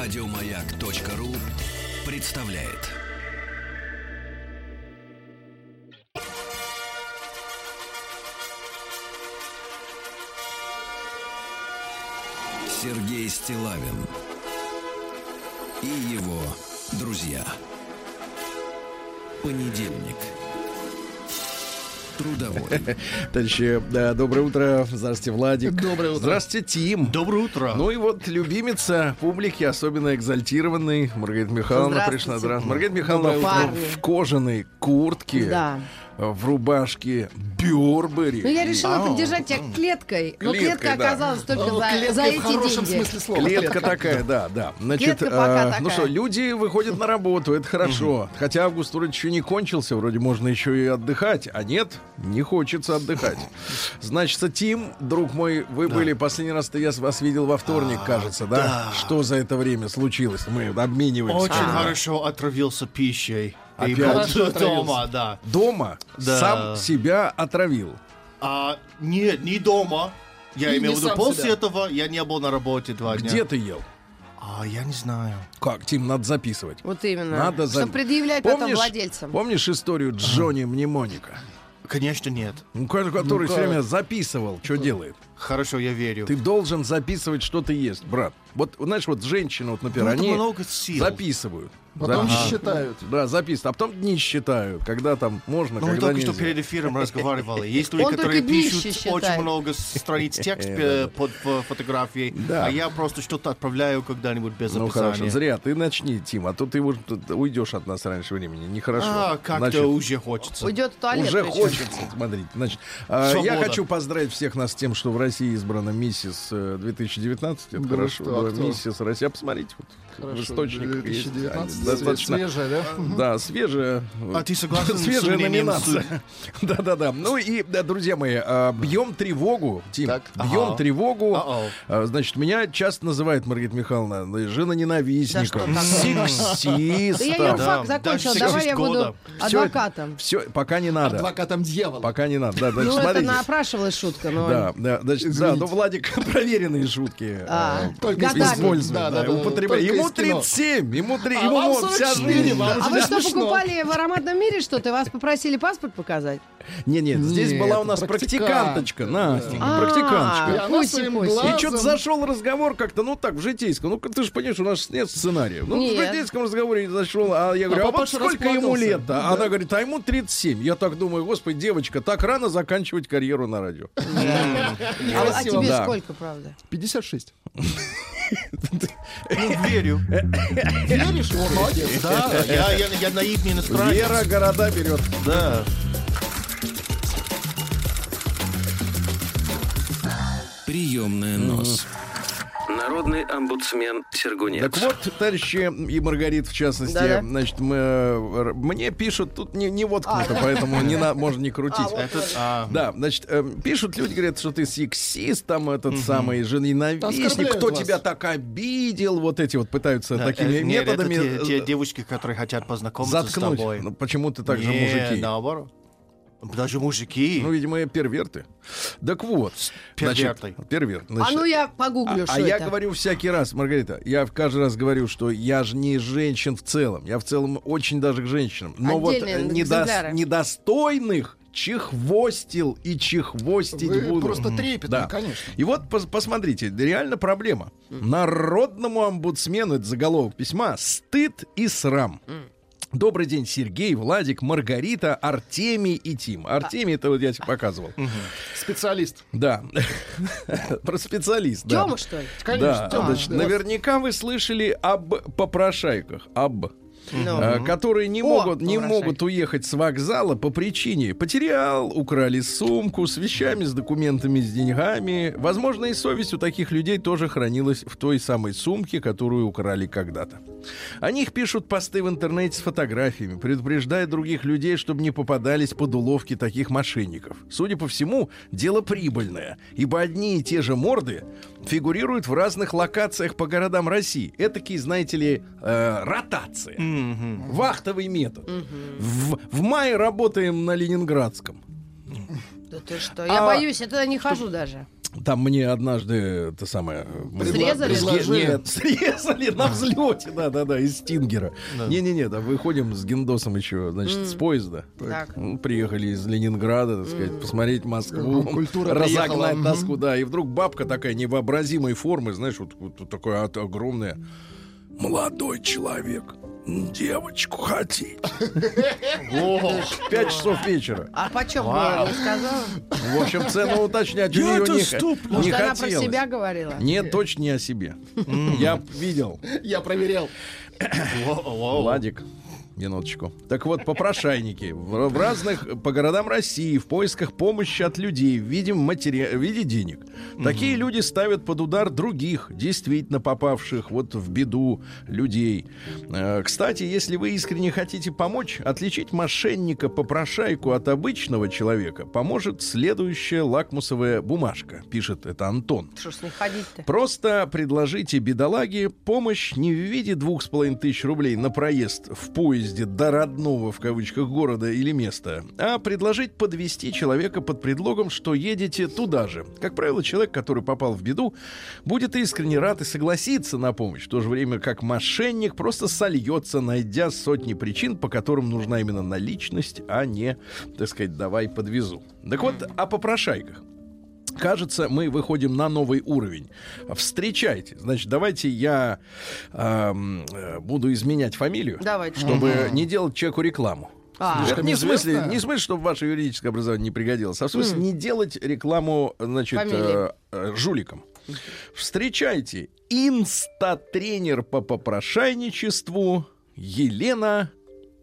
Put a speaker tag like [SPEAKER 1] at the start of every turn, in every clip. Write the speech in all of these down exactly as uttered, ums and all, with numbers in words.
[SPEAKER 1] Радиомаяк.ру представляет. Сергей Стиллавин и его друзья. Понедельник. Трудовой.
[SPEAKER 2] Товарищи, да, доброе утро. Здравствуйте, Владик.
[SPEAKER 3] Доброе утро.
[SPEAKER 2] Здравствуйте, Тим.
[SPEAKER 3] Доброе утро.
[SPEAKER 2] Ну и вот любимица публики, особенно экзальтированной, Маргарита Михайловна пришла. Здравствуйте. Маргарита Михайловна в, в кожаной куртке,
[SPEAKER 4] да.
[SPEAKER 2] в рубашке Бёрбери.
[SPEAKER 4] Ну, я решила а поддержать тебя клеткой, но
[SPEAKER 2] клеткой,
[SPEAKER 4] клетка
[SPEAKER 2] да.
[SPEAKER 4] оказалась только
[SPEAKER 3] ну,
[SPEAKER 4] за, за эти
[SPEAKER 3] в хорошем
[SPEAKER 4] деньги.
[SPEAKER 3] смысле слова.
[SPEAKER 2] Клетка,
[SPEAKER 3] Клетка
[SPEAKER 2] такая, да, да. Значит,
[SPEAKER 4] Клетка пока
[SPEAKER 2] э,
[SPEAKER 4] такая.
[SPEAKER 2] ну что, люди выходят на работу, это хорошо. Хотя август вроде еще не кончился, вроде можно еще и отдыхать. А нет, не хочется отдыхать. Значит, Тим, друг мой, вы да. были последний раз-то я вас видел во вторник, а, кажется, да? да? Что за это время случилось? Мы обмениваемся.
[SPEAKER 3] Очень а. хорошо отравился пищей. И был дома, да.
[SPEAKER 2] Дома? Да. Сам себя отравил?
[SPEAKER 3] А, нет, не дома. Я
[SPEAKER 2] и
[SPEAKER 3] имел в виду после себя. Этого я не был на работе два
[SPEAKER 2] Где
[SPEAKER 3] дня.
[SPEAKER 2] Где ты ел?
[SPEAKER 3] А, я не знаю.
[SPEAKER 2] Как, Тим, надо записывать.
[SPEAKER 4] Вот именно.
[SPEAKER 2] Надо за...
[SPEAKER 4] Чтобы предъявлять
[SPEAKER 2] помнишь,
[SPEAKER 4] потом владельцам.
[SPEAKER 2] Помнишь историю Джонни Мнемоника?
[SPEAKER 3] Конечно, нет.
[SPEAKER 2] Ну, который
[SPEAKER 3] ну,
[SPEAKER 2] все время записывал, что ну, делает.
[SPEAKER 3] Хорошо, я верю.
[SPEAKER 2] Ты должен записывать, что ты ест, брат. Вот, знаешь, вот женщины, вот, например,
[SPEAKER 3] ну,
[SPEAKER 2] они
[SPEAKER 3] много сил.
[SPEAKER 2] записывают.
[SPEAKER 3] Потом
[SPEAKER 2] ага.
[SPEAKER 3] считают.
[SPEAKER 2] Да, записывают. А потом дни считают, когда там можно,
[SPEAKER 3] ну,
[SPEAKER 2] когда
[SPEAKER 3] мы только
[SPEAKER 2] нельзя.
[SPEAKER 3] что перед эфиром разговаривали. Есть люди, которые пишут очень много страниц текста под фотографией, а я просто что-то отправляю когда-нибудь без описания.
[SPEAKER 2] Ну, хорошо, зря. Ты начни, Тим, а то ты уйдешь от нас раньше времени. Нехорошо.
[SPEAKER 3] А, как-то уже хочется.
[SPEAKER 4] Уйдет в туалет.
[SPEAKER 2] Уже хочется, смотрите. Значит, я хочу поздравить всех нас с тем, что в России избрана миссис две тысячи девятнадцать. Это хорошо. Миссис Россия. Посмотрите, вот в источниках есть. Достаточно свежая, да? Да, свежая.
[SPEAKER 3] А ты согласен с
[SPEAKER 2] свежая номинация? Да-да-да. Ну и, да, друзья мои, бьем тревогу, Тим. Так. Бьем ага. тревогу. А-ау. Значит, меня часто называют, Маргарита Михайловна, женоненавистником, да сексистом.
[SPEAKER 4] Да я юрфак закончила, давай я буду адвокатом.
[SPEAKER 2] Все, пока не надо.
[SPEAKER 3] Адвокатом дьявола.
[SPEAKER 2] Пока не надо. Да,
[SPEAKER 4] ну, это напрашивалась шутка. Но...
[SPEAKER 2] Да, да, значит, да, но Владик проверенные шутки
[SPEAKER 4] а,
[SPEAKER 2] только использует, да, да, да, употребляет. Ему тридцать семь, ему три, а ему вся жизнь.
[SPEAKER 4] А вы что, покупали в ароматном мире что-то? Вас попросили паспорт показать?
[SPEAKER 2] Нет, нет, здесь была у нас практиканточка, Настенька, практиканточка. И что-то зашел разговор как-то, ну так, в житейском. Ну, ты же понимаешь, у нас нет сценария. Ну, в житейском разговоре зашел, а я говорю, а вот сколько ему лет-то? Она говорит, а ему тридцать семь. Я так думаю, господи, девочка, так рано заканчивать карьеру на радио.
[SPEAKER 4] А тебе сколько, правда?
[SPEAKER 3] пятьдесят шесть. Ну, верю. Веришь? Молодец. Да, я, я, я наивный иностранец.
[SPEAKER 2] Вера города берет.
[SPEAKER 3] Да.
[SPEAKER 1] Приемная нос. Народный омбудсмен Сергунец.
[SPEAKER 2] Так вот, товарищи и Маргарит, в частности, да-да. Значит, мы, мне пишут, тут не, не воткнуто, а, поэтому не на, можно не крутить. А, вот а. Да, значит, э, пишут люди, говорят, что ты сексист, там этот угу. самый женоненавистник, кто вас. Тебя так обидел, вот эти вот пытаются да, такими э, методами.
[SPEAKER 3] Нет, это те, те девушки, которые хотят познакомиться
[SPEAKER 2] заткнуть.
[SPEAKER 3] С тобой.
[SPEAKER 2] Ну, почему ты так
[SPEAKER 3] не,
[SPEAKER 2] же мужики?
[SPEAKER 3] Наоборот. Даже мужики.
[SPEAKER 2] Ну, видимо, перверты. Так вот.
[SPEAKER 3] Перверты.
[SPEAKER 2] Значит, перверт.
[SPEAKER 4] Значит, а ну я погуглю,
[SPEAKER 2] а,
[SPEAKER 4] что
[SPEAKER 2] а
[SPEAKER 4] это.
[SPEAKER 2] я говорю всякий раз, Маргарита, я каждый раз говорю, что я же не женщин в целом. Я в целом очень даже к женщинам. Но
[SPEAKER 4] отдельные
[SPEAKER 2] вот недо... недостойных чехвостил и чехвостить
[SPEAKER 3] Вы
[SPEAKER 2] буду.
[SPEAKER 3] Просто трепетно, да. Конечно.
[SPEAKER 2] И вот пос- посмотрите, реально проблема. Mm. Народному омбудсмену, это заголовок письма, стыд и срам. Mm. Добрый день, Сергей, Владик, Маргарита, Артемий и Тим. Артемий, это вот я тебе показывал.
[SPEAKER 3] Угу. Специалист.
[SPEAKER 2] Да. Про специалист.
[SPEAKER 4] Тёма, что ли?
[SPEAKER 2] Конечно. Наверняка вы слышали об попрошайках. Об... No. которые не, О, могут, не могут уехать с вокзала по причине потерял, украли сумку с вещами, с документами, с деньгами. Возможно, и совесть у таких людей тоже хранилась в той самой сумке, которую украли когда-то. О них пишут посты в интернете с фотографиями, предупреждая других людей, чтобы не попадались под уловки таких мошенников. Судя по всему, дело прибыльное, ибо одни и те же морды фигурируют в разных локациях по городам России. Этакий, знаете ли, э, ротация. Mm-hmm. Вахтовый метод. Mm-hmm. В, в мае работаем на Ленинградском.
[SPEAKER 4] Да ты что? Я а, боюсь, я туда не хожу даже.
[SPEAKER 2] Там мне однажды это самое...
[SPEAKER 4] Срезали?
[SPEAKER 2] Нет, срезали на взлете, да-да-да, из Стингера. Не-не-не, да, выходим с Гиндосом еще, значит, mm. с поезда. Ну, приехали из Ленинграда, так сказать, mm. посмотреть Москву,
[SPEAKER 5] культура
[SPEAKER 2] разогнать
[SPEAKER 5] приехала.
[SPEAKER 2] тоску, да. И вдруг бабка такая невообразимой формы, знаешь, вот, вот такая огромная. Молодой человек, девочку хотите? Пять часов вечера.
[SPEAKER 4] А почем было, не сказала?
[SPEAKER 2] В общем, цену уточнять у нее не, не хотелось.
[SPEAKER 4] Может, она про себя говорила?
[SPEAKER 2] Нет, точно не о себе. Я видел.
[SPEAKER 5] Я проверял.
[SPEAKER 2] Владик. Минуточку. Так вот, попрошайники в, в разных, по городам России в поисках помощи от людей в виде, матери... в виде денег. Mm-hmm. Такие люди ставят под удар других, действительно попавших вот в беду людей. Э, кстати, если вы искренне хотите помочь, отличить мошенника-попрошайку от обычного человека поможет следующая лакмусовая бумажка. Пишет это Антон.
[SPEAKER 4] Что ж с ней ходить-то?
[SPEAKER 2] Просто предложите бедолаге помощь не в виде двух с половиной тысяч рублей на проезд в поезде до родного, в кавычках, города или места, а предложить подвести человека под предлогом, что едете туда же. Как правило, человек, который попал в беду, будет искренне рад и согласиться на помощь, в то же время как мошенник просто сольется, найдя сотни причин, по которым нужна именно наличность, а не, так сказать, давай подвезу. Так вот, о попрошайках. Кажется, мы выходим на новый уровень. Встречайте. Значит, давайте я э, буду изменять фамилию,
[SPEAKER 4] давайте.
[SPEAKER 2] Чтобы
[SPEAKER 4] угу.
[SPEAKER 2] не делать человеку рекламу.
[SPEAKER 4] А,
[SPEAKER 2] это не в смысле, не в смысле, чтобы ваше юридическое образование не пригодилось, а в смысле mm. не делать рекламу, значит, э, э, жуликам. Встречайте, инста-тренер по попрошайничеству Елена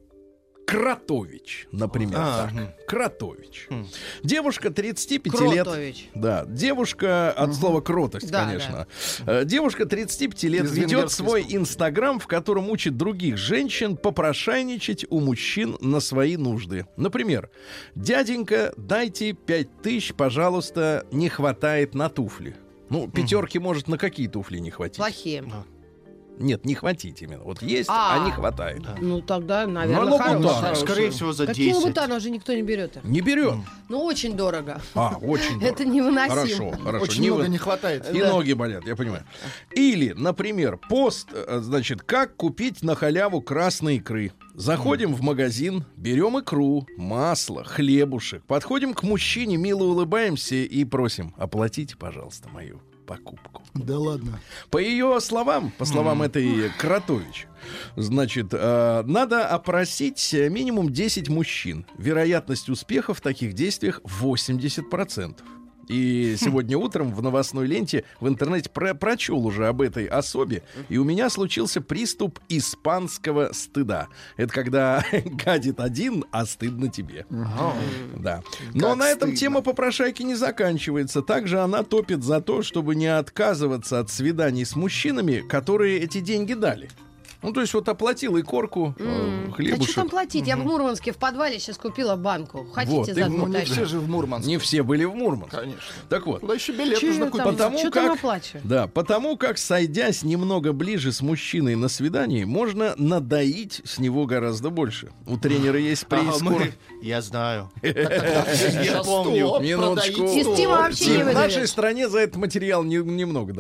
[SPEAKER 2] Кротович, например, а, так. Угу. Кротович. Угу. Девушка тридцати пяти лет. Да, девушка от угу. слова кротость, да, конечно. Да. Девушка тридцати пяти лет ведет свой инстаграм, в котором учит других женщин попрошайничать у мужчин на свои нужды. Например, дяденька, дайте пять тысяч, пожалуйста, не хватает на туфли. Ну, пятерки, угу. может, на какие туфли не хватить?
[SPEAKER 4] Плохие.
[SPEAKER 2] Нет, не хватить именно. Вот есть, а, а не хватает.
[SPEAKER 4] Да. Ну, тогда, наверное,
[SPEAKER 2] ну,
[SPEAKER 4] хорошая.
[SPEAKER 3] Скорее всего, за
[SPEAKER 4] Какие
[SPEAKER 3] десять.
[SPEAKER 4] лабутаны уже никто не берет.
[SPEAKER 2] Не берет.
[SPEAKER 4] Ну, очень дорого.
[SPEAKER 2] А, очень дорого.
[SPEAKER 4] Это невыносимо.
[SPEAKER 2] Хорошо, хорошо.
[SPEAKER 5] Очень
[SPEAKER 2] не
[SPEAKER 5] много
[SPEAKER 2] вы...
[SPEAKER 5] не хватает.
[SPEAKER 2] И да. ноги болят, я понимаю. Или, например, пост, значит, как купить на халяву красной икры. Заходим mm. в магазин, берем икру, масло, хлебушек, подходим к мужчине, мило улыбаемся и просим: оплатите, пожалуйста, мою покупку.
[SPEAKER 5] Да ладно.
[SPEAKER 2] По ее словам, по словам mm. этой Кротович, значит, э, надо опросить минимум десять мужчин. Вероятность успеха в таких действиях восемьдесят процентов. И сегодня утром в новостной ленте в интернете про- прочел уже об этой особе, и у меня случился приступ испанского стыда. Это когда гадит один, а стыдно тебе. Да. Но на этом тема попрошайки не заканчивается. Также она топит за то, чтобы не отказываться от свиданий с мужчинами, которые эти деньги дали. Ну, то есть вот оплатил и корку, mm. хлебушек.
[SPEAKER 4] А что там платить? Mm-hmm. Я в Мурманске в подвале сейчас купила банку. Хотите
[SPEAKER 2] вот,
[SPEAKER 4] за
[SPEAKER 5] ну, не все же в Мурманске.
[SPEAKER 2] Не все были в Мурманске.
[SPEAKER 5] Конечно.
[SPEAKER 2] Так вот.
[SPEAKER 5] Туда еще билет
[SPEAKER 4] Че
[SPEAKER 5] нужно купить.
[SPEAKER 2] Потому
[SPEAKER 4] что
[SPEAKER 2] как,
[SPEAKER 4] там оплачивать?
[SPEAKER 2] Да, потому как, сойдясь немного ближе с мужчиной на свидании, можно надоить с него гораздо больше. У тренера есть прескурант.
[SPEAKER 3] Я знаю. Я помню.
[SPEAKER 2] Минуточку.
[SPEAKER 4] Система вообще не выдает.
[SPEAKER 2] В нашей стране за этот материал немного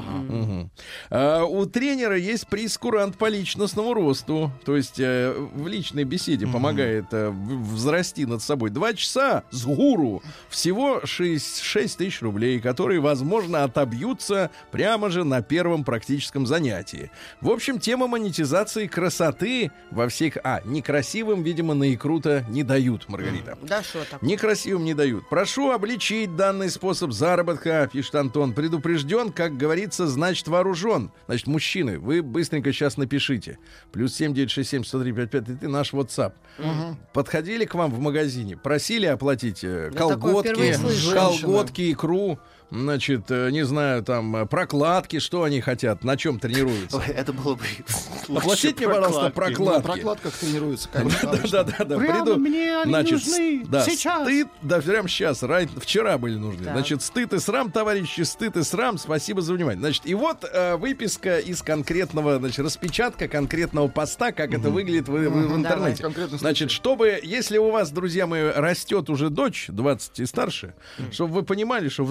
[SPEAKER 2] дают. У тренера есть прескурант по личностному росту. То есть э, в личной беседе mm-hmm. помогает э, взрасти над собой. Два часа с гуру всего шесть тысяч рублей, которые, возможно, отобьются прямо же на первом практическом занятии. В общем, тема монетизации красоты во всех... А, некрасивым, видимо, на икру-то не дают, Маргарита.
[SPEAKER 4] Mm-hmm. Да что там?
[SPEAKER 2] Некрасивым не дают. Прошу обличить данный способ заработка, пишет Антон. Предупрежден, как говорится, значит вооружен. Значит, мужчины, вы быстренько сейчас напишите. Плюс семь девять шесть семь сто три пять пять три, наш WhatsApp. Угу. Подходили к вам в магазине, просили оплатить э, колготки, колготки, икру, значит, э, не знаю, там, прокладки, что они хотят, на чем тренируются.
[SPEAKER 3] Ой, это было бы
[SPEAKER 2] оплатите мне, пожалуйста, прокладки.
[SPEAKER 5] На прокладках тренируются, конечно.
[SPEAKER 2] Да-да-да.
[SPEAKER 5] Прямо мне они нужны сейчас.
[SPEAKER 2] Стыд, да, прямо сейчас, вчера были нужны. Значит, стыд и срам, товарищи, стыд и срам, спасибо за внимание. Значит, и вот выписка из конкретного, значит, распечатка конкретного поста, как это выглядит в интернете. Значит, чтобы, если у вас, друзья мои, растет уже дочь двадцать и старше, чтобы вы понимали, что вдруг у нее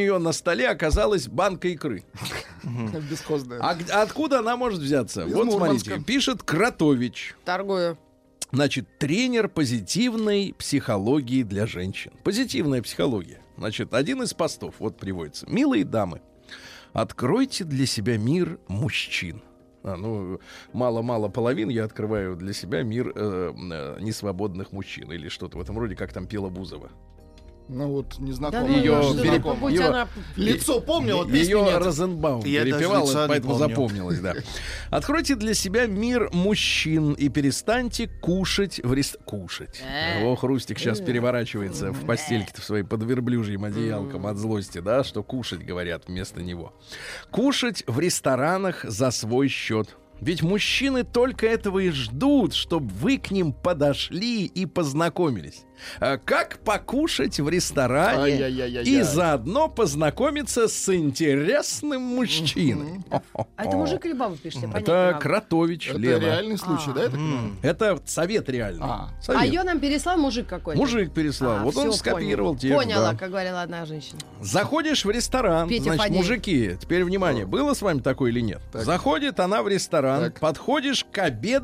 [SPEAKER 2] нее на столе оказалась банка икры.
[SPEAKER 5] Бесхозная.
[SPEAKER 2] А откуда она может взяться?
[SPEAKER 5] Из
[SPEAKER 2] вот
[SPEAKER 5] Мурманска.
[SPEAKER 2] смотрите, пишет Кротович.
[SPEAKER 4] Торгую.
[SPEAKER 2] Значит, тренер позитивной психологии для женщин. Позитивная психология. Значит, один из постов, вот приводится. Милые дамы, откройте для себя мир мужчин. А, ну, мало-мало половин я открываю для себя мир э, э, несвободных мужчин. Или что-то в этом роде, как там пела Бузова.
[SPEAKER 5] Ну вот, не знакомо.
[SPEAKER 4] Да, ну,
[SPEAKER 2] Ее
[SPEAKER 4] что,
[SPEAKER 2] переп-
[SPEAKER 4] побудь
[SPEAKER 2] ее-
[SPEAKER 4] она-
[SPEAKER 5] Лицо помню, вот песни
[SPEAKER 2] Ее
[SPEAKER 5] нет.
[SPEAKER 2] Розенбаум
[SPEAKER 3] Я даже
[SPEAKER 2] перепевал,
[SPEAKER 3] лица не
[SPEAKER 2] поэтому
[SPEAKER 3] помню.
[SPEAKER 2] запомнилось, да. Откройте для себя мир мужчин и перестаньте кушать в рест... Кушать.
[SPEAKER 4] Э.
[SPEAKER 2] О, Хрустик сейчас переворачивается в постельке-то в своей под верблюжьим одеялком от злости, да, что кушать, говорят, вместо него. Кушать в ресторанах за свой счет. Ведь мужчины только этого и ждут, чтобы вы к ним подошли и познакомились. А как покушать в ресторане
[SPEAKER 5] Ай-яй-яй-яй-яй.
[SPEAKER 2] и заодно познакомиться с интересным мужчиной.
[SPEAKER 4] А это мужик или баба пишет? Я понять не
[SPEAKER 2] Это
[SPEAKER 4] могу.
[SPEAKER 2] Кротович,
[SPEAKER 5] Это
[SPEAKER 2] Лена.
[SPEAKER 5] реальный случай, да? я так понимаю?
[SPEAKER 2] Это совет реальный.
[SPEAKER 5] А.
[SPEAKER 2] Совет.
[SPEAKER 4] А ее нам переслал мужик какой-то?
[SPEAKER 2] Мужик переслал.
[SPEAKER 4] А,
[SPEAKER 2] вот он
[SPEAKER 4] всё,
[SPEAKER 2] скопировал
[SPEAKER 4] понял.
[SPEAKER 2] текст.
[SPEAKER 4] Поняла,
[SPEAKER 2] да.
[SPEAKER 4] как говорила одна женщина.
[SPEAKER 2] Заходишь в ресторан,
[SPEAKER 4] Петя
[SPEAKER 2] значит,
[SPEAKER 4] Фадеев.
[SPEAKER 2] мужики, теперь внимание, было с вами такое или нет?
[SPEAKER 5] Так.
[SPEAKER 2] Заходит она в ресторан,
[SPEAKER 5] Так.
[SPEAKER 2] подходишь к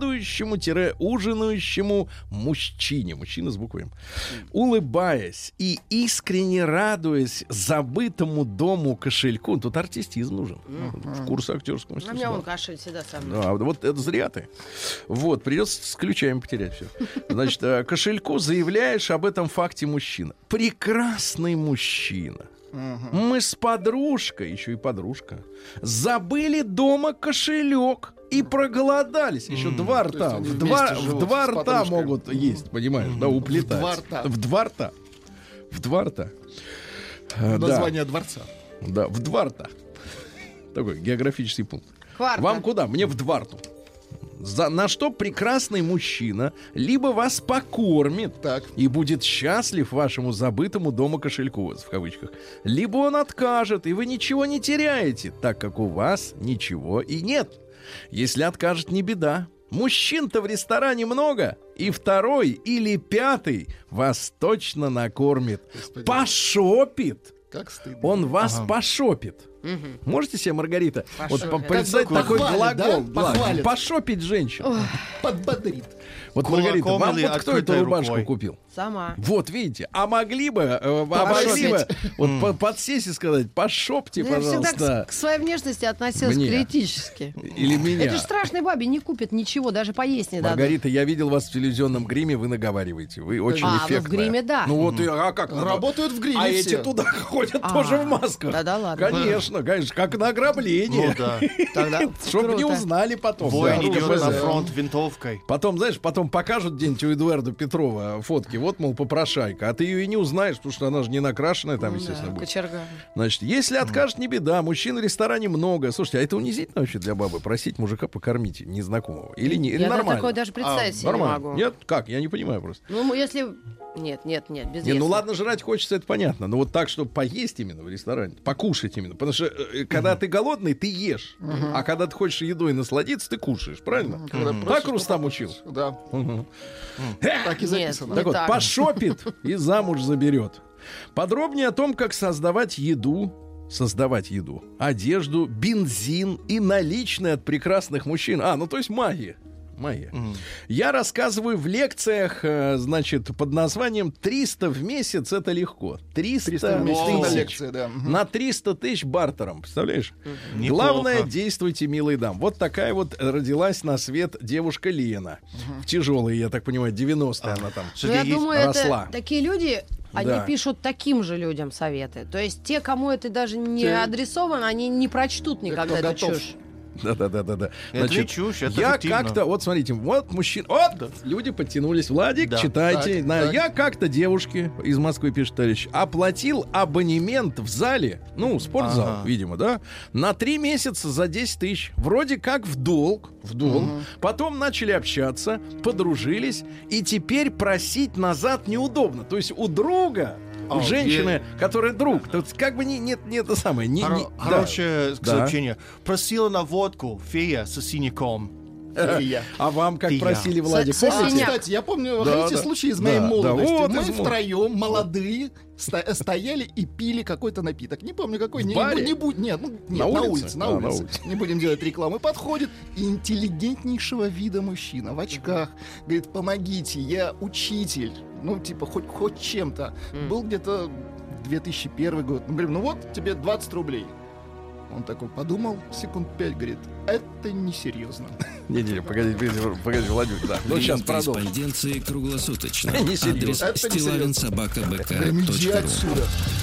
[SPEAKER 2] обедающему-ужинающему мужчине, мужчина с буквой М, улыбаясь и искренне радуясь забытому дому кошельку. Тут артистизм нужен. В курс актерского
[SPEAKER 4] А у меня
[SPEAKER 2] мастерства.
[SPEAKER 4] он кашель всегда со мной.
[SPEAKER 2] Да, вот это зря ты. Вот, придется с ключами потерять все. Значит, э, кошельку заявляешь об этом факте мужчина. Прекрасный мужчина. Мы с подружкой, еще и подружка, забыли дома кошелек и проголодались. Еще два рта.
[SPEAKER 5] они
[SPEAKER 2] В два,
[SPEAKER 5] вместе
[SPEAKER 2] в
[SPEAKER 5] живут
[SPEAKER 2] два
[SPEAKER 5] с
[SPEAKER 2] рта
[SPEAKER 5] подружкой.
[SPEAKER 2] могут есть, понимаешь, да, уплетать.
[SPEAKER 5] В два рта.
[SPEAKER 2] В два рта. В два рта. Э, да.
[SPEAKER 5] Название дворца.
[SPEAKER 2] Да, в два рта. Такой географический пункт.
[SPEAKER 4] Кварта.
[SPEAKER 2] Вам куда? Мне в дварту. За, на что прекрасный мужчина либо вас покормит
[SPEAKER 5] Так.
[SPEAKER 2] и будет счастлив вашему забытому дома кошельку, в кавычках, либо он откажет, и вы ничего не теряете, так как у вас ничего и нет. Если откажет, не беда. Мужчин-то в ресторане много, и второй или пятый вас точно накормит.
[SPEAKER 5] Господи.
[SPEAKER 2] Пошопит.
[SPEAKER 5] Как стыдно.
[SPEAKER 2] Он вас пошопит. Можете себе, Маргарита, вот
[SPEAKER 4] Пошопит.
[SPEAKER 2] по- представить
[SPEAKER 5] Как бы
[SPEAKER 2] такой
[SPEAKER 5] похвалит,
[SPEAKER 2] глагол?
[SPEAKER 5] да? Похвалит.
[SPEAKER 2] Пошопить женщину.
[SPEAKER 5] Подбодрит.
[SPEAKER 2] Вот,
[SPEAKER 3] Кулаком
[SPEAKER 2] Маргарита, вам
[SPEAKER 3] или
[SPEAKER 2] вот кто эту
[SPEAKER 3] открытой
[SPEAKER 2] рубашку
[SPEAKER 3] рукой?
[SPEAKER 2] купил?
[SPEAKER 4] Сама.
[SPEAKER 2] Вот, видите, а могли бы, э, а могли бы вот по- подсесть и сказать, пошопьте,
[SPEAKER 4] Я всегда
[SPEAKER 2] пожалуйста,
[SPEAKER 4] к, к своей внешности относилась
[SPEAKER 2] Мне.
[SPEAKER 4] критически.
[SPEAKER 2] или меня.
[SPEAKER 4] Это же страшной бабе не купят ничего, даже поесть не дадут.
[SPEAKER 2] Маргарита, я видел вас в телевизионном гриме, вы наговариваете, вы очень
[SPEAKER 4] А, ну, в
[SPEAKER 2] эффектная.
[SPEAKER 4] гриме, да.
[SPEAKER 2] Ну вот, и, а как? надо?
[SPEAKER 5] Работают в гриме
[SPEAKER 2] А
[SPEAKER 5] все.
[SPEAKER 2] эти туда ходят
[SPEAKER 4] А,
[SPEAKER 2] тоже в масках.
[SPEAKER 4] да-да ладно.
[SPEAKER 2] Конечно, конечно, как на ограбление.
[SPEAKER 3] Ну да.
[SPEAKER 4] Тогда
[SPEAKER 2] Чтобы не
[SPEAKER 4] круто.
[SPEAKER 2] узнали потом.
[SPEAKER 3] Воин
[SPEAKER 2] Да,
[SPEAKER 3] идет
[SPEAKER 2] КПЗ.
[SPEAKER 3] на фронт винтовкой.
[SPEAKER 2] Потом, знаешь, потом покажут где-нибудь у Эдуарда Петрова фотки. Вот, мол, попрошайка. А ты ее и не узнаешь, потому что она же не накрашенная там, естественно,
[SPEAKER 4] Да,
[SPEAKER 2] будет.
[SPEAKER 4] кочерга.
[SPEAKER 2] Значит, если откажет, не беда. Мужчин в ресторане много. Слушайте, а это унизительно вообще для бабы просить мужика покормить незнакомого? Или, не, или
[SPEAKER 4] Я
[SPEAKER 2] нормально?
[SPEAKER 4] такое даже представить себе не
[SPEAKER 2] Нормально.
[SPEAKER 4] могу.
[SPEAKER 2] Нет? Как? Я не понимаю просто.
[SPEAKER 4] Ну, если... Нет, нет, нет, без
[SPEAKER 2] Не, ну
[SPEAKER 4] если.
[SPEAKER 2] ладно, жрать хочется, это понятно. Но вот так, чтобы поесть именно в ресторане, покушать именно. Потому что э, когда ты голодный, ты ешь. А когда ты хочешь едой насладиться, ты кушаешь. Правильно?
[SPEAKER 5] Когда
[SPEAKER 2] Так
[SPEAKER 5] просишь,
[SPEAKER 2] Рустам учил.
[SPEAKER 5] Да,
[SPEAKER 2] Мгм.
[SPEAKER 5] так и
[SPEAKER 4] Нет,
[SPEAKER 5] записано.
[SPEAKER 4] не
[SPEAKER 2] Так вот,
[SPEAKER 4] так.
[SPEAKER 2] пошопит и замуж заберет. Подробнее о том, как создавать еду, создавать еду, одежду, бензин и наличные от прекрасных мужчин. А, ну то есть магия. Магия. Я рассказываю в лекциях, э, значит, под названием «триста в месяц это легко». триста,
[SPEAKER 5] триста месяцев
[SPEAKER 2] тысяч.
[SPEAKER 5] на лекции, да. Мгм.
[SPEAKER 2] На триста тысяч бартером, представляешь?
[SPEAKER 3] Неплохо.
[SPEAKER 2] Главное, действуйте, милые дам. Вот такая вот родилась на свет девушка Лена. В тяжелые, я так понимаю, девяностые она там.
[SPEAKER 4] Ну, я
[SPEAKER 3] Есть-
[SPEAKER 4] думаю,
[SPEAKER 2] росла.
[SPEAKER 4] это такие люди, они
[SPEAKER 2] Да.
[SPEAKER 4] пишут таким же людям советы. То есть те, кому это даже не
[SPEAKER 5] Те-
[SPEAKER 4] адресован, они не прочтут никогда
[SPEAKER 5] кто
[SPEAKER 4] эту
[SPEAKER 5] готов.
[SPEAKER 4] чушь.
[SPEAKER 2] Да-да-да-да.
[SPEAKER 3] Это не чушь, это
[SPEAKER 2] я
[SPEAKER 3] эффективно.
[SPEAKER 2] как-то, вот смотрите, вот мужчина, вот, люди подтянулись. Владик,
[SPEAKER 3] Да.
[SPEAKER 2] читайте.
[SPEAKER 5] Так,
[SPEAKER 2] На-
[SPEAKER 5] так.
[SPEAKER 2] Я как-то девушке из Москвы, пишет товарищ, оплатил абонемент в зале, ну, спортзал,
[SPEAKER 3] Ага.
[SPEAKER 2] видимо, да, на три месяца за десять тысяч. Вроде как в долг, в долг. Потом начали общаться, подружились, и теперь просить назад неудобно. То есть у друга, у
[SPEAKER 3] А,
[SPEAKER 2] женщины, которая друг, тут как бы не, нет, не это самое. Не,
[SPEAKER 3] Хоро-
[SPEAKER 2] не- да.
[SPEAKER 3] Хорошее
[SPEAKER 2] Да.
[SPEAKER 3] сообщение. Просила на водку фея со синяком.
[SPEAKER 2] А вам как просили, Владик?
[SPEAKER 5] Кстати, я помню эти случаи из моей молодости. Мы втроем, молодые, стояли и пили какой-то напиток. Не помню какой.
[SPEAKER 2] В
[SPEAKER 5] не,
[SPEAKER 2] баре?
[SPEAKER 5] Не, не, нет, ну, нет,
[SPEAKER 2] на,
[SPEAKER 5] на
[SPEAKER 2] улице?
[SPEAKER 5] улице. На
[SPEAKER 2] а,
[SPEAKER 5] улице.
[SPEAKER 2] На улице.
[SPEAKER 5] Не будем делать рекламы. Подходит интеллигентнейшего вида мужчина в очках. Говорит, помогите, я учитель. Ну, типа, хоть, хоть чем-то. Mm. Был где-то две тысячи первый год. Мы говорим, ну вот, тебе двадцать рублей. Он такой подумал, секунд пять, говорит, это несерьезно.
[SPEAKER 2] Не-не, погоди, погоди, Владимир, да. Ну, сейчас продолжим.
[SPEAKER 1] Корреспонденции круглосуточно.
[SPEAKER 2] Адрес
[SPEAKER 1] стилавин собака бэ ка
[SPEAKER 5] Иди отсюда.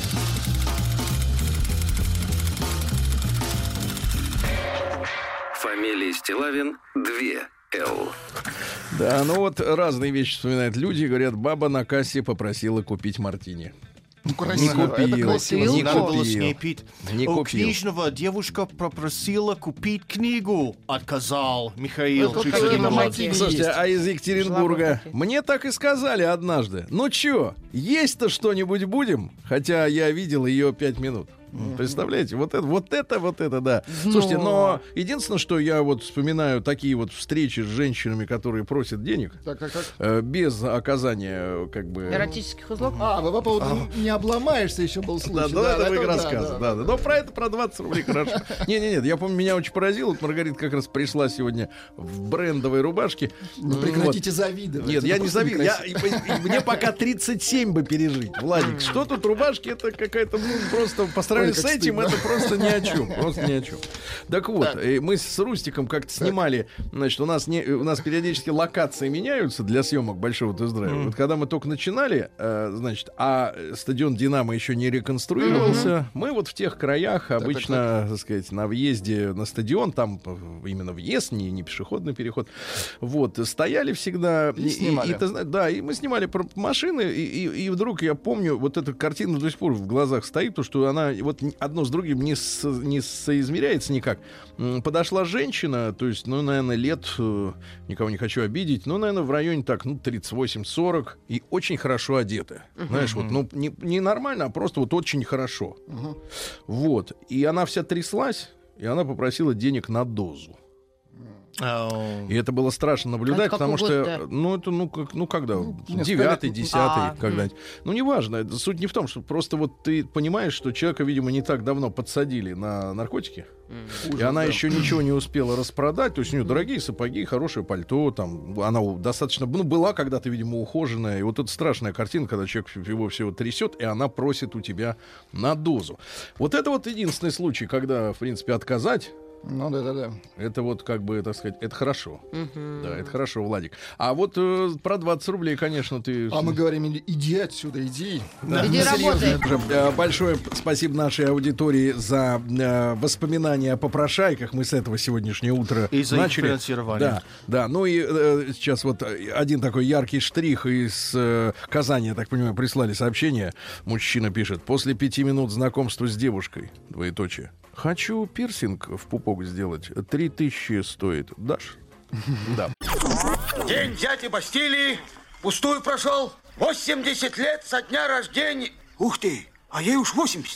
[SPEAKER 1] Фамилия Стилавин две Л.
[SPEAKER 2] Да, ну вот разные вещи вспоминают люди. Говорят, баба на кассе попросила купить мартини.
[SPEAKER 5] Ну, красиво.
[SPEAKER 2] Не купил,
[SPEAKER 5] это красиво.
[SPEAKER 3] Не надо было с ней пить.
[SPEAKER 2] Не
[SPEAKER 3] У
[SPEAKER 2] купил.
[SPEAKER 3] книжного девушка попросила купить книгу. Отказал Михаил.
[SPEAKER 4] Это
[SPEAKER 3] тридцать
[SPEAKER 4] какой
[SPEAKER 3] лет назад.
[SPEAKER 4] мотив?
[SPEAKER 2] Слушайте, а из Екатеринбурга?
[SPEAKER 4] Шлапа.
[SPEAKER 2] Мне так и сказали однажды. Ну чё, есть-то что-нибудь будем? Хотя я видел ее пять минут. Представляете, вот это, вот это, вот это, да.
[SPEAKER 4] Но...
[SPEAKER 2] Слушайте, но единственное, что я вот вспоминаю такие вот встречи с женщинами, которые просят денег,
[SPEAKER 5] Так, а как?
[SPEAKER 2] э, без оказания, как бы...
[SPEAKER 4] Эротических узлов?
[SPEAKER 5] А, вы по поводу не обломаешься еще был
[SPEAKER 2] Да,
[SPEAKER 5] случай.
[SPEAKER 2] да, это вы
[SPEAKER 5] да,
[SPEAKER 2] рассказываете. Да, да. Но про это, про двадцать рублей хорошо. Не-не-нет, я помню, меня очень поразило. Вот Маргарита как раз пришла сегодня в брендовой рубашке.
[SPEAKER 5] Ну, прекратите завидовать.
[SPEAKER 2] Нет,
[SPEAKER 5] Это
[SPEAKER 2] я не
[SPEAKER 5] просто
[SPEAKER 2] завидую. Я,
[SPEAKER 5] некрасиво.
[SPEAKER 2] и- и- мне пока тридцать семь бы пережить. Владик, что тут рубашки? Это какая-то, ну, просто по сравнению
[SPEAKER 5] Ой,
[SPEAKER 2] с
[SPEAKER 5] как
[SPEAKER 2] этим,
[SPEAKER 5] стыдно.
[SPEAKER 2] это просто ни о чем. Просто ни о чем. Так вот, э, мы с Рустиком как-то снимали, значит, у нас, не, у нас периодически локации меняются для съемок большого тест-драйва. Вот когда мы только начинали, э, значит, а стадион «Динамо» еще не реконструировался, мы вот в тех краях обычно, так сказать, на въезде на стадион, там именно въезд, не, не пешеходный переход, вот, стояли всегда.
[SPEAKER 5] И снимали.
[SPEAKER 2] И, и, ты зна- да, и мы снимали про машины, и, и, и вдруг я помню, вот эта картина до сих пор в глазах стоит, потому что она вот одно с другим не, с, не соизмеряется никак. М, Подошла женщина, то есть, ну, наверное, лет, э, никого не хочу обидеть, ну, наверное, в районе так, ну, тридцать восемь сорок, и очень хорошо одетая. Uh-huh. Знаешь, вот, ну, не, не нормально, а просто вот очень хорошо.
[SPEAKER 5] Uh-huh.
[SPEAKER 2] Вот. И она вся тряслась, и она попросила денег на дозу.
[SPEAKER 3] Oh.
[SPEAKER 2] И это было страшно наблюдать,
[SPEAKER 4] Это
[SPEAKER 2] потому
[SPEAKER 4] какой
[SPEAKER 2] что,
[SPEAKER 4] год-то?
[SPEAKER 2] ну, это, ну, как, ну, когда?
[SPEAKER 5] несколько
[SPEAKER 2] Девятый,
[SPEAKER 5] лет.
[SPEAKER 2] десятый,
[SPEAKER 4] А,
[SPEAKER 2] когда-нибудь. Ну, неважно. Это суть не в том, что просто вот ты понимаешь, что человека, видимо, не так давно подсадили на наркотики,
[SPEAKER 5] Ужас,
[SPEAKER 2] и она
[SPEAKER 5] да.
[SPEAKER 2] еще ничего не успела распродать. То есть у нее дорогие сапоги, хорошее пальто, там, она достаточно, ну, была когда-то, видимо, ухоженная. И вот это страшная картина, когда человек его всего трясет, и она просит у тебя на дозу. Вот это вот единственный случай, когда, в принципе, отказать.
[SPEAKER 5] Ну, да-да-да.
[SPEAKER 2] Это вот как бы, так сказать, это хорошо.
[SPEAKER 4] Мгм.
[SPEAKER 2] Да, это хорошо, Владик. А вот э, про двадцать рублей, конечно, ты...
[SPEAKER 5] А мы говорим, иди отсюда, иди.
[SPEAKER 2] Да,
[SPEAKER 4] Иди
[SPEAKER 2] серьезно,
[SPEAKER 4] работай.
[SPEAKER 2] уже, э, большое спасибо нашей аудитории за э, воспоминания о попрошайках. Мы с этого сегодняшнее утро
[SPEAKER 3] И за их
[SPEAKER 2] начали.
[SPEAKER 3] финансирование.
[SPEAKER 2] Да, да. Ну и э, сейчас вот один такой яркий штрих из э, Казани, я так понимаю, прислали сообщение. Мужчина пишет: после пяти минут знакомства с девушкой, двоеточие, хочу пирсинг в пупок сделать. Три тысячи стоит. Дашь? Да.
[SPEAKER 6] День дяди Бастилии пустую прошел. восемьдесят лет со дня рождения. Ух ты, а ей уж восемьдесят.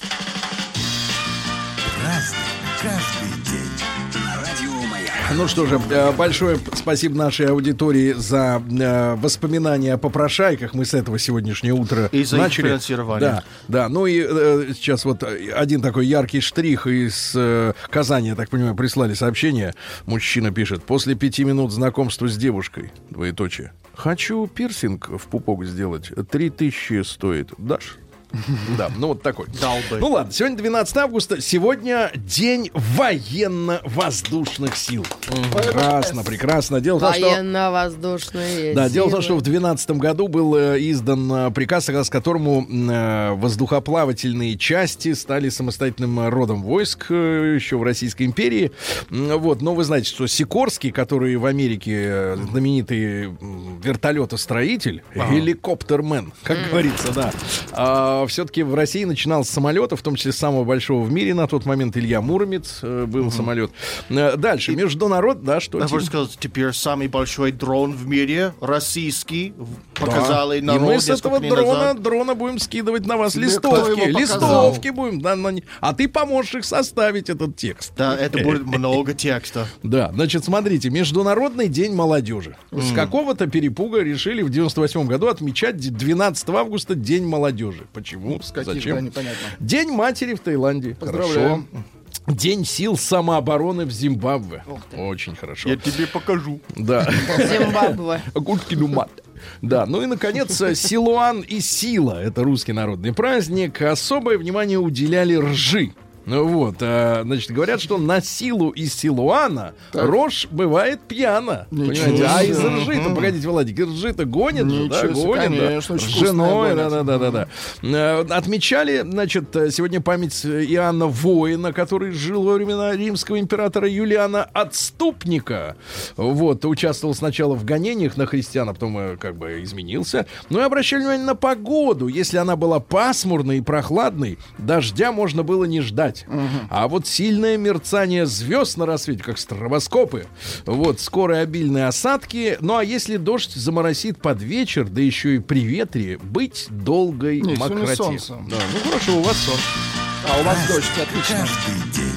[SPEAKER 1] Разный, каждый день. Радио Маяк.
[SPEAKER 2] Ну что же, э, большое спасибо нашей аудитории за э, воспоминания о попрошайках. Мы с этого сегодняшнее утро
[SPEAKER 3] И за их
[SPEAKER 2] начали.
[SPEAKER 3] финансирование.
[SPEAKER 2] Да, да. Ну и э, сейчас вот один такой яркий штрих из э, Казани, я так понимаю, прислали сообщение. Мужчина пишет: после пяти минут знакомства с девушкой, двоеточие, хочу пирсинг в пупок сделать. Три тысячи стоит. Дашь? Да, ну вот такой.
[SPEAKER 3] Дал бы.
[SPEAKER 2] Ну ладно, сегодня двенадцатое августа. Сегодня день военно-воздушных сил. Прекрасно, прекрасно. Дело в том, что...
[SPEAKER 4] Военно-воздушные
[SPEAKER 2] Да, дело в том,
[SPEAKER 4] силы.
[SPEAKER 2] что в две тысячи двенадцатом году был э, издан э, приказ, согласно которому э, воздухоплавательные части стали самостоятельным родом войск э, еще в Российской империи. М, Вот, но вы знаете, что Сикорский, который в Америке э, знаменитый м, вертолетостроитель,
[SPEAKER 3] Ага.
[SPEAKER 2] геликоптермен, как говорится, да, а, но все-таки в России начинал с самолета, в том числе самого большого в мире на тот момент Илья Муромец э, был угу. самолет. Э, дальше, и международ, да, что?
[SPEAKER 3] Я просто сказал, теперь самый большой дрон в мире, российский, показали
[SPEAKER 2] да.
[SPEAKER 3] народ.
[SPEAKER 2] И мы с этого дрона,
[SPEAKER 3] назад.
[SPEAKER 2] дрона будем скидывать на вас Тебе листовки. Листовки будем. Да, на... А ты поможешь их составить, этот текст.
[SPEAKER 3] Да, это будет много текста.
[SPEAKER 2] Да, значит, смотрите, Международный день молодежи. С какого-то перепуга решили в девяносто восьмом году отмечать двенадцатого августа День молодежи. Почему?
[SPEAKER 5] С каких,
[SPEAKER 2] Зачем?
[SPEAKER 5] Да, непонятно.
[SPEAKER 2] День матери в Таиланде.
[SPEAKER 5] Поздравляю.
[SPEAKER 2] Хорошо. День сил самообороны в Зимбабве. Очень хорошо.
[SPEAKER 3] Я тебе покажу.
[SPEAKER 2] Да.
[SPEAKER 4] Зимбабве.
[SPEAKER 2] Да, ну и, наконец, Силуан и Сила. Это русский народный праздник. Особое внимание уделяли ржи. Ну вот, а, значит, говорят, что на Силу из Силуана так. рожь бывает пьяна. Понимаете? А из ржи-то, погодите, Владик, ржи-то гонят же, да, гонят.
[SPEAKER 5] Конечно,
[SPEAKER 2] да. С женой, да-да-да-да. Отмечали, значит, сегодня память Иоанна Воина, который жил во времена римского императора Юлиана Отступника. Вот, участвовал сначала в гонениях на христиан, а потом как бы изменился. Ну и обращали внимание на погоду. Если она была пасмурной и прохладной, дождя можно было не ждать. Угу. А вот сильное мерцание звезд на рассвете, как стробоскопы, вот, скорые обильные осадки. Ну а если дождь заморосит под вечер, да еще и при ветре, быть долгой
[SPEAKER 5] Нет,
[SPEAKER 2] мокроте.
[SPEAKER 5] Да.
[SPEAKER 2] Ну хорошо, у вас сон.
[SPEAKER 5] А у вас дождь, отлично.
[SPEAKER 1] Каждый день.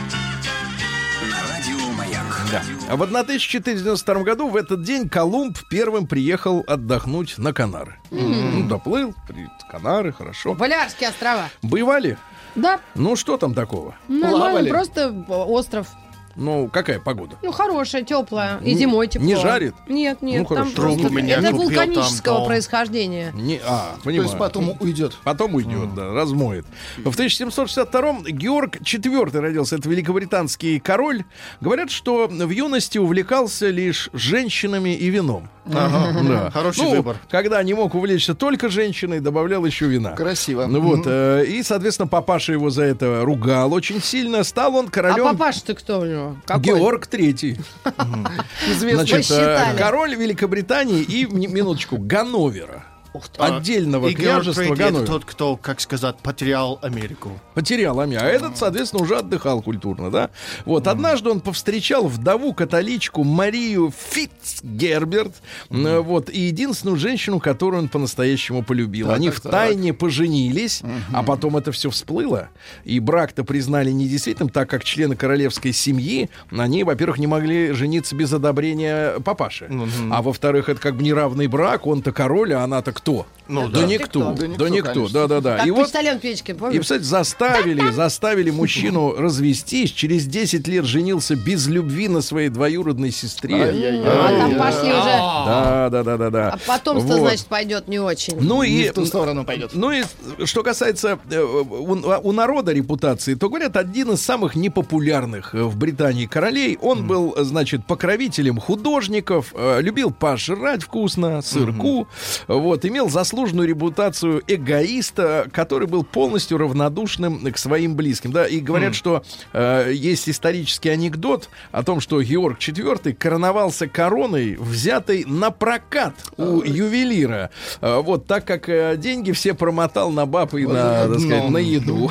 [SPEAKER 1] Радио Маяк.
[SPEAKER 2] Да. А в тысяча четыреста девяносто втором году в этот день Колумб первым приехал отдохнуть на Канары. Mm-hmm. Ну, доплыл, Канары, хорошо.
[SPEAKER 4] Балиарские острова.
[SPEAKER 2] Бывали?
[SPEAKER 4] Да.
[SPEAKER 2] Ну, что там такого?
[SPEAKER 4] Нормально,
[SPEAKER 5] Плавали?
[SPEAKER 4] просто остров.
[SPEAKER 2] Ну, какая погода?
[SPEAKER 4] Ну, хорошая, теплая. И зимой тепло.
[SPEAKER 2] Не жарит?
[SPEAKER 4] Нет, нет.
[SPEAKER 2] Ну,
[SPEAKER 4] там
[SPEAKER 2] хорошо.
[SPEAKER 4] просто...
[SPEAKER 3] меня
[SPEAKER 4] Это
[SPEAKER 3] купил
[SPEAKER 4] вулканического
[SPEAKER 3] там,
[SPEAKER 4] происхождения.
[SPEAKER 2] Не, а,
[SPEAKER 5] То
[SPEAKER 2] понимаю.
[SPEAKER 5] есть потом уйдет.
[SPEAKER 2] Потом уйдет, mm. да, размоет. В тысяча семьсот шестьдесят втором Георг четвёртый родился. Это великобританский король. Говорят, что в юности увлекался лишь женщинами и вином.
[SPEAKER 3] Ага.
[SPEAKER 2] Да.
[SPEAKER 3] Хороший
[SPEAKER 2] ну,
[SPEAKER 3] выбор.
[SPEAKER 2] Когда не мог увлечься только женщиной, добавлял еще вина.
[SPEAKER 5] Красиво.
[SPEAKER 2] Ну вот,
[SPEAKER 5] Mm-hmm.
[SPEAKER 2] э, и, соответственно, папаша его за это ругал очень сильно. Стал он королем.
[SPEAKER 4] А папаша-то кто у него? Какой?
[SPEAKER 2] Георг третий.
[SPEAKER 4] Известный.
[SPEAKER 2] Значит, э,
[SPEAKER 4] Посчитали.
[SPEAKER 2] король Великобритании и, минуточку, Ганновера. Отдельного
[SPEAKER 3] И
[SPEAKER 2] княжества
[SPEAKER 3] Георг
[SPEAKER 2] Ганновера.
[SPEAKER 3] это тот, кто, как сказать, потерял Америку.
[SPEAKER 2] Потерял Амя. А этот, соответственно, уже отдыхал культурно, да? Вот, однажды он повстречал вдову-католичку Марию Фицгерберт, mm. вот, и единственную женщину, которую он по-настоящему полюбил. Так, Они так, втайне так. поженились, mm-hmm. а потом это все всплыло, и брак-то признали недействительным, так как члены королевской семьи, они, во-первых, не могли жениться без одобрения папаши, mm-hmm. а во-вторых, это как бы неравный брак, он-то король, а она-то кто?
[SPEAKER 3] Ну,
[SPEAKER 2] да,
[SPEAKER 3] да.
[SPEAKER 2] никто,
[SPEAKER 5] Да
[SPEAKER 2] да никто, да-да-да.
[SPEAKER 4] Как
[SPEAKER 2] И вот,
[SPEAKER 4] почтальон Печкин, помнишь?
[SPEAKER 2] и, кстати, заставили, заставили мужчину развестись. Через десять лет женился без любви на своей двоюродной сестре.
[SPEAKER 4] А там пошли уже...
[SPEAKER 2] Да, да, да, да, да.
[SPEAKER 4] А потомство,
[SPEAKER 2] Вот.
[SPEAKER 4] значит, пойдет не очень.
[SPEAKER 2] Ну и,
[SPEAKER 5] Не в ту сторону пойдет.
[SPEAKER 2] ну и что касается э, у, у народа репутации, то, говорят, один из самых непопулярных в Британии королей. Он mm. был, значит, покровителем художников, э, любил пожрать вкусно, сырку, mm-hmm. вот, имел заслуженную репутацию эгоиста, который был полностью равнодушным к своим близким. Да, и говорят, mm. что э, есть исторический анекдот о том, что Георг четвёртый короновался короной, взятой на прокат у ювелира. Э, вот, так как э, деньги все промотал на баб и на, так сказать, на еду.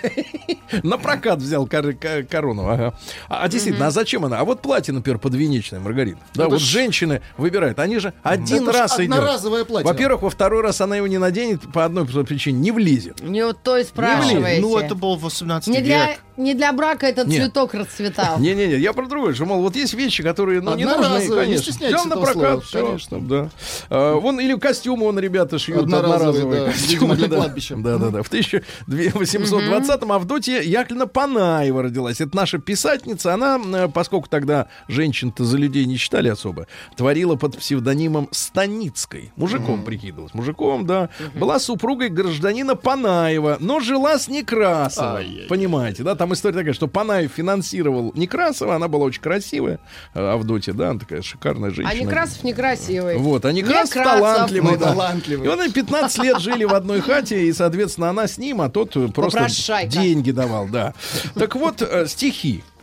[SPEAKER 2] На прокат взял корону. Ага. А действительно, а зачем она? А вот платье, например, подвенечное, Маргарита. Да, вот женщины выбирают. Они же один раз идет.
[SPEAKER 5] Одноразовое платье.
[SPEAKER 2] Во-первых, во второй раз она его не наденет по одной причине. Не влезет.
[SPEAKER 4] Не вот то и спрашиваете.
[SPEAKER 3] Ну, это был восемнадцатый
[SPEAKER 4] Не для,
[SPEAKER 3] век.
[SPEAKER 4] не для брака этот
[SPEAKER 2] Нет.
[SPEAKER 4] цветок расцветал.
[SPEAKER 2] Не-не-не, я про другое, что, мол, вот есть вещи, которые, ну, не нужны,
[SPEAKER 5] Одноразовые, не
[SPEAKER 2] конечно.
[SPEAKER 5] стесняйтесь
[SPEAKER 2] Взял на
[SPEAKER 5] этого
[SPEAKER 2] прокат,
[SPEAKER 5] слова,
[SPEAKER 2] всё,
[SPEAKER 5] конечно.
[SPEAKER 2] да. А, вон, или костюмы, вон, ребята шьют
[SPEAKER 5] Одноразовые,
[SPEAKER 2] одноразовые
[SPEAKER 5] да,
[SPEAKER 2] костюмы.
[SPEAKER 5] видимо, для
[SPEAKER 2] да.
[SPEAKER 5] кладбища.
[SPEAKER 2] Да-да-да. В тысяча восемьсот двадцатом Авдотья Яковлевна Панаева родилась. Это наша писательница. Она, э, поскольку тогда женщин-то за людей не считали особо, творила под псевдонимом Станицкой. Мужиком прикидывалась. Мужиком, да. Была супругой гражданина Панаева, но жила с Некрасовым.
[SPEAKER 5] Ай-яй-яй.
[SPEAKER 2] Понимаете, да? Там история такая, что Панаев финансировал Некрасова, она была очень красивая, Авдотья, да, она такая шикарная женщина.
[SPEAKER 4] А Некрасов некрасивый.
[SPEAKER 2] Вот, а Некрасов
[SPEAKER 4] Некрасов.
[SPEAKER 2] талантливый,
[SPEAKER 5] Ну,
[SPEAKER 2] да.
[SPEAKER 5] талантливый.
[SPEAKER 2] И он пятнадцать лет жили в одной хате, и, соответственно, она с ним, а тот просто
[SPEAKER 4] Попрошайка.
[SPEAKER 2] деньги давал, да. Так вот, э, стихи.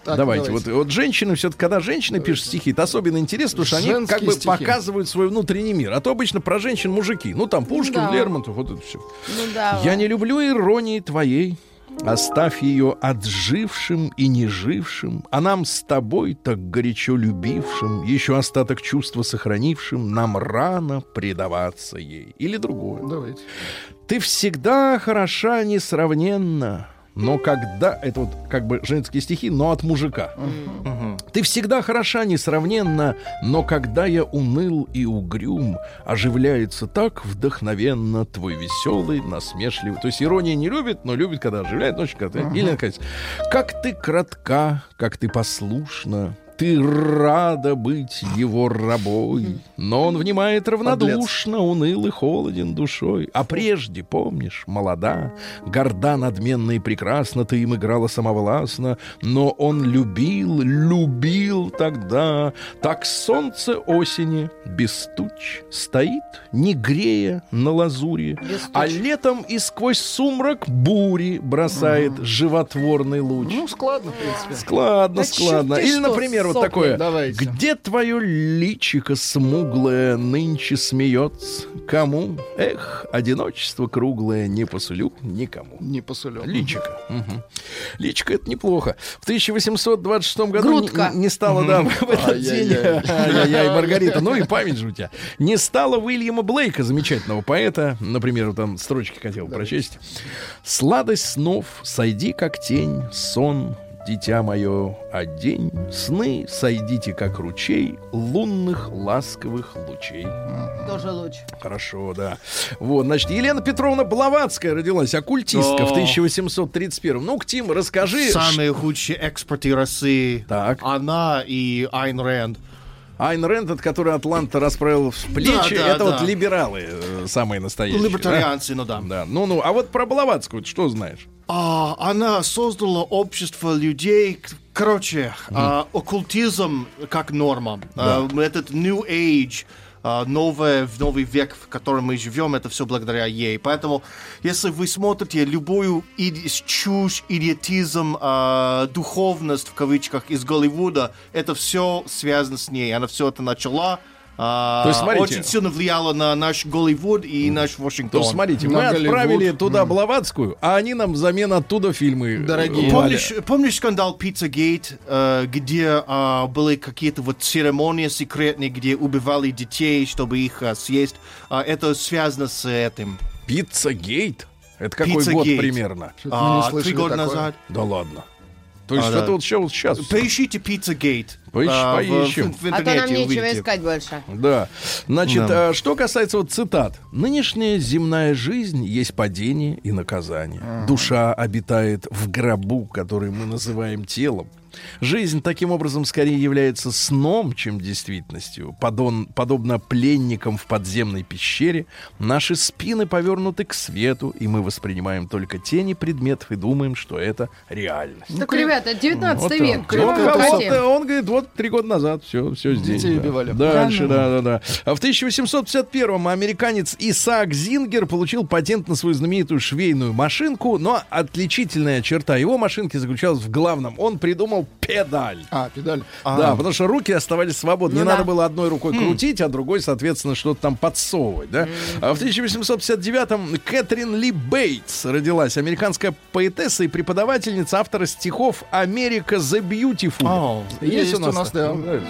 [SPEAKER 2] Так, давайте. Вот, вот женщины, все-таки, когда женщины пишут стихи, это особенно интересно, потому что они Женские как бы стихи. показывают свой внутренний мир. А то обычно про женщин мужики. Ну, там Пушкин, да. Лермонтов, вот это все. Ну, да, Я не люблю иронии твоей. Оставь ее отжившим и нежившим, а нам с тобой, так горячо любившим, еще остаток чувства сохранившим, нам рано предаваться ей. Или другое.
[SPEAKER 5] Давайте.
[SPEAKER 2] Ты всегда хороша несравненно, но когда... Это вот как бы женские стихи, но от мужика. Uh-huh. Ты всегда хороша несравненно, но когда я уныл и угрюм, оживляется так вдохновенно твой веселый, насмешливый. То есть ирония не любит, но любит, когда оживляет. Ночь, когда... Uh-huh. Или, наконец, как ты кратка, как ты послушна, ты рада быть его рабой, но он внимает равнодушно, уныл и холоден душой. А прежде, помнишь, молода, горда, надменна и прекрасна, ты им играла самовластно, но он любил, любил тогда. Так солнце осени без туч стоит, не грея на лазуре, а летом и сквозь сумрак бури бросает угу. животворный луч.
[SPEAKER 5] Ну, складно, в принципе.
[SPEAKER 2] Складно, да складно. Или, например, вот такое.
[SPEAKER 5] Давайте.
[SPEAKER 2] Где твое личико смуглое нынче смеется? Кому? Эх, одиночество круглое не посулю никому.
[SPEAKER 5] Не посулю.
[SPEAKER 2] Личико. Угу. Личико — это неплохо. В тысяча восемьсот двадцать шестом году не, не стало, да, в этот день. Ай-яй-яй, Маргарита, ну и память же у тебя. Не стало Уильяма Блейка, замечательного поэта. Например, там строчки хотел прочесть. Сладость снов, сойди как тень, сон, дитя мое, одень, сны сойдите, как ручей лунных ласковых лучей.
[SPEAKER 4] Тоже луч.
[SPEAKER 2] Хорошо, да. Вот, значит, Елена Петровна Блаватская родилась, оккультистка, О. в тысяча восемьсот тридцать первом. Ну-ка, Тим, расскажи.
[SPEAKER 3] Самые худшие экспорты России.
[SPEAKER 2] Так.
[SPEAKER 3] Она и Айн Рэнд.
[SPEAKER 2] Айн Рэнд, от которой Атланта расправил в плечи, да, да, это да. вот либералы э, самые настоящие.
[SPEAKER 3] Либертарианцы, да? ну да.
[SPEAKER 2] да. Ну-ну, а вот про Блаватскую что знаешь?
[SPEAKER 3] А, она создала общество людей, короче, mm. а, оккультизм как норма. Да. А, этот New Age, а, новое, новый век, в котором мы живем, это все благодаря ей. Поэтому, если вы смотрите любую иди- чушь, идиотизм, а, духовность, в кавычках, из Голливуда, это все связано с ней. Она все это начала. А, То есть, смотрите, очень сильно влияло на наш Голливуд и наш Вашингтон.
[SPEAKER 2] То есть, смотрите, мы Голливуд. отправили туда mm. Блаватскую, а они нам взамен оттуда фильмы
[SPEAKER 5] дорогие.
[SPEAKER 3] Помнишь, помнишь скандал Пиццагейт, э, где э, были какие-то вот церемонии секретные, где убивали детей, чтобы их э, съесть? Э, это связано с этим.
[SPEAKER 2] Пиццагейт? Это какой Pizza год Gate. примерно?
[SPEAKER 3] А, три года такое. назад.
[SPEAKER 2] Да ладно. То есть а, это да. вот сейчас, вот сейчас.
[SPEAKER 3] Поищите Пиццагейт.
[SPEAKER 2] Поищ, а, поищем.
[SPEAKER 4] В, в а то нам нечего увидите. искать больше.
[SPEAKER 2] Да. Значит, да. А, что касается вот цитат. Нынешняя земная жизнь есть падение и наказание. Ага. Душа обитает в гробу, который мы называем телом. Жизнь таким образом скорее является сном, чем действительностью. Подон, подобно пленникам в подземной пещере, наши спины повернуты к свету, и мы воспринимаем только тени предметов и думаем, что это реальность.
[SPEAKER 4] Так, ребята, девятнадцатый
[SPEAKER 2] вот
[SPEAKER 4] век.
[SPEAKER 2] Вот, вот, он говорит, вот три года назад все, все здесь.
[SPEAKER 5] Детей убивали.
[SPEAKER 2] Да. Дальше, да, да, да. А в тысяча восемьсот пятьдесят первом американец Исаак Зингер получил патент на свою знаменитую швейную машинку, но отличительная черта его машинки заключалась в главном. Он придумал педаль.
[SPEAKER 5] А, педаль.
[SPEAKER 2] А-а-а. Да, потому что руки оставались свободны. Ну, Не да. надо было одной рукой mm. крутить, а другой, соответственно, что-то там подсовывать. Да? Mm. А в тысяча восемьсот пятьдесят девятом Кэтрин Ли Бейтс родилась. Американская поэтесса и преподавательница, автора стихов «Америка the Beautiful».
[SPEAKER 5] Oh, есть, есть у нас, у нас да.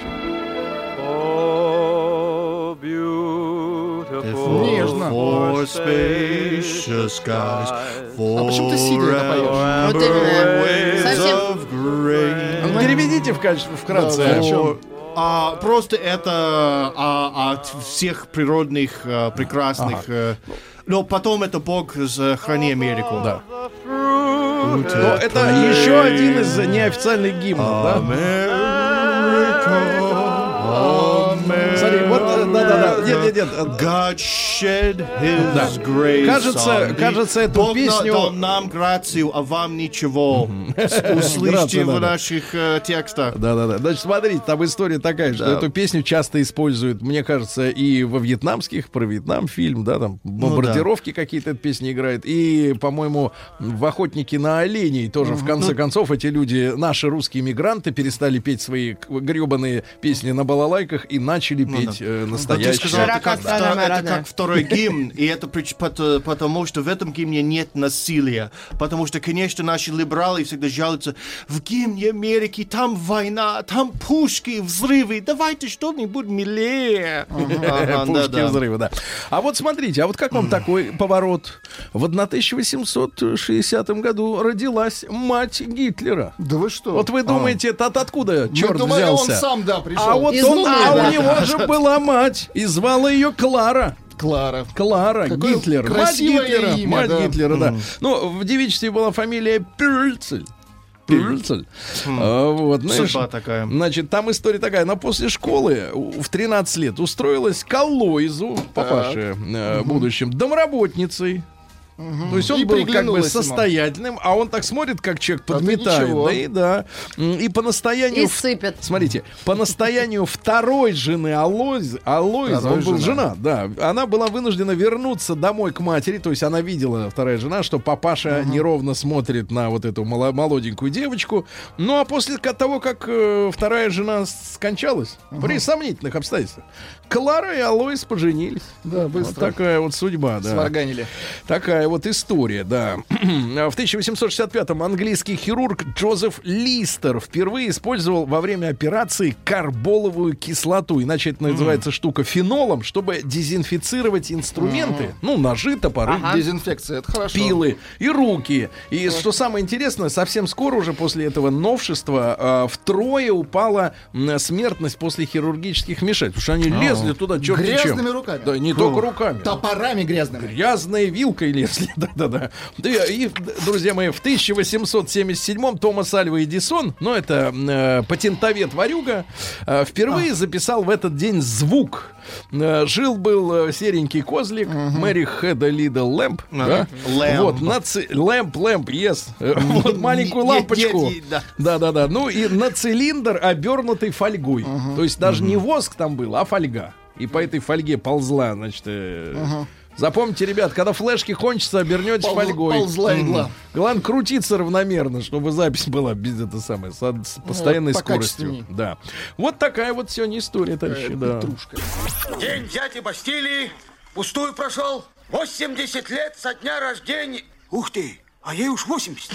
[SPEAKER 5] Нежно.
[SPEAKER 3] For spacious skies, for
[SPEAKER 5] а почему ты сидя это поешь?
[SPEAKER 4] Вот именно. Совсем.
[SPEAKER 2] Ну, переведите в качестве вкратце.
[SPEAKER 5] Да, да.
[SPEAKER 3] А, просто это а, от всех природных а, прекрасных. Ага. А, но потом это Бог «Храни Америку».
[SPEAKER 2] Да. Но это еще один из неофициальных гимнов, да? Смотри, вот, да, да, да, да. Нет, нет, нет.
[SPEAKER 3] God shed his
[SPEAKER 2] Да.
[SPEAKER 3] grace
[SPEAKER 2] Кажется,
[SPEAKER 3] on me.
[SPEAKER 2] кажется, эту
[SPEAKER 3] Бог
[SPEAKER 2] песню-
[SPEAKER 3] дал нам грацию, а вам ничего. Услышьте
[SPEAKER 2] Грацию
[SPEAKER 3] в
[SPEAKER 2] надо.
[SPEAKER 3] наших э, текстах.
[SPEAKER 2] Да-да-да. Значит, смотрите, там история такая, что
[SPEAKER 3] Да.
[SPEAKER 2] эту песню часто используют, мне кажется, и во вьетнамских, про Вьетнам фильм, да, там бомбардировки какие-то эта песня играет. И, по-моему, в «Охотнике на оленей» тоже, в конце концов, эти люди, наши русские мигранты, перестали петь свои гребаные песни на балалайках и начали петь э,
[SPEAKER 3] Да, ты
[SPEAKER 2] настоящие.
[SPEAKER 3] сказал, это, как,
[SPEAKER 4] Широко страна
[SPEAKER 3] втор-
[SPEAKER 4] моя
[SPEAKER 3] это
[SPEAKER 4] родная.
[SPEAKER 3] как второй гимн, и это прич- пот- потому, что в этом гимне нет насилия. Потому что, конечно, наши либералы всегда жалуются, в гимне Америки там война, там пушки, взрывы, давайте что-нибудь милее. Ага,
[SPEAKER 2] Пушки,
[SPEAKER 3] да-да.
[SPEAKER 2] взрывы, да. А вот смотрите, а вот как вам такой поворот? В тысяча восемьсот шестидесятом году родилась мать Гитлера.
[SPEAKER 5] Да вы что?
[SPEAKER 2] Вот вы думаете, это откуда
[SPEAKER 5] Мы
[SPEAKER 2] черт
[SPEAKER 5] думали,
[SPEAKER 2] взялся?
[SPEAKER 5] он сам, да, пришел.
[SPEAKER 2] А вот
[SPEAKER 4] Из
[SPEAKER 2] он,
[SPEAKER 4] Луны,
[SPEAKER 2] а
[SPEAKER 4] да.
[SPEAKER 2] у него же была мать, и звала ее Клара.
[SPEAKER 5] Клара.
[SPEAKER 2] Клара
[SPEAKER 5] Какое
[SPEAKER 2] Гитлер. Мать
[SPEAKER 5] красивое
[SPEAKER 2] Гитлера.
[SPEAKER 5] имя,
[SPEAKER 2] мать
[SPEAKER 5] да.
[SPEAKER 2] Гитлера, да. Ну, в девичестве была фамилия Пюрцель. Пюрцель. А, вот, знаешь,
[SPEAKER 3] Судьба такая.
[SPEAKER 2] значит, там история такая. Она после школы у- в тринадцать лет устроилась к Алоизу, папаше э, будущим, домработницей. То есть он
[SPEAKER 5] И
[SPEAKER 2] был как бы
[SPEAKER 5] приглянулась ему.
[SPEAKER 2] состоятельным, а он так смотрит, как человек
[SPEAKER 5] А ты
[SPEAKER 2] подметает.
[SPEAKER 5] ничего.
[SPEAKER 2] Да и да. М, И по настоянию...
[SPEAKER 4] И сыпет.
[SPEAKER 2] Смотрите, по настоянию второй жены Алоиз, Алоиз
[SPEAKER 5] Второй
[SPEAKER 2] он был
[SPEAKER 5] жена.
[SPEAKER 2] жена, да, она была вынуждена вернуться домой к матери, то есть она видела, вторая жена, что папаша неровно смотрит на вот эту мало- молоденькую девочку. Ну а после ка- того, как э, вторая жена скончалась, при сомнительных обстоятельствах, Клара и Алоиз поженились.
[SPEAKER 5] Да,
[SPEAKER 2] Вот
[SPEAKER 5] быстро.
[SPEAKER 2] такая вот судьба, да.
[SPEAKER 5] Сварганили.
[SPEAKER 2] Такая вот история, да. В тысяча восемьсот шестьдесят пятом английский хирург Джозеф Листер впервые использовал во время операции карболовую кислоту, иначе это называется штука фенолом, чтобы дезинфицировать инструменты, ну, ножи, топоры,
[SPEAKER 4] Ага.
[SPEAKER 5] Дезинфекция, это хорошо.
[SPEAKER 2] пилы и руки. И что самое интересное, совсем скоро уже после этого новшества э, втрое упала м, смертность после хирургических вмешательств, потому что они лезли туда черт
[SPEAKER 5] Грязными
[SPEAKER 2] чем.
[SPEAKER 5] руками.
[SPEAKER 2] Да, не только руками.
[SPEAKER 5] Топорами грязными.
[SPEAKER 2] Грязной вилкой лезли, да-да-да. Да, и, друзья мои, в тысяча восемьсот семьдесят седьмом Томас Альва Эдисон, ну, это э, патентовед-ворюга, э, впервые записал в этот день звук. Э, жил-был э, серенький козлик, Мэри Хэда Лидл Лэмп. Да?
[SPEAKER 3] Лэмп.
[SPEAKER 2] Вот, на ци- Лэмп, Лэмп, yes. Э, Вот маленькую
[SPEAKER 3] Не- не-
[SPEAKER 2] лампочку.
[SPEAKER 3] не- да.
[SPEAKER 2] Да-да-да. Ну, и на цилиндр, обернутый фольгой. То есть даже не воск там был, а фольга. И по этой фольге ползла, значит... э, Запомните, ребят, когда флешки кончатся, обернетесь
[SPEAKER 5] Полз-
[SPEAKER 2] фольгой.
[SPEAKER 5] ползла игла.
[SPEAKER 2] Главное, крутиться равномерно, чтобы запись была без это самое, с, с постоянной скоростью.
[SPEAKER 5] покачественней.
[SPEAKER 2] Да. Вот такая вот сегодня история, товарищи. Да.
[SPEAKER 5] Петрушка.
[SPEAKER 6] День взятия Бастилии пустую прошел. восемьдесят лет со дня рождения. Ух ты, а ей уж восемьдесят.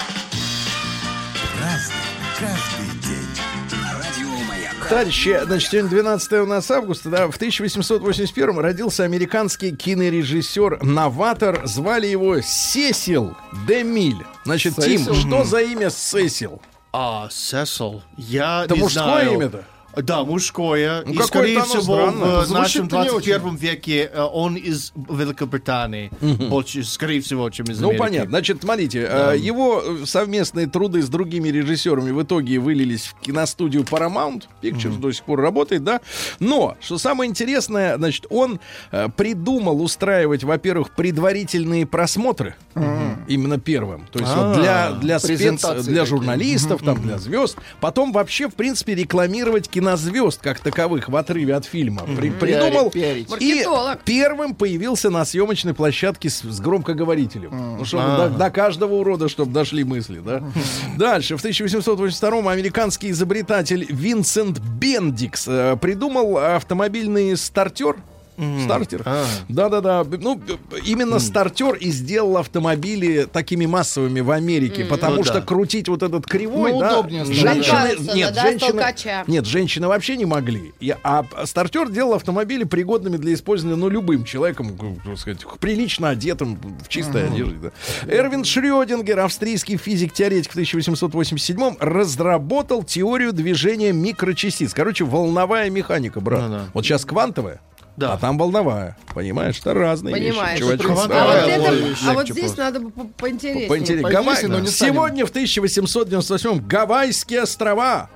[SPEAKER 1] Разный, каждый день. Радио Маяк.
[SPEAKER 2] Товарищи, значит, сегодня двенадцатое у нас августа, да, в тысяча восемьсот восемьдесят первом родился американский кинорежиссер-новатор, звали его Сесил Демиль. Значит,
[SPEAKER 5] Сесил?
[SPEAKER 2] Тим, что за имя Сесил?
[SPEAKER 3] А, Сесил. Я
[SPEAKER 2] Это
[SPEAKER 3] не
[SPEAKER 2] мужское
[SPEAKER 3] знаю.
[SPEAKER 2] имя-то?
[SPEAKER 3] Да, мужское.
[SPEAKER 2] Ну,
[SPEAKER 3] И,
[SPEAKER 2] какое-то
[SPEAKER 3] скорее
[SPEAKER 2] оно
[SPEAKER 3] всего,
[SPEAKER 2] странное.
[SPEAKER 3] в нашем
[SPEAKER 5] Звучит-то не
[SPEAKER 3] двадцать первом веке э, он из Великобритании. Больше, скорее всего, чем из
[SPEAKER 2] Ну,
[SPEAKER 3] Америки.
[SPEAKER 2] понятно. Значит, смотрите, э, его совместные труды с другими режиссерами в итоге вылились в киностудию Paramount Pictures, до сих пор работает, да. Но, что самое интересное, значит, он э, придумал устраивать, во-первых, предварительные просмотры. Именно первым. То есть вот для, для спец,
[SPEAKER 5] презентации
[SPEAKER 2] для
[SPEAKER 5] такие.
[SPEAKER 2] журналистов, там, для звезд. Потом вообще, в принципе, рекламировать кинозвезд как таковых в отрыве от фильма. При- придумал.
[SPEAKER 5] Пиарить.
[SPEAKER 2] И
[SPEAKER 4] Маркетолог.
[SPEAKER 2] первым появился на съемочной площадке с, с громкоговорителем. Ну, чтобы до, до каждого урода, чтобы дошли мысли, да? Дальше. В тысяча восемьсот восемьдесят втором американский изобретатель Винсент Бендикс э, придумал автомобильный стартер. Стартер. Да-да-да. Ну, именно стартер и сделал автомобили такими массовыми в Америке, потому
[SPEAKER 3] Ну
[SPEAKER 2] что
[SPEAKER 3] да.
[SPEAKER 2] крутить вот этот кривой,
[SPEAKER 5] Ну,
[SPEAKER 2] да,
[SPEAKER 5] удобнее стало.
[SPEAKER 2] женщины,
[SPEAKER 4] Катаются,
[SPEAKER 2] нет,
[SPEAKER 4] да, с
[SPEAKER 2] женщины,
[SPEAKER 4] толкача.
[SPEAKER 2] нет, женщины вообще не могли. И, а стартер делал автомобили пригодными для использования, ну, любым человеком, так сказать, прилично одетым, в чистой одежде. Да. Эрвин Шрёдингер, австрийский физик-теоретик в тысяча восемьсот восемьдесят седьмом, разработал теорию движения микрочастиц. Короче, волновая механика, брат.
[SPEAKER 3] Ну да.
[SPEAKER 2] Вот сейчас квантовая.
[SPEAKER 3] Да.
[SPEAKER 2] А там волновая. Понимаешь, это разные
[SPEAKER 4] Понимаешь.
[SPEAKER 2] вещи. чувачок.
[SPEAKER 3] Квантовая,
[SPEAKER 4] А вот,
[SPEAKER 3] Давай,
[SPEAKER 4] это-
[SPEAKER 3] Лович,
[SPEAKER 4] а вот
[SPEAKER 3] легче
[SPEAKER 4] здесь
[SPEAKER 3] просто.
[SPEAKER 4] надо бы по- поинтереснее.
[SPEAKER 2] Поинтереснее.
[SPEAKER 5] Поинтереснее,
[SPEAKER 2] Гавайи-
[SPEAKER 5] но не станем.
[SPEAKER 2] Сегодня в тысяча восемьсот девяносто восьмом Гавайские острова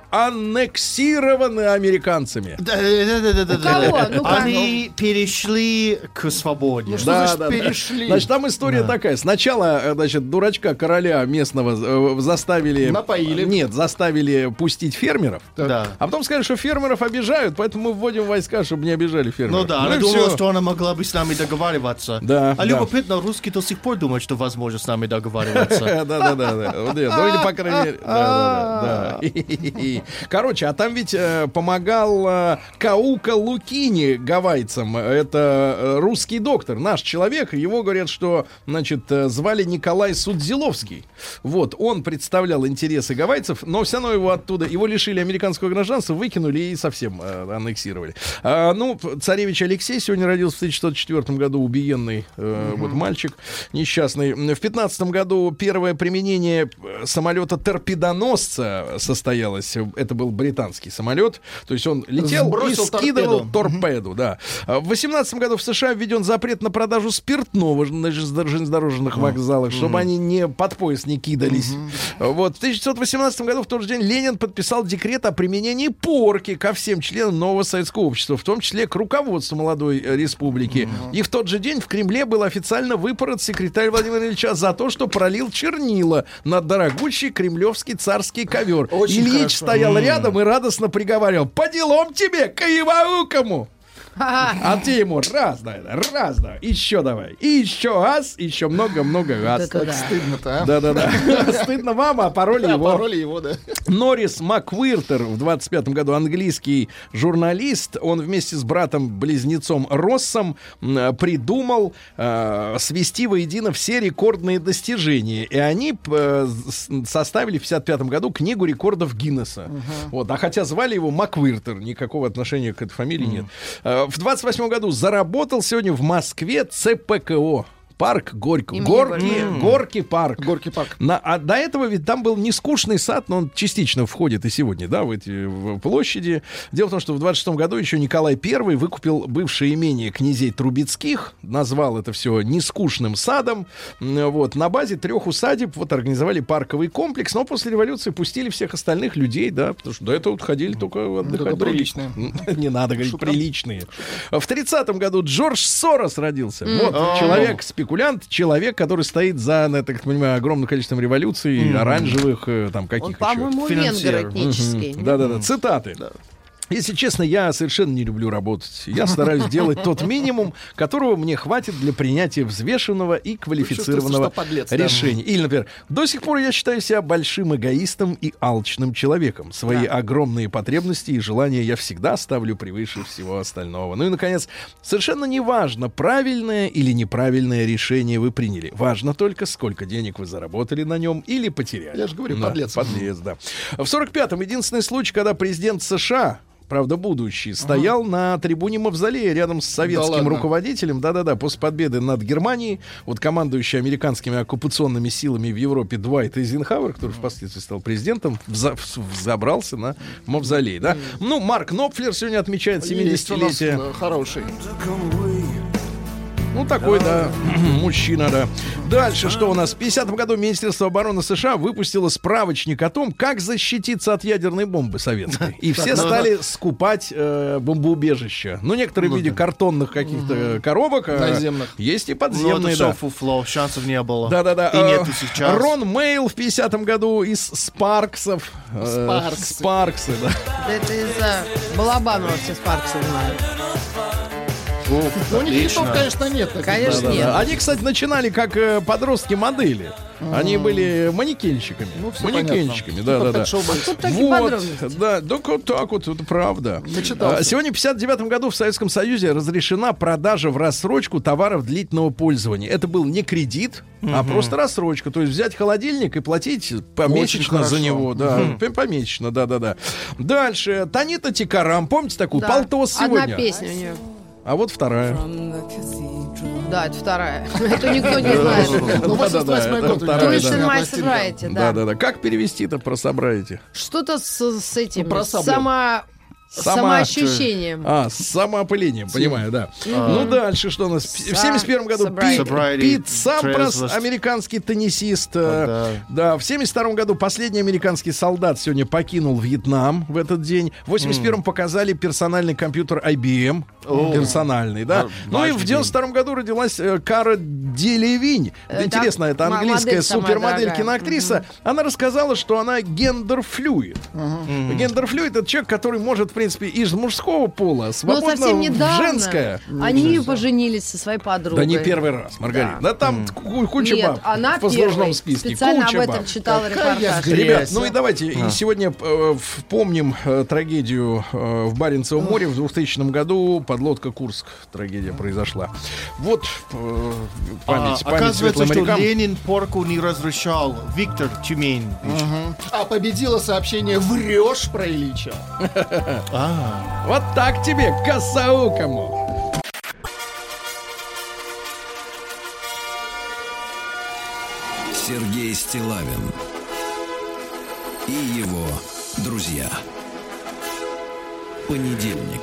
[SPEAKER 2] аннексированы американцами.
[SPEAKER 3] Да, да, да, да, да,
[SPEAKER 4] У кого?
[SPEAKER 3] да.
[SPEAKER 4] Ну-ка.
[SPEAKER 3] Они перешли к свободе.
[SPEAKER 5] Ну, что
[SPEAKER 2] Да,
[SPEAKER 5] значит
[SPEAKER 2] да, да.
[SPEAKER 5] перешли?
[SPEAKER 2] Значит, там история такая. Сначала, значит, дурачка короля местного э, заставили...
[SPEAKER 5] Напоили.
[SPEAKER 2] Нет, заставили пустить фермеров.
[SPEAKER 3] Да.
[SPEAKER 2] А потом сказали, что фермеров обижают, поэтому мы вводим войска, чтобы не обижали фермеров.
[SPEAKER 3] Ну да,
[SPEAKER 2] и
[SPEAKER 3] она думала,
[SPEAKER 2] всё.
[SPEAKER 3] что она могла бы с нами договариваться.
[SPEAKER 2] Да,
[SPEAKER 3] А
[SPEAKER 2] да.
[SPEAKER 3] любопытно, русские до сих пор думают, что возможно с нами договариваться.
[SPEAKER 2] Да-да-да. Ну или, по крайней мере... да-да-да, да. Короче, а там ведь э, помогал э, Каука Лукини гавайцам. Это э, русский доктор, наш человек. Его, говорят, что, значит, э, звали Николай Судзиловский. Вот, он представлял интересы гавайцев, но все равно его оттуда, его лишили американского гражданства, выкинули и совсем э, аннексировали. А, ну, царевич Алексей сегодня родился в тысяча девятьсот четвёртом году, убиенный э, вот мальчик несчастный. В пятнадцатом году первое применение самолета-торпедоносца состоялось. Это был британский самолет. То есть он летел
[SPEAKER 5] Сбросил
[SPEAKER 2] и скидывал
[SPEAKER 5] торпеду.
[SPEAKER 2] торпеду. Да. В восемнадцатом году в США введен запрет на продажу спиртного на железнодорожных вокзалах, чтобы они не под пояс не кидались. Вот. В тысяча девятьсот восемнадцатом году в тот же день Ленин подписал декрет о применении порки ко всем членам нового советского общества, в том числе к руководству молодой э, республики. И в тот же день в Кремле был официально выпорот секретарь Владимира Ильича за то, что пролил чернила на дорогущий кремлевский царский ковер.
[SPEAKER 5] Очень
[SPEAKER 2] Ильич
[SPEAKER 5] хорошо.
[SPEAKER 2] стоял рядом и радостно приговаривал: по делам тебе, каеваукому! А ты ему раз, да, раз, да, еще давай, и еще раз, еще много-много раз.
[SPEAKER 4] Это да.
[SPEAKER 5] Стыдно-то, а?
[SPEAKER 2] Да-да-да. Стыдно вам, а пароль
[SPEAKER 5] Да,
[SPEAKER 2] его.
[SPEAKER 5] пароли его, да.
[SPEAKER 2] Норрис Маквиртер в двадцать пятом году, английский журналист, он вместе с братом-близнецом Россом м, придумал э, свести воедино все рекордные достижения. И они э, с- составили в пятьдесят пятом году книгу рекордов Гиннесса. Вот. А хотя звали его Маквиртер, никакого отношения к этой фамилии нет. Э, в двадцать восьмом году заработал сегодня в Москве ЦПКО. Парк Горького.
[SPEAKER 4] Имени
[SPEAKER 2] Горки,
[SPEAKER 4] Горького.
[SPEAKER 2] Горький парк.
[SPEAKER 5] Горький парк.
[SPEAKER 2] На, а до этого ведь там был нескучный сад, но он частично входит и сегодня, да, в эти в площади. Дело в том, что в двадцать шестом году еще Николай Первый выкупил бывшее имение князей Трубецких, назвал это все нескучным садом. М, Вот, на базе трех усадеб вот организовали парковый комплекс, но после революции пустили всех остальных людей, да, потому что до этого вот ходили только отдыхать.
[SPEAKER 5] Только приличные.
[SPEAKER 2] Не надо говорить
[SPEAKER 5] Шутка.
[SPEAKER 2] приличные. В тридцатом году Джордж Сорос родился. Вот,
[SPEAKER 3] О.
[SPEAKER 2] человек, спекулянт, человек, который стоит за, я так понимаю, огромным количеством революций, оранжевых, э, там,
[SPEAKER 4] Он,
[SPEAKER 2] каких еще.
[SPEAKER 4] по-моему,
[SPEAKER 3] Финансер.
[SPEAKER 4] венгер этнический.
[SPEAKER 2] Да-да-да, цитаты. Если честно, я совершенно не люблю работать. Я стараюсь делать тот минимум, которого мне хватит для принятия взвешенного и квалифицированного
[SPEAKER 5] Чувствуется, что подлец, да.
[SPEAKER 2] решения. Или, например, до сих пор я считаю себя большим эгоистом и алчным человеком. Свои огромные потребности и желания я всегда ставлю превыше всего остального. Ну и, наконец, совершенно не важно, правильное или неправильное решение вы приняли. Важно только, сколько денег вы заработали на нем или потеряли.
[SPEAKER 5] Я же говорю,
[SPEAKER 2] Да,
[SPEAKER 5] подлец.
[SPEAKER 2] Подлец, да. В сорок пятом единственный случай, когда президент США, правда, будущий, стоял на трибуне Мавзолея рядом с советским
[SPEAKER 5] ладно.
[SPEAKER 2] руководителем. Да-да-да, после победы над Германией, вот командующий американскими оккупационными силами в Европе Дуайт Эйзенхауэр, который впоследствии стал президентом, вза- взобрался на Мавзолей, да. Ну, Марк Knopfler сегодня отмечает
[SPEAKER 5] Есть у нас,
[SPEAKER 2] семидесятилетие.
[SPEAKER 5] да, хороший.
[SPEAKER 2] Ну, такой, да, мужчина, да. Дальше, что у нас? В пятидесятом году Министерство обороны США выпустило справочник о том, как защититься от ядерной бомбы советской. И все стали скупать э, бомбоубежища. Ну, некоторые в виде картонных каких-то коробок. а
[SPEAKER 5] Наземных.
[SPEAKER 2] Есть и
[SPEAKER 3] Ну, это
[SPEAKER 2] подземные,
[SPEAKER 3] все
[SPEAKER 2] да.
[SPEAKER 3] фуфло, шансов не было.
[SPEAKER 2] Да-да-да.
[SPEAKER 3] И
[SPEAKER 2] э,
[SPEAKER 3] нету сейчас.
[SPEAKER 2] Рон Мейл в пятидесятом году из Спарксов. э,
[SPEAKER 5] Спарксы.
[SPEAKER 2] Спарксы, да.
[SPEAKER 4] Да это из-за Балабанова все Спарксы знают.
[SPEAKER 3] Ух,
[SPEAKER 5] Ну, у них
[SPEAKER 3] отлично.
[SPEAKER 5] хитов, конечно, нет. таких.
[SPEAKER 4] Конечно,
[SPEAKER 2] Да-да-да.
[SPEAKER 4] нет.
[SPEAKER 2] Они, кстати, начинали как э, подростки-модели. Они были манекенщиками.
[SPEAKER 5] Ну, всё
[SPEAKER 2] манекенщиками,
[SPEAKER 5] понятно.
[SPEAKER 2] да, да, да.
[SPEAKER 5] Типа Pet Shop Boys.
[SPEAKER 4] Тут такие
[SPEAKER 2] Вот,
[SPEAKER 4] подробности.
[SPEAKER 2] да, так вот так вот, это правда.
[SPEAKER 5] Начитался.
[SPEAKER 2] А, Сегодня в пятьдесят девятом году в Советском Союзе разрешена продажа в рассрочку товаров длительного пользования. Это был не кредит, а просто рассрочка. То есть взять холодильник и платить помесячно
[SPEAKER 3] хорошо.
[SPEAKER 2] за него. Да, п- помесячно, да-да-да. Дальше. Танита Тикарам, помните такую?
[SPEAKER 4] Да.
[SPEAKER 2] Полтос
[SPEAKER 4] Одна
[SPEAKER 2] сегодня.
[SPEAKER 4] песня у нее.
[SPEAKER 2] А вот вторая.
[SPEAKER 4] Да, это вторая. Это никто не знает.
[SPEAKER 5] Ну, восемьдесят восьмой
[SPEAKER 2] это
[SPEAKER 5] год. у него
[SPEAKER 2] вторая,
[SPEAKER 4] Twist
[SPEAKER 2] да.
[SPEAKER 4] in my
[SPEAKER 5] пластинка.
[SPEAKER 4] sobriety, да.
[SPEAKER 2] Да-да-да. Как перевести-то про собрайте?
[SPEAKER 4] Что-то с, с этим,
[SPEAKER 5] Ну, про
[SPEAKER 4] с
[SPEAKER 5] саблю.
[SPEAKER 4] само... Самоощущением.
[SPEAKER 2] А, с самоопылением, понимаю, да. А. Ну, дальше что у нас? В семьдесят первом году Пит, Пит Сампрос, американский теннисист. Да. да, в семьдесят втором году последний американский солдат сегодня покинул Вьетнам в этот день. В восемьдесят первом mm. показали персональный компьютер ай би эм. Oh. Персональный, да. А, ну и в девяносто втором году родилась э, Кара Делевинь. Это интересно, это английская супермодель, киноактриса. Mm-hmm. Она рассказала, что она гендерфлюид. Mm-hmm. Гендерфлюид — это человек, который может, в принципе, из мужского пола свободно
[SPEAKER 4] совсем недавно
[SPEAKER 2] в женское.
[SPEAKER 4] Они mm-hmm. поженились со своей подругой.
[SPEAKER 2] Да не первый раз, Маргарита. Да, да там mm-hmm. куча
[SPEAKER 4] Нет,
[SPEAKER 2] баб
[SPEAKER 4] она
[SPEAKER 2] в послужном списке.
[SPEAKER 4] Специально
[SPEAKER 2] куча
[SPEAKER 4] об этом
[SPEAKER 2] баб.
[SPEAKER 4] читала репортаж.
[SPEAKER 2] Ребят, ну и давайте а. и сегодня э, вспомним э, трагедию э, в Баренцевом море в двухтысячном году. Подлодка Курск. Трагедия произошла. Вот э, память,
[SPEAKER 3] а,
[SPEAKER 2] память
[SPEAKER 3] оказывается, что
[SPEAKER 2] морякам.
[SPEAKER 3] Ленин порку не разрешал. Виктор Тюмень.
[SPEAKER 5] Угу. А победило сообщение «Врешь про Ильича».
[SPEAKER 2] Вот так тебе, косоукому.
[SPEAKER 1] Сергей Стиллавин и его друзья. Понедельник.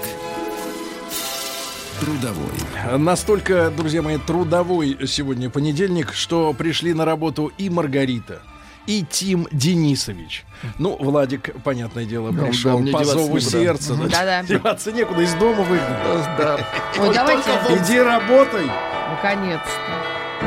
[SPEAKER 1] Трудовой.
[SPEAKER 2] Настолько, друзья мои, трудовой сегодня понедельник, что пришли на работу и Маргарита, и Тим Денисович. Ну, Владик, понятное дело,
[SPEAKER 5] да,
[SPEAKER 2] пришел
[SPEAKER 5] да,
[SPEAKER 2] по зову сердца.
[SPEAKER 4] Да-да.
[SPEAKER 2] Деваться некуда, из дома выгнать.
[SPEAKER 5] Да.
[SPEAKER 4] Ой, давайте.
[SPEAKER 2] Иди работай.
[SPEAKER 4] Наконец-то.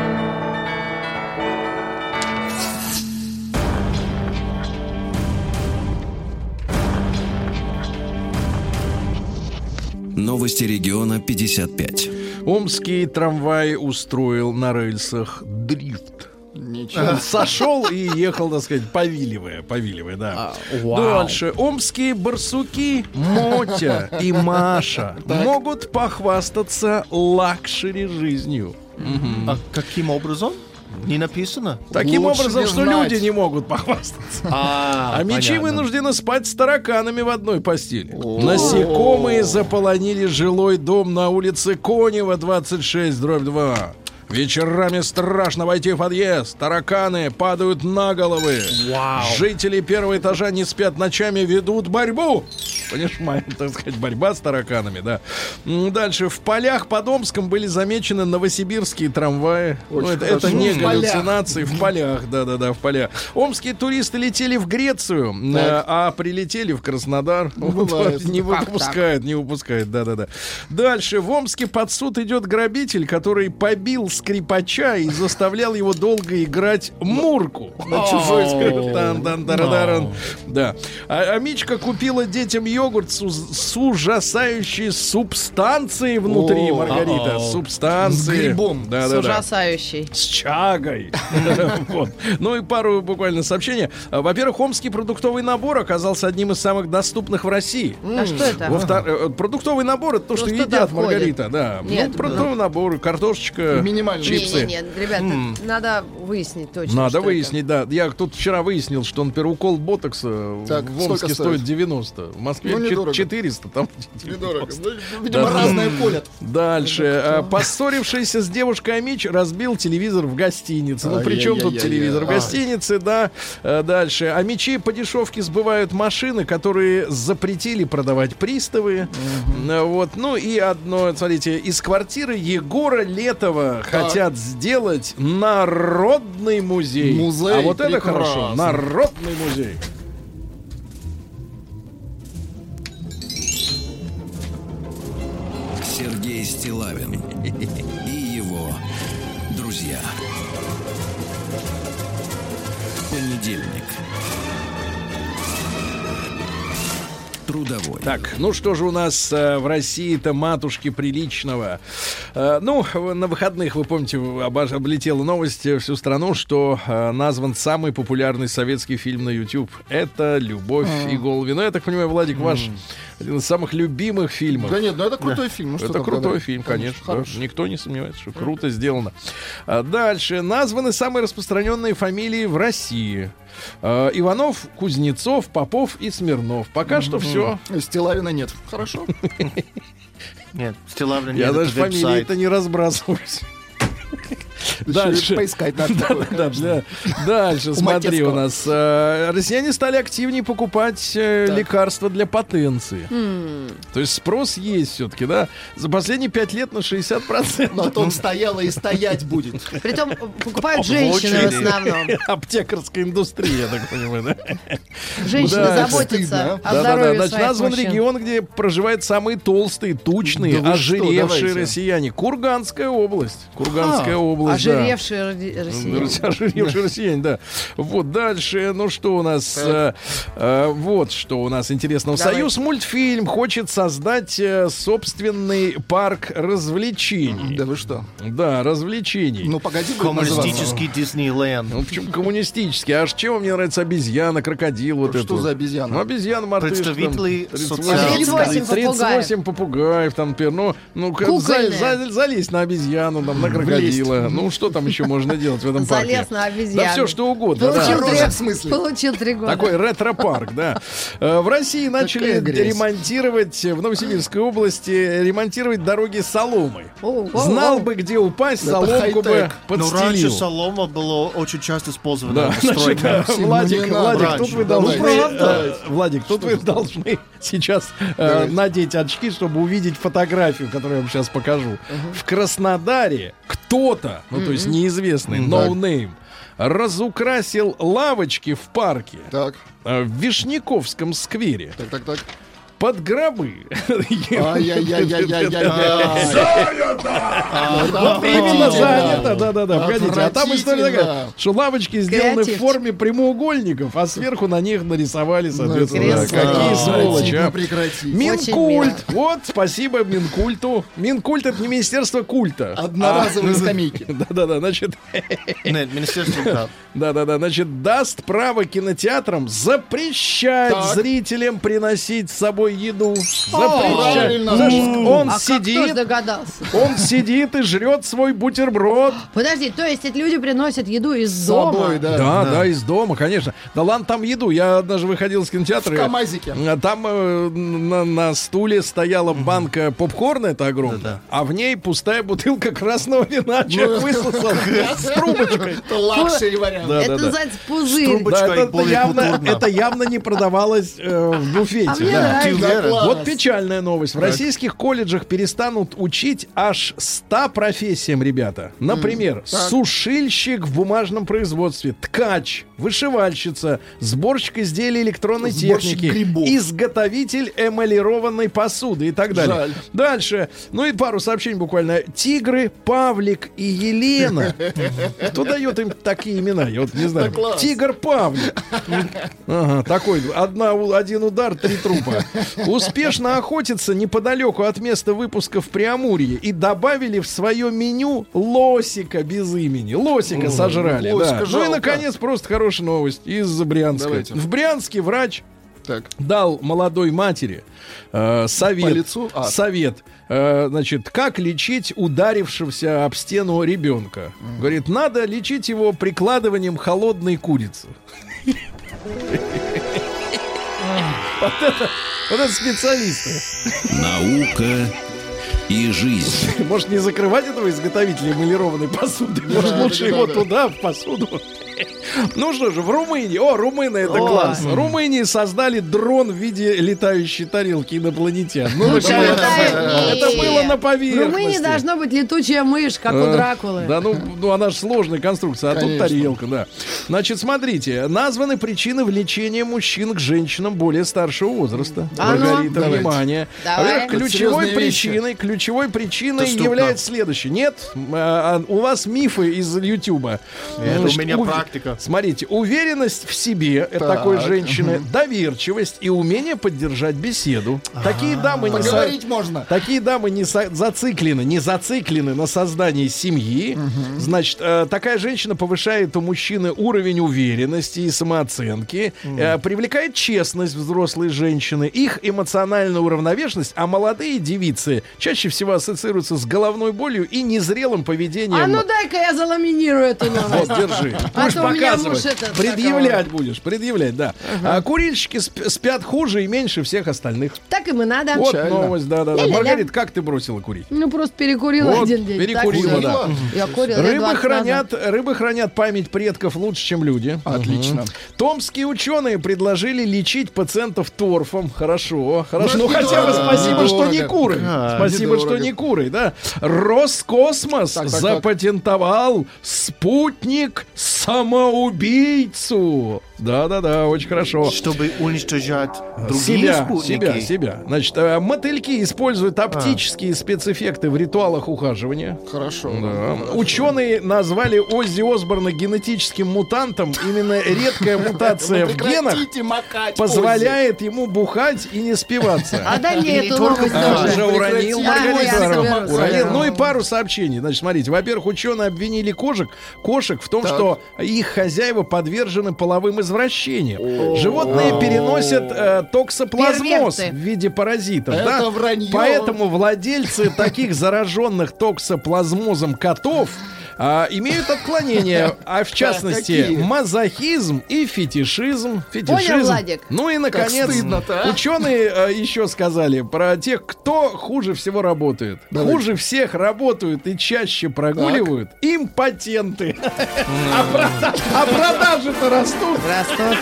[SPEAKER 1] Новости региона пятьдесят пять.
[SPEAKER 2] Омский трамвай устроил на рельсах дрифт.
[SPEAKER 5] Ничего.
[SPEAKER 2] Сошел и ехал, так сказать, повиливая, повиливая, да. А, дальше. Омские барсуки Мотя и Маша так. могут похвастаться лакшери жизнью.
[SPEAKER 3] А каким образом? Не написано.
[SPEAKER 2] Таким
[SPEAKER 5] Лучше
[SPEAKER 2] образом,
[SPEAKER 5] не
[SPEAKER 2] что
[SPEAKER 5] знать.
[SPEAKER 2] люди не могут похвастаться.
[SPEAKER 3] А,
[SPEAKER 2] а мечи
[SPEAKER 3] понятно.
[SPEAKER 2] вынуждены спать с тараканами в одной постели.
[SPEAKER 5] О-о-о.
[SPEAKER 2] Насекомые заполонили жилой дом на улице Конева, двадцать шесть, дробь два. Вечерами страшно войти в подъезд. Тараканы падают на головы.
[SPEAKER 3] Вау.
[SPEAKER 2] Жители первого этажа не спят ночами, ведут борьбу. Понимаете, так сказать, борьба с тараканами, да. Дальше. В полях под Омском были замечены новосибирские трамваи. Ну, это, это не галлюцинации. В полях, да-да-да, в полях. Омские туристы летели в Грецию, так. а прилетели в Краснодар. Вот, не выпускают, не выпускают, да-да-да. Дальше. В Омске под суд идет грабитель, который побил скрипача и заставлял его долго играть мурку на чужой скрипке. Да. А, а Мичка купила детям йогурт с, с ужасающей субстанцией внутри, О, Маргарита. А-а. Субстанции.
[SPEAKER 5] С грибом.
[SPEAKER 2] Да,
[SPEAKER 4] с
[SPEAKER 2] да,
[SPEAKER 4] ужасающей.
[SPEAKER 2] Да. С чагой. Вот. Ну и пару буквально сообщений. Во-первых, омский продуктовый набор оказался одним из самых доступных в России.
[SPEAKER 4] А что это?
[SPEAKER 2] Во-вторых, продуктовый набор — это то, что едят, Маргарита. Да. Ну, продуктовый набор, картошечка, чипсы.
[SPEAKER 4] Нет, нет, ребята, mm. надо выяснить точно.
[SPEAKER 2] Надо выяснить, это. да. Я тут вчера выяснил, что, например, укол ботокса так, в Омске стоит девяносто. В Москве ну, четыреста. Там
[SPEAKER 5] недорого. Видимо, да. разное поле.
[SPEAKER 2] Дальше. Поссорившийся с девушкой Амич разбил телевизор в гостинице. Ну, при чем тут телевизор в гостинице, да. Дальше. Амичи по дешевке сбывают машины, которые запретили продавать приставы. Вот. Ну и одно, смотрите, из квартиры Егора Летова хотят сделать народный музей.
[SPEAKER 5] Музей.
[SPEAKER 2] А вот
[SPEAKER 5] прекрасно.
[SPEAKER 2] Это хорошо. Народный музей.
[SPEAKER 1] Сергей Стиллавин и его друзья. Понедельник. Трудовой.
[SPEAKER 2] Так, ну что же у нас э, в России-то, матушки приличного? Э, ну, на выходных, вы помните, обож- облетела новость всю страну, что э, назван самый популярный советский фильм на YouTube. Это «Любовь mm. и голуби». Ну, я так понимаю, Владик, mm. ваш один из самых любимых фильмов.
[SPEAKER 5] Да нет, ну это крутой да. фильм. Ну,
[SPEAKER 2] это крутой говорить? фильм, конечно. конечно да. Никто не сомневается, что круто сделано. А дальше. Названы самые распространенные фамилии в России. Uh, Иванов, Кузнецов, Попов и Смирнов. Пока mm-hmm. что все.
[SPEAKER 5] Стиллавина нет. Хорошо.
[SPEAKER 3] Нет, Стиллавина нет.
[SPEAKER 2] Я даже фамилии-то не разбрасываюсь. Дальше.
[SPEAKER 5] Поискать надо.
[SPEAKER 2] Да, да, дальше, смотри, у нас э, россияне стали активнее покупать э, лекарства для потенции. Mm. То есть спрос есть все-таки, да? За последние пять лет на шестьдесят процентов.
[SPEAKER 5] Но то он стояла и стоять будет.
[SPEAKER 4] Притом покупают женщины в основном.
[SPEAKER 2] Аптекарская индустрия, я так понимаю, да?
[SPEAKER 4] Женщины
[SPEAKER 2] Да,
[SPEAKER 4] заботятся
[SPEAKER 5] стыдно.
[SPEAKER 4] о здоровье
[SPEAKER 2] Значит,
[SPEAKER 4] своих
[SPEAKER 2] назван
[SPEAKER 4] мужчин.
[SPEAKER 2] регион, где проживают самые толстые, тучные,
[SPEAKER 5] Да вы что,
[SPEAKER 2] ожиревшие
[SPEAKER 5] давайте.
[SPEAKER 2] россияне. Курганская область. Курганская
[SPEAKER 5] А,
[SPEAKER 2] область, да.
[SPEAKER 4] Ожиревшие роди- россияне.
[SPEAKER 2] Ожиревшие россияне, да. Вот дальше, ну что у нас? э, э, вот что у нас интересного.
[SPEAKER 4] Давай.
[SPEAKER 2] Союз мультфильм хочет создать э, собственный парк развлечений.
[SPEAKER 5] Да вы что?
[SPEAKER 2] Да, развлечений.
[SPEAKER 5] Ну, погоди, будет называться.
[SPEAKER 3] Коммунистический Диснейленд.
[SPEAKER 2] Ну, почему коммунистический? Аж чем мне нравится обезьяна, крокодил, вот это.
[SPEAKER 5] Что
[SPEAKER 2] вот.
[SPEAKER 5] за обезьяна?
[SPEAKER 2] Ну, обезьяна, мартышка. там,
[SPEAKER 3] Представители
[SPEAKER 2] тридцать восемь
[SPEAKER 3] социальных
[SPEAKER 4] тридцать восемь
[SPEAKER 2] тридцать восемь попугаев, там, например, ну, ну как,
[SPEAKER 4] Кукольные.
[SPEAKER 2] за- за- залезть на обезьяну, там, на крокодила. Ну, что там еще можно делать в этом парке?
[SPEAKER 4] Залез на обезьяну.
[SPEAKER 2] Да все, что угодно. да.
[SPEAKER 4] Получил,
[SPEAKER 5] Хорошем
[SPEAKER 4] три,
[SPEAKER 5] смысле.
[SPEAKER 4] получил три года.
[SPEAKER 2] Такой ретро-парк, да. Э, В России начали
[SPEAKER 5] грязь.
[SPEAKER 2] ремонтировать, в Новосибирской области, ремонтировать дороги соломой.
[SPEAKER 4] О, о,
[SPEAKER 2] Знал
[SPEAKER 4] о.
[SPEAKER 2] бы, где упасть,
[SPEAKER 5] Это
[SPEAKER 2] соломку бы
[SPEAKER 5] хай-тек.
[SPEAKER 3] Но раньше
[SPEAKER 2] подстелил.
[SPEAKER 3] солома была очень часто использована
[SPEAKER 2] Да,
[SPEAKER 3] в
[SPEAKER 2] значит,
[SPEAKER 3] стройке.
[SPEAKER 2] э,
[SPEAKER 5] Максим,
[SPEAKER 2] Владик,
[SPEAKER 5] ну не надо
[SPEAKER 2] Владик,
[SPEAKER 3] раньше.
[SPEAKER 2] тут вы
[SPEAKER 3] Давай.
[SPEAKER 2] должны,
[SPEAKER 5] Ну,
[SPEAKER 2] э,
[SPEAKER 5] правда.
[SPEAKER 2] Владик, тут вы должны сейчас э,
[SPEAKER 5] Давай.
[SPEAKER 2] надеть очки, чтобы увидеть фотографию, которую я вам сейчас покажу. В Краснодаре кто-то, ну то есть неизвестный, no name, разукрасил лавочки в парке
[SPEAKER 5] Так,
[SPEAKER 2] э, в Вишняковском сквере
[SPEAKER 5] так, так, так.
[SPEAKER 2] под гробы.
[SPEAKER 5] Ай-яй-яй-яй-яй-яй.
[SPEAKER 2] Вот именно занято, да-да-да, погодите. А там история такая,
[SPEAKER 5] Отвратительно.
[SPEAKER 2] что лавочки сделаны в
[SPEAKER 4] Креативчик.
[SPEAKER 2] форме прямоугольников, а сверху на них нарисовали, соответственно,
[SPEAKER 4] Ну,
[SPEAKER 2] да,
[SPEAKER 4] крест.
[SPEAKER 2] какие
[SPEAKER 4] А,
[SPEAKER 2] сволочи, а.
[SPEAKER 5] Прекрати.
[SPEAKER 2] Минкульт. Вот, спасибо Минкульту. Минкульт — это не Министерство культа.
[SPEAKER 5] Одноразовые скамейки.
[SPEAKER 2] Да-да-да, значит,
[SPEAKER 3] Нет, Министерство да.
[SPEAKER 2] да-да-да, значит, даст право кинотеатрам запрещать
[SPEAKER 5] Так.
[SPEAKER 2] зрителям приносить с собой еду. Запрещать.
[SPEAKER 5] правильно.
[SPEAKER 2] Знаешь, он
[SPEAKER 4] А как кто ж
[SPEAKER 2] сидит,
[SPEAKER 4] догадался?
[SPEAKER 2] он сидит и жрет свой бутерброд.
[SPEAKER 4] Подожди, то есть эти люди приносят еду из
[SPEAKER 5] С
[SPEAKER 4] дома?
[SPEAKER 5] собой, да.
[SPEAKER 2] Да, да, из дома, конечно. Да ладно, там еду. Я однажды выходил из кинотеатра.
[SPEAKER 5] В КамАЗике.
[SPEAKER 2] а Там э, на, на стуле стояла банка попкорна, это огромная,
[SPEAKER 3] Да-да.
[SPEAKER 2] а в ней пустая бутылка красного вина. Человек высосал с трубочкой.
[SPEAKER 5] Это лакшери вариант.
[SPEAKER 2] Да,
[SPEAKER 4] Это
[SPEAKER 2] да, да.
[SPEAKER 4] называется пузырь.
[SPEAKER 3] Трубочка.
[SPEAKER 2] Да,
[SPEAKER 3] Пучкой
[SPEAKER 2] это,
[SPEAKER 3] более
[SPEAKER 2] явно,
[SPEAKER 3] культурно.
[SPEAKER 2] это явно не продавалось э, в буфете.
[SPEAKER 4] А мне
[SPEAKER 2] да.
[SPEAKER 4] нравится.
[SPEAKER 3] Ты уверен?
[SPEAKER 5] Класс.
[SPEAKER 2] Вот печальная новость. В российских колледжах перестанут учить аж ста профессиям, ребята. Например, сушильщик в бумажном производстве, ткач, вышивальщица, сборщик изделий электронной
[SPEAKER 5] Сборщик
[SPEAKER 2] техники,
[SPEAKER 5] грибов.
[SPEAKER 2] изготовитель эмалированной посуды и так далее.
[SPEAKER 5] Жаль.
[SPEAKER 2] Дальше. Ну и пару сообщений буквально. Тигры, Павлик и Елена. Кто дает им такие имена? Я вот не знаю.
[SPEAKER 5] Да класс.
[SPEAKER 2] Тигр Павлик. Ага, такой. Одна, один удар, три трупа. Успешно охотятся неподалеку от места выпуска в Преамурье и добавили в свое меню лосика без имени. Лосика
[SPEAKER 5] Ой,
[SPEAKER 2] сожрали.
[SPEAKER 5] лосика
[SPEAKER 2] Да. Ну и,
[SPEAKER 5] жалко.
[SPEAKER 2] наконец, просто хорошая новость из Брянска.
[SPEAKER 5] Давайте.
[SPEAKER 2] В Брянске врач
[SPEAKER 5] Так.
[SPEAKER 2] дал молодой матери э, совет,
[SPEAKER 5] По лицу? А.
[SPEAKER 2] совет, э, значит, как лечить ударившегося об стену ребенка. Говорит, надо лечить его прикладыванием холодной курицы. Вот это, вот это специалисты.
[SPEAKER 1] Наука и жизнь.
[SPEAKER 2] Может, не закрывать этого изготовителя эмалированной посуды? Может,
[SPEAKER 5] надо,
[SPEAKER 2] лучше
[SPEAKER 5] не
[SPEAKER 2] его
[SPEAKER 5] надо.
[SPEAKER 2] туда, в посуду? Ну что же, в Румынии, о, румыны, это
[SPEAKER 4] О.
[SPEAKER 2] класс. В Румынии создали дрон в виде летающей тарелки инопланетян. Ну,
[SPEAKER 4] Лучше
[SPEAKER 2] это,
[SPEAKER 4] летает.
[SPEAKER 2] это было на
[SPEAKER 4] В
[SPEAKER 2] поверхности.
[SPEAKER 4] Румынии должна быть летучая мышь, как у
[SPEAKER 2] А,
[SPEAKER 4] Дракулы.
[SPEAKER 2] Да, ну, ну она же сложная конструкция, а
[SPEAKER 5] Конечно.
[SPEAKER 2] тут тарелка, да. Значит, смотрите, названы причины влечения мужчин к женщинам более старшего возраста.
[SPEAKER 4] А ну?
[SPEAKER 2] Маргарита,
[SPEAKER 5] Давайте.
[SPEAKER 2] внимание.
[SPEAKER 4] Давай.
[SPEAKER 2] Во-первых,
[SPEAKER 5] Это
[SPEAKER 2] ключевой
[SPEAKER 5] серьезные вещи.
[SPEAKER 2] причиной, ключевой причиной
[SPEAKER 3] Доступно.
[SPEAKER 2] является следующее. Нет, а, а, у вас мифы из Ютуба.
[SPEAKER 3] Это
[SPEAKER 2] Значит,
[SPEAKER 3] у меня
[SPEAKER 2] ув-
[SPEAKER 3] практика.
[SPEAKER 2] Смотрите, уверенность в себе это
[SPEAKER 5] Так,
[SPEAKER 2] такой женщины, доверчивость и умение поддержать беседу. Такие дамы не со-
[SPEAKER 5] Поговорить можно.
[SPEAKER 2] Такие дамы не со- зациклены, не зациклены на создании семьи. Значит, э, такая женщина повышает у мужчины уровень уверенности и самооценки, э, привлекает честность взрослой женщины, их эмоциональную уравновешенность, а молодые девицы чаще всего ассоциируются с головной болью и незрелым поведением.
[SPEAKER 4] А ну дай-ка я заламинирую эту новость.
[SPEAKER 2] Вот, держи.
[SPEAKER 4] А
[SPEAKER 2] Пусть
[SPEAKER 4] что у меня муж
[SPEAKER 2] показывать.
[SPEAKER 4] этот,
[SPEAKER 2] Предъявлять будешь, предъявлять, да. А курильщики сп- спят хуже и меньше всех остальных.
[SPEAKER 4] Так им и надо.
[SPEAKER 2] Вот
[SPEAKER 5] Печально.
[SPEAKER 2] новость, да-да-да.
[SPEAKER 4] Ля-ля-ля.
[SPEAKER 2] Маргарита, как ты бросила курить?
[SPEAKER 4] Ну, просто перекурила
[SPEAKER 2] Вот,
[SPEAKER 4] один день.
[SPEAKER 2] перекурила,
[SPEAKER 4] Так,
[SPEAKER 2] да.
[SPEAKER 4] Я курила лет
[SPEAKER 2] Рыбы
[SPEAKER 4] двадцать
[SPEAKER 2] хранят,
[SPEAKER 4] назад.
[SPEAKER 2] рыбы хранят память предков лучше, чем люди.
[SPEAKER 5] Отлично.
[SPEAKER 2] Томские ученые предложили лечить пациентов торфом. Хорошо, хорошо. Ну,
[SPEAKER 5] Ну,
[SPEAKER 2] хотя бы
[SPEAKER 5] недорого.
[SPEAKER 2] спасибо, что не
[SPEAKER 5] Недорого.
[SPEAKER 2] куры.
[SPEAKER 3] Да,
[SPEAKER 2] Спасибо,
[SPEAKER 5] недорого.
[SPEAKER 2] что не куры, да. Роскосмос
[SPEAKER 5] Так, так, так.
[SPEAKER 2] запатентовал спутник самоубийцу. Да-да-да, очень хорошо.
[SPEAKER 3] Чтобы уничтожать другие
[SPEAKER 2] Себя,
[SPEAKER 3] спутники.
[SPEAKER 2] себя, себя. Значит, э, мотыльки используют оптические спецэффекты в ритуалах ухаживания.
[SPEAKER 5] Хорошо.
[SPEAKER 2] Да. Ученые назвали Оззи Осборна генетическим мутантом. Именно редкая мутация в генах
[SPEAKER 5] Прекратите макать,
[SPEAKER 2] позволяет ему бухать и не спиваться.
[SPEAKER 4] А дай мне
[SPEAKER 3] И не
[SPEAKER 4] эту
[SPEAKER 3] только
[SPEAKER 4] новость
[SPEAKER 3] так.
[SPEAKER 4] тоже.
[SPEAKER 2] Уже уронил,
[SPEAKER 5] Прекрати.
[SPEAKER 2] Маргарита
[SPEAKER 4] А, я
[SPEAKER 2] Ивановна.
[SPEAKER 4] соберу,
[SPEAKER 2] Уронил.
[SPEAKER 4] соберу.
[SPEAKER 2] Ну и пару сообщений. Значит, смотрите. Во-первых, ученые обвинили кошек, кошек в том,
[SPEAKER 5] Так.
[SPEAKER 2] что их хозяева подвержены половым извращениям. Животные переносят э, токсоплазмоз
[SPEAKER 4] Перверты.
[SPEAKER 2] в виде паразитов.
[SPEAKER 5] Это
[SPEAKER 2] да?
[SPEAKER 5] вранье.
[SPEAKER 2] Поэтому владельцы таких зараженных токсоплазмозом котов а, имеют отклонения, а в частности
[SPEAKER 5] какие?
[SPEAKER 2] мазохизм и фетишизм. Фетишизм.
[SPEAKER 4] Понял, Владик?
[SPEAKER 2] Ну и наконец,
[SPEAKER 5] стыдно-то, а?
[SPEAKER 2] ученые а, еще сказали про тех, кто хуже всего работает.
[SPEAKER 5] Давай.
[SPEAKER 2] Хуже всех работают и чаще прогуливают импотенты. А прода- а продажи-то растут.
[SPEAKER 4] Ростов.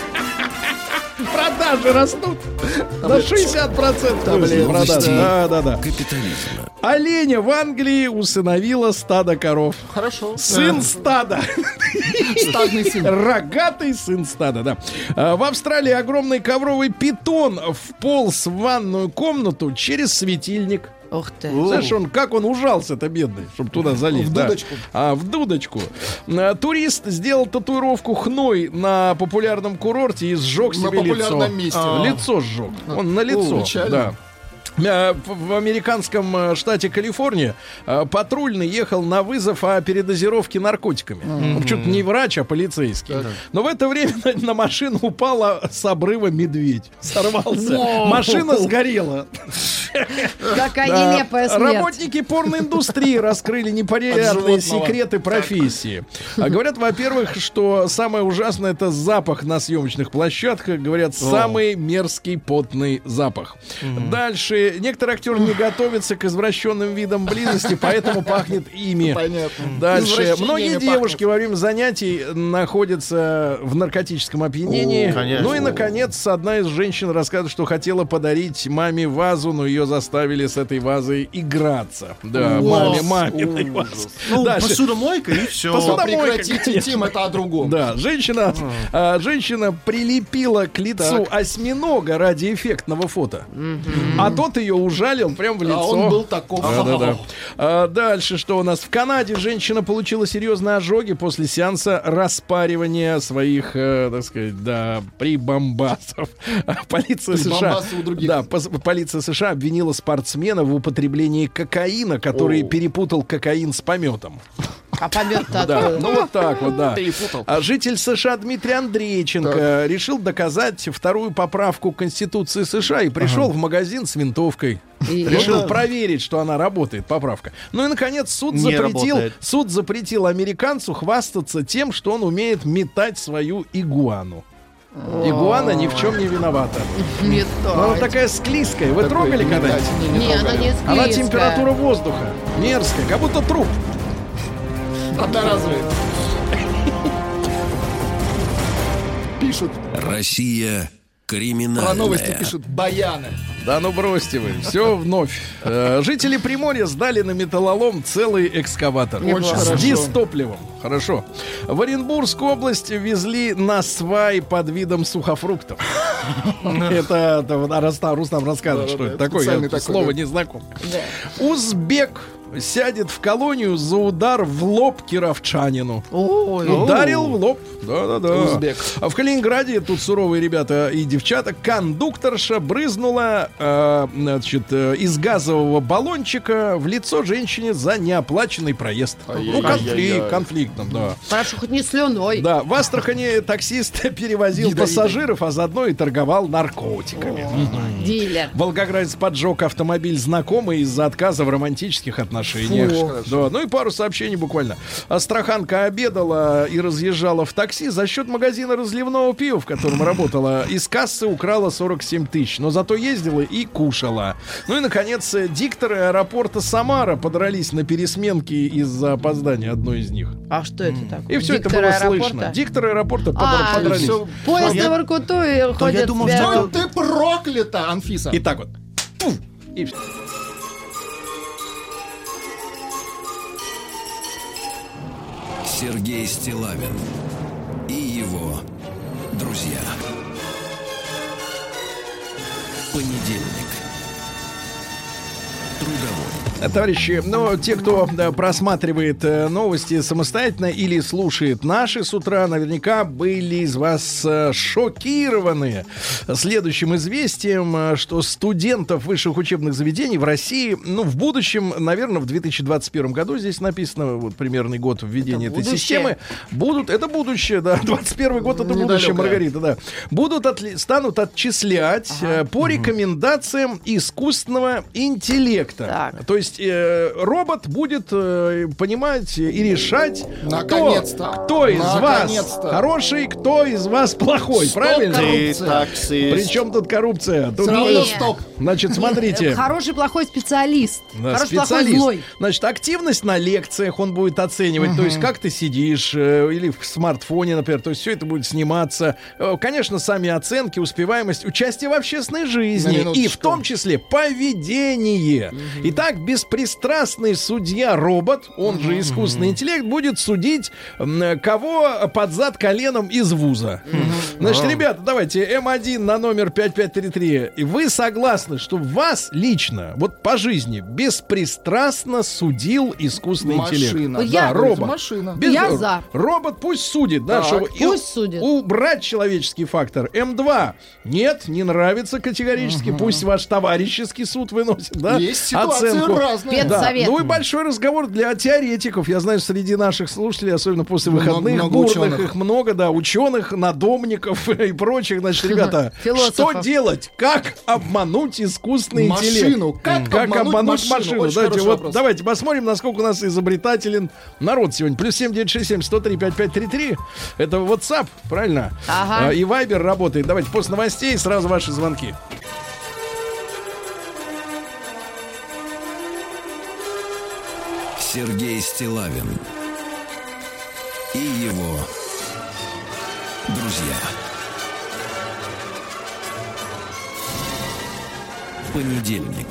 [SPEAKER 2] Продажи растут на шестьдесят процентов.
[SPEAKER 5] Таблеточки.
[SPEAKER 2] Продажи. Да, да, да.
[SPEAKER 1] Капитализма.
[SPEAKER 2] Оленя в Англии усыновила стадо коров.
[SPEAKER 5] Хорошо.
[SPEAKER 2] Сын стада.
[SPEAKER 5] Стадный сын.
[SPEAKER 2] Рогатый сын стада, да. А, в Австралии огромный ковровый питон вполз в ванную комнату через светильник.
[SPEAKER 4] Ух ты.
[SPEAKER 2] Знаешь, он, как он ужался-то, бедный, чтобы туда залезть.
[SPEAKER 5] В
[SPEAKER 2] да.
[SPEAKER 5] дудочку.
[SPEAKER 2] А, в дудочку. А, турист сделал татуировку хной на популярном курорте и сжег
[SPEAKER 5] На
[SPEAKER 2] себе лицо.
[SPEAKER 5] популярном месте.
[SPEAKER 2] А,
[SPEAKER 5] А.
[SPEAKER 2] Лицо сжег. Он на лицо.
[SPEAKER 5] О, печально.
[SPEAKER 2] Да. А, В в американском э, штате Калифорния э, патрульный ехал на вызов о передозировке наркотиками. Он что-то не врач, а полицейский. Но в это время на, на машину упала с обрыва медведь. Сорвался. Машина сгорела.
[SPEAKER 4] Какая
[SPEAKER 2] Да.
[SPEAKER 4] нелепая смерть.
[SPEAKER 2] Работники порноиндустрии раскрыли
[SPEAKER 5] От
[SPEAKER 2] неприятные
[SPEAKER 5] животного.
[SPEAKER 2] секреты профессии. А говорят, во-первых, что самое ужасное — это запах на съемочных площадках. Говорят, самый мерзкий потный запах. Дальше. Некоторые актеры не готовятся к извращенным видам близости, поэтому пахнет ими.
[SPEAKER 5] Понятно.
[SPEAKER 2] Дальше.
[SPEAKER 5] Извращениями
[SPEAKER 2] Многие
[SPEAKER 5] пахнут.
[SPEAKER 2] девушки во время занятий находятся в наркотическом опьянении.
[SPEAKER 3] О, конечно.
[SPEAKER 2] Ну и, наконец, одна из женщин рассказывает, что хотела подарить маме вазу, но ее заставили с этой вазой играться. Да, маме, маме этой вазы.
[SPEAKER 3] Ну,
[SPEAKER 2] Дальше.
[SPEAKER 3] посудомойка и все.
[SPEAKER 2] Посудомойка.
[SPEAKER 5] Прекратите,
[SPEAKER 2] конечно.
[SPEAKER 5] Тим, это о другом.
[SPEAKER 2] Да, женщина, а, женщина прилепила к лицу осьминога ради эффектного фото. А тот ее ужалил прям в лицо.
[SPEAKER 5] А он был таков.
[SPEAKER 2] Да, да, да. А, дальше что у нас? В Канаде женщина получила серьезные ожоги после сеанса распаривания своих, э, так сказать, да, прибамбасов. Полиция США,
[SPEAKER 5] Прибамбасы у других.
[SPEAKER 2] да, пос- полиция США обвинила спортсмена в употреблении кокаина, который перепутал кокаин с пометом.
[SPEAKER 4] А помет-то
[SPEAKER 2] Да,
[SPEAKER 4] откуда?
[SPEAKER 2] ну вот так вот, да.
[SPEAKER 5] Перепутал.
[SPEAKER 2] А житель США Дмитрий Андрейченко решил доказать вторую поправку Конституции США и пришел в магазин с винтовкой.
[SPEAKER 4] И-
[SPEAKER 2] Решил проверить, что она работает, поправка. Ну и, наконец, суд
[SPEAKER 3] Не
[SPEAKER 2] запретил,
[SPEAKER 3] работает.
[SPEAKER 2] суд запретил американцу хвастаться тем, что он умеет метать свою игуану. Игуана ни в чем не виновата.
[SPEAKER 4] Метать.
[SPEAKER 2] Но она такая склизкая. Вы трогали когда-нибудь?
[SPEAKER 4] Не, она не склизкая.
[SPEAKER 2] Она температура воздуха. Мерзкая, как будто труп.
[SPEAKER 5] Одноразовый. Пишут.
[SPEAKER 1] Россия криминальная.
[SPEAKER 5] Про новости пишут. Баяны.
[SPEAKER 2] Да ну бросьте вы, все вновь. Э, Жители Приморья сдали на металлолом целый экскаватор.
[SPEAKER 5] Очень
[SPEAKER 2] С
[SPEAKER 5] хорошо.
[SPEAKER 2] дистопливом. Хорошо. В Оренбургскую область везли на свай под видом сухофруктов. Это это вот Рустам Рустам рассказывает, что
[SPEAKER 5] Да-да-да,
[SPEAKER 2] это такое.
[SPEAKER 5] специальный
[SPEAKER 2] Я
[SPEAKER 5] такой,
[SPEAKER 2] слово
[SPEAKER 5] да.
[SPEAKER 2] не знаком. Узбек сядет в колонию за удар в лоб кировчанину.
[SPEAKER 4] Ой,
[SPEAKER 2] Ударил в лоб. Да-да-да.
[SPEAKER 5] Узбек.
[SPEAKER 2] А в Калининграде, тут суровые ребята и девчата, кондукторша брызнула э, значит, э, из газового баллончика в лицо женщине за неоплаченный проезд. Ну, конфликт,
[SPEAKER 5] Ай-яй-яй.
[SPEAKER 2] конфликтом, да.
[SPEAKER 4] хорошо, хоть не слюной.
[SPEAKER 2] Да, в Астрахани таксист перевозил
[SPEAKER 5] Ядовитый.
[SPEAKER 2] пассажиров, а заодно и торговал наркотиками. Мгм.
[SPEAKER 4] Дилер.
[SPEAKER 2] Волгоградец поджег автомобиль знакомый из-за отказа в романтических отношениях. отношениях. Да, ну и пару сообщений буквально. Астраханка обедала и разъезжала в такси за счет магазина разливного пива, в котором работала. Из кассы украла сорок семь тысяч, но зато ездила и кушала. Ну и, наконец, дикторы аэропорта Самара подрались на пересменке из-за опоздания одной из них.
[SPEAKER 4] А что это такое?
[SPEAKER 2] И все это было
[SPEAKER 4] аэропорта?
[SPEAKER 2] слышно. Дикторы аэропорта
[SPEAKER 4] А,
[SPEAKER 2] подрались.
[SPEAKER 3] Все,
[SPEAKER 4] Поезд
[SPEAKER 3] я-
[SPEAKER 4] на Воркуту и ходят...
[SPEAKER 3] думал,
[SPEAKER 4] с
[SPEAKER 3] что-
[SPEAKER 4] белым-
[SPEAKER 5] Ты проклята, Анфиса.
[SPEAKER 2] И так вот. Пуф, и всё.
[SPEAKER 1] Сергей Стиллавин и его друзья. Понедельник. Трудовой.
[SPEAKER 2] Товарищи, ну, те, кто да, просматривает э, новости самостоятельно или слушает наши с утра, наверняка были из вас э, шокированы следующим известием, э, что студентов высших учебных заведений в России, ну, в будущем, наверное, в две тысячи двадцать первом году, здесь написано, вот, примерный год введения
[SPEAKER 4] Это
[SPEAKER 2] этой
[SPEAKER 4] будущее.
[SPEAKER 2] системы, будут, это будущее, да, двадцать первый год, это будущее, Маргарита, да, будут, отли- станут отчислять э, по рекомендациям искусственного интеллекта.
[SPEAKER 4] Так.
[SPEAKER 2] То есть э, робот будет э, понимать и решать,
[SPEAKER 5] Наконец-то.
[SPEAKER 2] кто, кто из вас
[SPEAKER 5] Наконец-то.
[SPEAKER 2] хороший, кто из вас плохой.
[SPEAKER 5] Стоп,
[SPEAKER 2] Правильно?
[SPEAKER 5] коррупция.
[SPEAKER 3] Ты таксист.
[SPEAKER 2] Причем тут коррупция? Тут,
[SPEAKER 5] Сразу
[SPEAKER 2] э,
[SPEAKER 5] стоп.
[SPEAKER 2] Значит, смотрите.
[SPEAKER 4] Хороший, плохой специалист.
[SPEAKER 2] Да,
[SPEAKER 4] Хороший, плохой,
[SPEAKER 2] специалист.
[SPEAKER 4] злой.
[SPEAKER 2] Значит, активность на лекциях он будет оценивать. То есть, как ты сидишь, э, или в смартфоне, например. То есть, все это будет сниматься. Э, конечно, сами оценки, успеваемость, участие в общественной
[SPEAKER 5] На
[SPEAKER 2] жизни.
[SPEAKER 5] минуточку.
[SPEAKER 2] И в том числе поведение. Итак, беспристрастный судья-робот, он же искусственный интеллект, будет судить м, кого под зад коленом из вуза. Значит, ребята, давайте эм один на номер пять пять три три. И вы согласны, что вас лично, вот по жизни, беспристрастно судил искусственный интеллект?
[SPEAKER 5] Машина.
[SPEAKER 4] Я-
[SPEAKER 2] Да, робот.
[SPEAKER 5] Машина.
[SPEAKER 2] Без-
[SPEAKER 4] Я за.
[SPEAKER 2] Робот пусть судит, да,
[SPEAKER 5] Так,
[SPEAKER 2] чтобы и-
[SPEAKER 4] пусть судит.
[SPEAKER 2] убрать человеческий фактор. эм два. Нет, не нравится категорически. Пусть ваш товарищеский суд выносит, да,
[SPEAKER 5] Есть ситуации
[SPEAKER 2] оценку.
[SPEAKER 5] разные.
[SPEAKER 2] Да.
[SPEAKER 4] Совет.
[SPEAKER 2] Ну и большой разговор для теоретиков. Я знаю, среди наших слушателей, особенно после
[SPEAKER 5] Много-
[SPEAKER 2] выходных,
[SPEAKER 5] много
[SPEAKER 2] бурных,
[SPEAKER 5] ученых.
[SPEAKER 2] их много, да, ученых, надомников и прочих. Значит, ребята,
[SPEAKER 4] Философов.
[SPEAKER 2] что делать? Как обмануть искусственный интеллект?
[SPEAKER 5] Машину. Как обмануть машину? Очень
[SPEAKER 2] Давайте,
[SPEAKER 5] хороший
[SPEAKER 2] вот,
[SPEAKER 5] вопрос.
[SPEAKER 2] давайте посмотрим, насколько у нас изобретателен народ сегодня. Плюс семь девять шесть семь сто три пять пять три три. Это WhatsApp, правильно?
[SPEAKER 4] Ага.
[SPEAKER 2] А, и Viber работает. Давайте после новостей сразу ваши звонки.
[SPEAKER 1] Сергей Стиллавин и его друзья. Понедельник.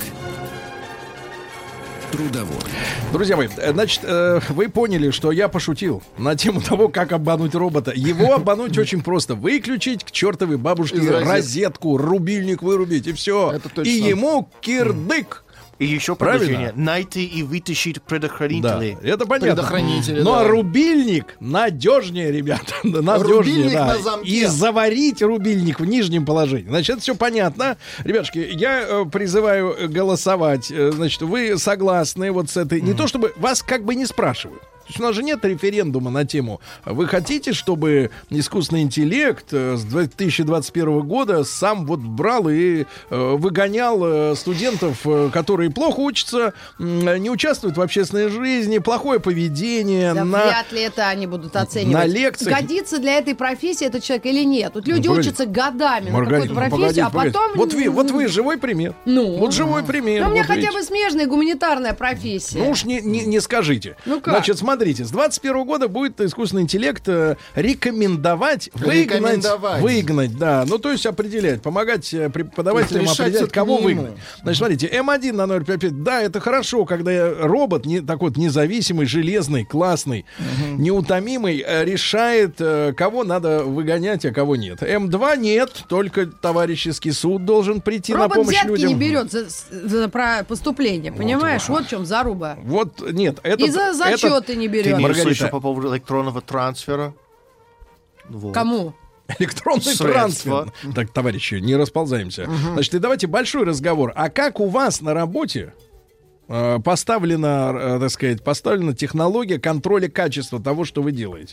[SPEAKER 1] Трудовой.
[SPEAKER 2] Друзья мои, э, значит, э, вы поняли, что я пошутил на тему того, как обмануть робота. Его обмануть очень просто. Выключить к чертовой бабушке
[SPEAKER 5] Из розетки.
[SPEAKER 2] розетку, рубильник вырубить, и все.
[SPEAKER 5] Это точно.
[SPEAKER 2] И ему кирдык.
[SPEAKER 3] И еще
[SPEAKER 2] Правильно?
[SPEAKER 3] продолжение. Найти и вытащить
[SPEAKER 2] Да,
[SPEAKER 3] предохранители.
[SPEAKER 2] это понятно.
[SPEAKER 5] Предохранители,
[SPEAKER 2] Но
[SPEAKER 5] да.
[SPEAKER 2] рубильник надежнее, ребята. Надежнее,
[SPEAKER 5] Рубильник
[SPEAKER 2] да.
[SPEAKER 5] на замке.
[SPEAKER 2] И заварить рубильник в нижнем положении. Значит, это все понятно. Ребятушки, я э, призываю голосовать. Э, Значит, вы согласны вот с этой... Не то чтобы вас как бы не спрашивают. То есть у нас же нет референдума на тему. Вы хотите, чтобы искусственный интеллект э, с две тысячи двадцать первого года сам вот брал и э, выгонял э, студентов, э, которые плохо учатся, м, не участвуют в общественной жизни, плохое поведение,
[SPEAKER 4] Да
[SPEAKER 2] на...
[SPEAKER 4] вряд ли это они будут оценивать.
[SPEAKER 2] на лекциях.
[SPEAKER 4] Годится для этой профессии этот человек или нет? Вот люди
[SPEAKER 2] Ну, погоди.
[SPEAKER 4] учатся годами
[SPEAKER 2] Маргарита,
[SPEAKER 4] на
[SPEAKER 2] ну,
[SPEAKER 4] какую-то профессию,
[SPEAKER 2] погодите,
[SPEAKER 4] а
[SPEAKER 2] погодите.
[SPEAKER 4] потом...
[SPEAKER 2] Вот вы, вот вы живой пример.
[SPEAKER 4] Ну.
[SPEAKER 2] Вот живой пример.
[SPEAKER 4] Ну, у меня
[SPEAKER 2] вот
[SPEAKER 4] хотя
[SPEAKER 2] видите.
[SPEAKER 4] бы смежная гуманитарная профессия.
[SPEAKER 2] Ну уж не, не, не скажите.
[SPEAKER 4] Ну как?
[SPEAKER 2] Значит, смотрите, с двадцать первого года будет искусственный интеллект э, рекомендовать, выгнать,
[SPEAKER 5] Рекомендовать.
[SPEAKER 2] выгнать, да, ну то есть определять, помогать э, преподавателям
[SPEAKER 5] То есть решать
[SPEAKER 2] определять,
[SPEAKER 5] всё-таки
[SPEAKER 2] кого
[SPEAKER 5] не ему.
[SPEAKER 2] выгнать. Значит, смотрите, эм один на ноль пять пять, да, это хорошо, когда робот, не, такой вот независимый, железный, классный, неутомимый, э, решает, э, кого надо выгонять, а кого нет. эм два нет, только товарищеский суд должен прийти на
[SPEAKER 4] Робот
[SPEAKER 2] помощь
[SPEAKER 4] взятки
[SPEAKER 2] людям.
[SPEAKER 4] не берет за, за про- поступление, понимаешь? Вот в чем заруба.
[SPEAKER 2] Вот, нет, это...
[SPEAKER 4] И за зачеты не
[SPEAKER 3] Ты
[SPEAKER 4] берет.
[SPEAKER 3] не
[SPEAKER 2] Маргарита.
[SPEAKER 3] слышал по поводу электронного трансфера? Вот.
[SPEAKER 4] Кому?
[SPEAKER 2] Электронный
[SPEAKER 3] Средства.
[SPEAKER 2] трансфер. Так, товарищи, не расползаемся. Значит, и давайте большой разговор. А как у вас на работе э, поставлена, э, так сказать, поставлена технология контроля качества того, что вы делаете?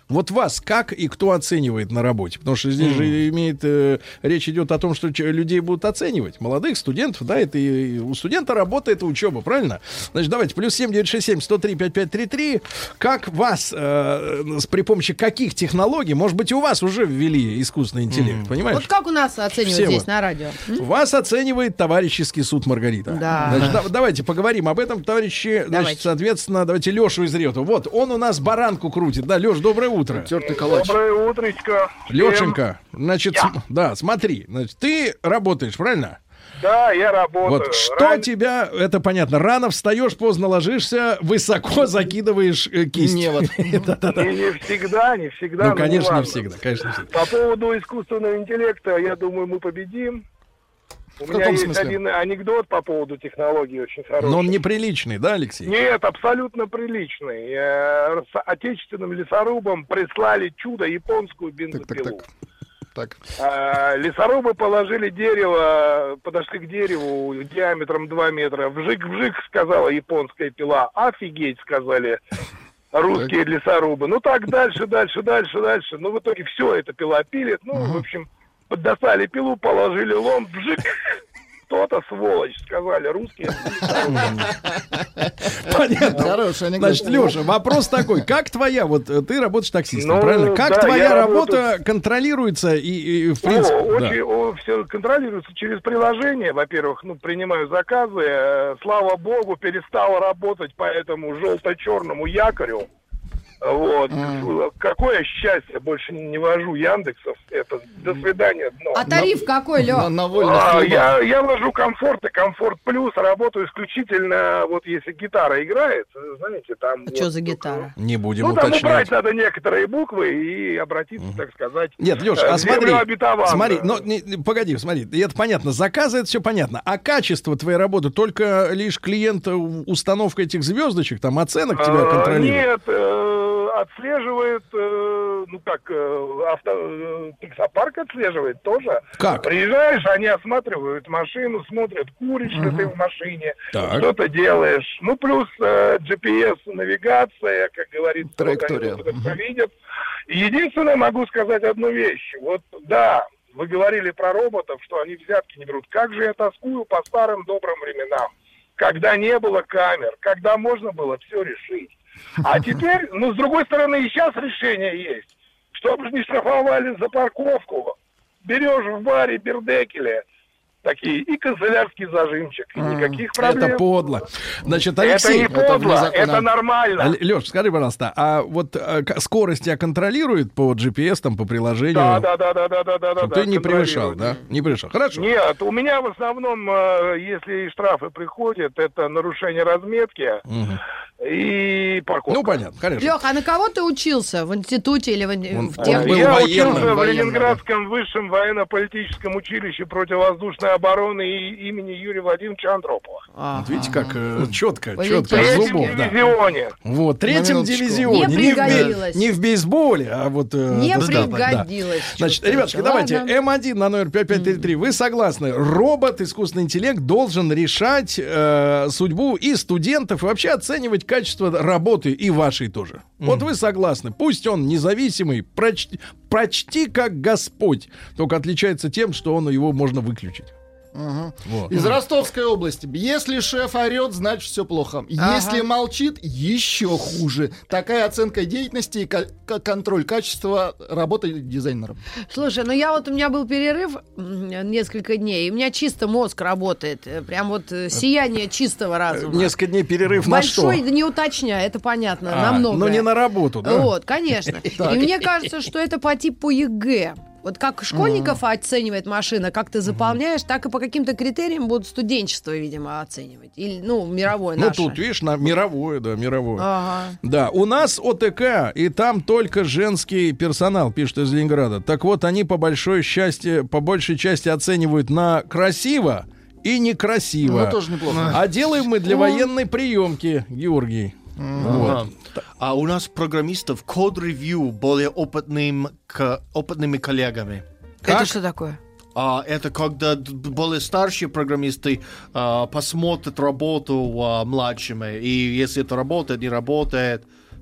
[SPEAKER 2] Вот вас как и кто оценивает на работе? Потому что здесь mm. же имеет, э, речь идет о том, что ч- людей будут оценивать. Молодых студентов, да, это и, и у студента работа, это учеба, правильно? Значит, давайте, плюс семь девятьсот шестьдесят семь сто три пятьдесят пять тридцать три. Как вас, э, с, при помощи каких технологий, может быть, и у вас уже ввели искусственный интеллект, mm. понимаешь?
[SPEAKER 4] Вот как у нас оценивают Все здесь вот. на радио? М?
[SPEAKER 2] Вас оценивает товарищеский суд, Маргарита.
[SPEAKER 4] Да.
[SPEAKER 2] Значит, да, давайте поговорим об этом, товарищи. Давайте. Значит, соответственно, давайте Лешу из Риота. Вот, он у нас баранку крутит. Да, Леш, доброе утро.
[SPEAKER 7] Доброе утречко.
[SPEAKER 2] Лешенька, значит,
[SPEAKER 7] Я.
[SPEAKER 2] см- да, смотри, значит, ты работаешь, правильно?
[SPEAKER 7] Да, я работаю.
[SPEAKER 2] Вот что
[SPEAKER 7] Ран...
[SPEAKER 2] тебя, это понятно, рано встаешь, поздно ложишься, высоко закидываешь э, кисть.
[SPEAKER 5] Не, вот.
[SPEAKER 7] Не, не всегда, не всегда.
[SPEAKER 2] Ну, конечно, не
[SPEAKER 7] важно.
[SPEAKER 2] всегда, конечно, не всегда.
[SPEAKER 7] По поводу искусственного интеллекта, я думаю, мы победим. У
[SPEAKER 5] В
[SPEAKER 7] меня
[SPEAKER 5] каком
[SPEAKER 7] есть
[SPEAKER 5] смысле?
[SPEAKER 7] один анекдот по поводу технологий очень хороший.
[SPEAKER 2] Но он неприличный, да, Алексей?
[SPEAKER 7] Нет, абсолютно приличный. Э, С отечественным лесорубам прислали чудо японскую
[SPEAKER 5] Так,
[SPEAKER 7] бензопилу.
[SPEAKER 5] так, так. Так.
[SPEAKER 7] А, лесорубы положили дерево, подошли к дереву диаметром два метра. Вжик-вжик, сказала японская пила. Офигеть, сказали русские так. лесорубы. Ну так дальше, дальше, дальше, дальше. Ну в итоге все это пила пилит. Ну, uh-huh. в общем, достали пилу, положили лом, вжик. Кто-то сволочь, сказали русские.
[SPEAKER 2] Понятно.
[SPEAKER 5] Хороший анекдот.
[SPEAKER 2] Значит, Леша, вопрос такой. Как твоя, вот ты работаешь таксистом,
[SPEAKER 7] Ну,
[SPEAKER 2] правильно? Как
[SPEAKER 7] да,
[SPEAKER 2] твоя
[SPEAKER 7] я
[SPEAKER 2] работа
[SPEAKER 7] работаю.
[SPEAKER 2] контролируется и, и, в принципе...
[SPEAKER 7] О,
[SPEAKER 2] да.
[SPEAKER 7] очень, о, все контролируется через приложение. Во-первых, ну, принимаю заказы. Э, слава богу, перестал работать по этому желто-черному якорю. Вот. Mm. Какое счастье, больше не вожу Яндексов. Это до свидания, дно.
[SPEAKER 4] А тариф
[SPEAKER 5] на,
[SPEAKER 4] какой, Лёх?
[SPEAKER 5] На, на вольных
[SPEAKER 7] А,
[SPEAKER 5] хлебах.
[SPEAKER 7] я, я вожу комфорт и комфорт плюс, работаю исключительно, вот если гитара играет, знаете, там...
[SPEAKER 4] А
[SPEAKER 7] вот,
[SPEAKER 4] что за гитара?
[SPEAKER 2] Не будем
[SPEAKER 7] Ну, там
[SPEAKER 2] уточнять.
[SPEAKER 7] убрать надо некоторые буквы и обратиться, так сказать...
[SPEAKER 2] Нет, Леш,
[SPEAKER 7] э,
[SPEAKER 2] а
[SPEAKER 7] в
[SPEAKER 2] смотри,
[SPEAKER 7] землю обетованную.
[SPEAKER 2] смотри, ну, не, не, погоди, смотри, это понятно, заказы, это все понятно, а качество твоей работы только лишь клиент, установка этих звездочек, там, оценок тебя
[SPEAKER 7] А,
[SPEAKER 2] контролирует?
[SPEAKER 7] Нет, э, отслеживает, э, ну как, э, авто, э, таксопарк отслеживает тоже.
[SPEAKER 2] Как?
[SPEAKER 7] Приезжаешь, они осматривают машину, смотрят, куришь ли ты в машине,
[SPEAKER 2] Так.
[SPEAKER 7] что ты делаешь. Ну, плюс э, джи пи эс-навигация, как говорится,
[SPEAKER 5] Траектория.
[SPEAKER 7] вот они вот это видят. Единственное, могу сказать одну вещь. Вот, да, вы говорили про роботов, что они взятки не берут. Как же я тоскую по старым добрым временам, когда не было камер, когда можно было все решить. А теперь, ну, с другой стороны, и сейчас решение есть. Чтобы не штрафовали за парковку, берешь в баре бердекеля такие и канцелярский зажимчик, и никаких проблем.
[SPEAKER 2] Это подло. Значит,
[SPEAKER 7] Это
[SPEAKER 2] Алексей...
[SPEAKER 7] не подло, это, это нормально.
[SPEAKER 2] Леш, скажи, пожалуйста, а вот а, к- скорость тебя контролирует по джи пи эс, там, по приложению?
[SPEAKER 7] Да, да, да, да, да, да, да,
[SPEAKER 2] Чтобы
[SPEAKER 7] да.
[SPEAKER 2] ты не превышал,
[SPEAKER 7] контролирует.
[SPEAKER 2] да? Не превышал. Хорошо.
[SPEAKER 7] Нет, у меня в основном, э, если штрафы приходят, это нарушение разметки
[SPEAKER 2] Мгм.
[SPEAKER 7] и парковка.
[SPEAKER 2] Ну, понятно, хорошо.
[SPEAKER 4] Лех, а на кого ты учился? В институте или в,
[SPEAKER 2] Он-
[SPEAKER 4] в
[SPEAKER 2] он
[SPEAKER 4] тех...
[SPEAKER 2] был
[SPEAKER 7] Я
[SPEAKER 2] военным.
[SPEAKER 7] учился в
[SPEAKER 5] Военным,
[SPEAKER 7] Ленинградском высшем военно-политическом училище противовоздушной обороны и- имени Юрия Владимировича Андропова.
[SPEAKER 4] А,
[SPEAKER 2] Вот видите, как э, четко,
[SPEAKER 4] Вы
[SPEAKER 2] четко,
[SPEAKER 7] В
[SPEAKER 4] видите?
[SPEAKER 2] с
[SPEAKER 7] третьем
[SPEAKER 2] зубов, да.
[SPEAKER 7] дивизионе.
[SPEAKER 2] Вот, в третьем
[SPEAKER 5] минуточку.
[SPEAKER 2] дивизионе.
[SPEAKER 4] Не
[SPEAKER 2] в бей-
[SPEAKER 4] пригодилось.
[SPEAKER 2] не в бейсболе, а вот... э,
[SPEAKER 4] Не
[SPEAKER 2] да, да, да.
[SPEAKER 4] пригодилось.
[SPEAKER 2] Значит,
[SPEAKER 4] чувствуете.
[SPEAKER 2] ребятушки, давайте,
[SPEAKER 4] Ладно.
[SPEAKER 2] эм один на номер пять пять три три. Вы согласны? Робот, искусственный интеллект должен решать э, судьбу и студентов, и вообще оценивать качество работы и вашей тоже. Вот вы согласны? Пусть он независимый, прочти, почти как Господь, только отличается тем, что он его можно выключить.
[SPEAKER 5] Мгм.
[SPEAKER 2] Вот.
[SPEAKER 5] Из Ростовской области. Если шеф орет, значит все плохо. Если
[SPEAKER 4] Ага.
[SPEAKER 5] молчит, еще хуже. Такая оценка деятельности и ко- ко- контроль качества работы дизайнером.
[SPEAKER 4] Слушай, ну я вот, у меня был перерыв м, несколько дней, и у меня чисто мозг работает. э, Прям вот э, сияние чистого разума.
[SPEAKER 2] Несколько дней перерыв на что?
[SPEAKER 4] Большой, да не уточняй, это понятно,
[SPEAKER 2] А,
[SPEAKER 4] намного.
[SPEAKER 2] но не на работу, да?
[SPEAKER 4] Вот, конечно. И мне кажется, что это по типу ЕГЭ. Вот как школьников оценивает машина, как ты заполняешь, так и по каким-то критериям будут студенчество, видимо, оценивать. Или, ну, мировое
[SPEAKER 2] Ну,
[SPEAKER 4] наше.
[SPEAKER 2] тут, видишь, на мировое, да, мировое.
[SPEAKER 4] Ага.
[SPEAKER 2] Да, у нас о тэ ка, и там только женский персонал, пишет из Ленинграда. Так вот, они по большой счастью, по большей части оценивают на красиво и некрасиво.
[SPEAKER 5] Ну, тоже неплохо.
[SPEAKER 2] А делаем мы для военной приемки, Георгий. Вот.
[SPEAKER 3] А у нас программистов код-ревью более опытным, к, опытными коллегами.
[SPEAKER 4] Это
[SPEAKER 2] Как?
[SPEAKER 4] что такое?
[SPEAKER 3] А, это когда д- более старшие программисты а, посмотрят работу а, младшими, и если это работает, не работает,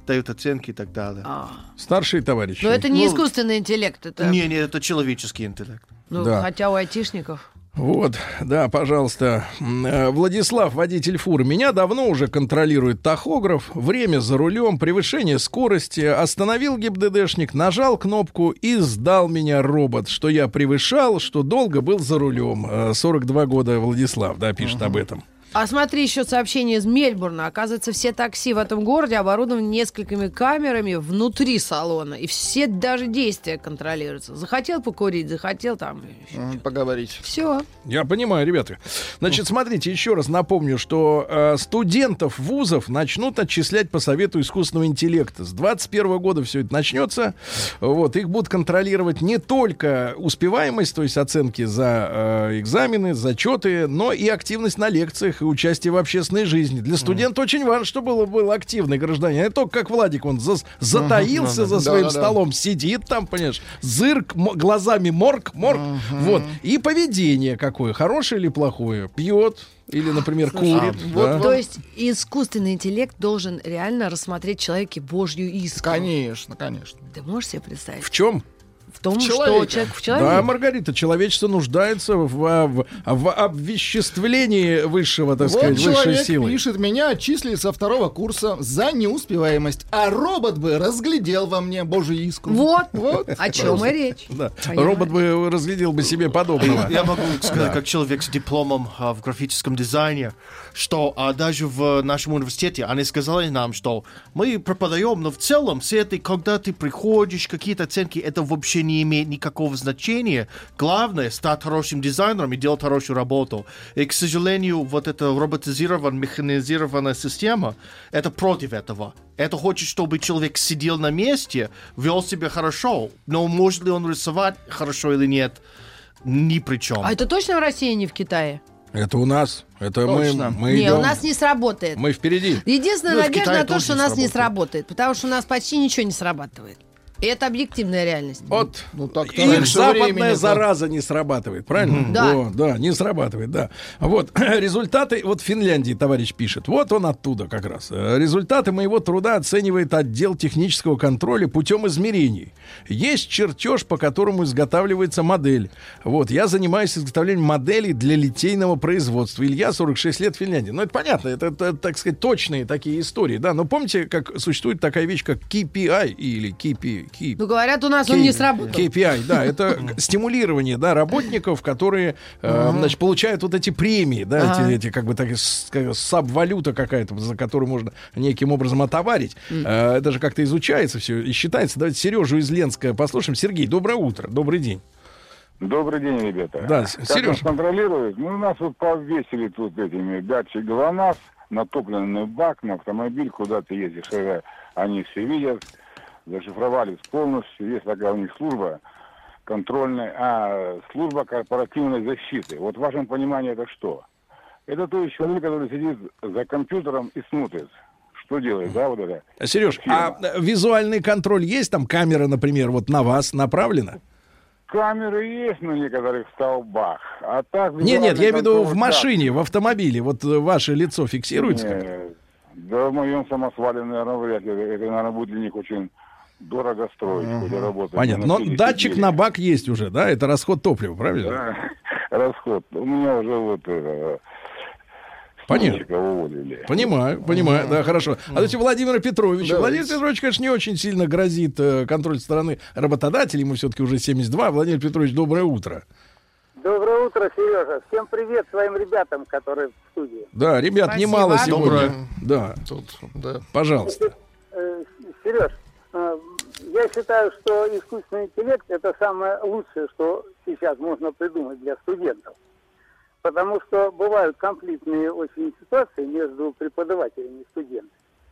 [SPEAKER 3] дают оценки и так далее.
[SPEAKER 4] А.
[SPEAKER 2] Старшие товарищи.
[SPEAKER 4] Но это не
[SPEAKER 3] Ну,
[SPEAKER 4] искусственный интеллект. Это...
[SPEAKER 3] Не, не, это человеческий интеллект.
[SPEAKER 4] Ну,
[SPEAKER 2] Да.
[SPEAKER 4] хотя у айтишников...
[SPEAKER 2] Вот, да, пожалуйста. Владислав, водитель фуры. Меня давно уже контролирует тахограф. Время за рулем, превышение скорости. Остановил ГИБДДшник, нажал кнопку и сдал меня робот, что я превышал, что долго был за рулем. сорок два года Владислав, да, пишет uh-huh. об этом.
[SPEAKER 4] А смотри, еще сообщение из Мельбурна. Оказывается, все такси в этом городе оборудованы несколькими камерами внутри салона. И все даже действия контролируются. Захотел покурить, захотел там...
[SPEAKER 5] М, Поговорить.
[SPEAKER 4] Все.
[SPEAKER 2] Я понимаю, ребята. Значит, смотрите, еще раз напомню, что э, студентов вузов начнут отчислять по совету искусственного интеллекта. С двадцать первого года все это начнется. Вот, их будут контролировать не только успеваемость, то есть оценки за э, экзамены, зачеты, но и активность на лекциях и участие в общественной жизни. Для студента mm. очень важно, чтобы был, был активный гражданин. Это только как Владик, он за, затаился uh-huh. за своим да, столом, да. сидит там, понимаешь, зырк, м- глазами морг, морг, uh-huh. вот. И поведение какое, хорошее или плохое, пьет или, например,
[SPEAKER 4] Слушай,
[SPEAKER 2] курит.
[SPEAKER 4] а,
[SPEAKER 2] да.
[SPEAKER 4] вот, то есть искусственный интеллект должен реально рассмотреть в человеке Божью искру.
[SPEAKER 5] Конечно, конечно.
[SPEAKER 4] Ты можешь себе представить?
[SPEAKER 2] В чем?
[SPEAKER 4] В том,
[SPEAKER 5] В
[SPEAKER 4] что
[SPEAKER 5] человеке.
[SPEAKER 4] человек в человеке.
[SPEAKER 2] Да, Маргарита, человечество нуждается в, в, в обвеществлении высшего, так
[SPEAKER 5] Вот
[SPEAKER 2] сказать, высшей
[SPEAKER 5] человек
[SPEAKER 2] силы.
[SPEAKER 5] пишет, меня отчислили со второго курса за неуспеваемость, а робот бы разглядел во мне Божью искру.
[SPEAKER 4] Вот,
[SPEAKER 5] Вот.
[SPEAKER 4] о чем и речь.
[SPEAKER 2] Да.
[SPEAKER 4] Понимаешь?
[SPEAKER 2] Робот бы разглядел бы себе подобного.
[SPEAKER 3] Я могу сказать, как человек с дипломом а, в графическом дизайне, что а, даже в нашем университете они сказали нам, что мы преподаем, но в целом все это, когда ты приходишь, какие-то оценки, это вообще не имеет никакого значения. Главное — стать хорошим дизайнером и делать хорошую работу. И, к сожалению, вот эта роботизированная, механизированная система, это против этого. Это хочет, чтобы человек сидел на месте, вел себя хорошо, но может ли он рисовать хорошо или нет, ни при чем.
[SPEAKER 4] А это точно в России, не в Китае?
[SPEAKER 2] Это у нас. Это мы,
[SPEAKER 5] Точно.
[SPEAKER 2] мы
[SPEAKER 4] Не,
[SPEAKER 2] идем.
[SPEAKER 4] у нас не сработает.
[SPEAKER 2] Мы впереди.
[SPEAKER 4] Единственная
[SPEAKER 3] Ну, в
[SPEAKER 4] надежда
[SPEAKER 3] Китае
[SPEAKER 4] на то,
[SPEAKER 3] тоже
[SPEAKER 4] что у
[SPEAKER 3] не
[SPEAKER 4] нас не
[SPEAKER 3] сработает.
[SPEAKER 4] сработает, потому что у нас почти ничего не срабатывает. И это объективная реальность.
[SPEAKER 2] Вот.
[SPEAKER 5] Ну, так-то
[SPEAKER 2] Их
[SPEAKER 5] раньше
[SPEAKER 2] западная
[SPEAKER 5] времени-то.
[SPEAKER 2] зараза не срабатывает, правильно?
[SPEAKER 4] Да.
[SPEAKER 2] О, да, не срабатывает, да. Вот, результаты, вот в Финляндии товарищ пишет, вот он оттуда как раз. Результаты моего труда оценивает отдел технического контроля путем измерений. Есть чертеж, по которому изготавливается модель. Вот, я занимаюсь изготовлением моделей для литейного производства. Илья, сорок шесть лет, Финляндия. Ну, это понятно, это, это, так сказать, точные такие истории, да. Но помните, как существует такая вещь, как кей пи ай или кей пи ай?
[SPEAKER 4] Ну, говорят, у нас он не сработал.
[SPEAKER 2] кей пи ай, да, это стимулирование, да, работников, которые, э, значит, получают вот эти премии, да,
[SPEAKER 4] Ага.
[SPEAKER 2] эти, эти, как бы, так, с- как, сабвалюта какая-то, за которую можно неким образом отоварить. Э, это же как-то изучается все и считается. Давайте Сережу из Ленска послушаем. Сергей, доброе утро, добрый день.
[SPEAKER 8] Добрый день, ребята.
[SPEAKER 2] Да,
[SPEAKER 8] Как
[SPEAKER 2] Сереж.
[SPEAKER 8] нас контролируют? Ну, нас вот повесили тут этими датчик ГЛОНАСС на топливный бак, на автомобиль, куда ты едешь. Это они все видят, зашифровались полностью. Есть такая у них служба контрольная, а служба корпоративной защиты. Вот в вашем понимании это что? Это то есть человек, который сидит за компьютером и смотрит, что делает, да, вот это.
[SPEAKER 2] Сереж, а э, визуальный контроль есть? Там камера, например, вот на вас направлена?
[SPEAKER 8] Камеры есть на некоторых столбах, а так...
[SPEAKER 2] Нет, нет, я имею в виду
[SPEAKER 8] контроль,
[SPEAKER 2] в
[SPEAKER 8] да.
[SPEAKER 2] машине, в автомобиле. Вот э, ваше лицо фиксируется? как-то?
[SPEAKER 8] Не, да, в моем самосвале, наверное, вряд ли. Это, наверное, будет для них очень дорого строить, uh-huh. работать.
[SPEAKER 2] Понятно. Но датчик на бак есть уже, да? Это расход топлива, правильно?
[SPEAKER 8] Да, расход. У меня уже вот... Э,
[SPEAKER 2] Понятно.
[SPEAKER 8] уволили.
[SPEAKER 2] Понимаю, понимаю, да, хорошо. А давайте Владимира Петровича.
[SPEAKER 5] Давайте.
[SPEAKER 2] Владимир Петрович, конечно, не очень сильно грозит э, контроль со стороны работодателей. Ему все-таки уже семьдесят два. Владимир Петрович, доброе утро.
[SPEAKER 9] Доброе утро, Сережа. Всем привет своим ребятам, которые в студии.
[SPEAKER 2] Да, ребят,
[SPEAKER 4] Спасибо.
[SPEAKER 2] немало сегодня.
[SPEAKER 3] Доброе.
[SPEAKER 2] Да,
[SPEAKER 5] Тут, да.
[SPEAKER 2] пожалуйста.
[SPEAKER 9] Э, Сереж, э, я считаю, что искусственный интеллект — это самое лучшее, что сейчас можно придумать для студентов. Потому что бывают конфликтные очень ситуации между преподавателями и студентами.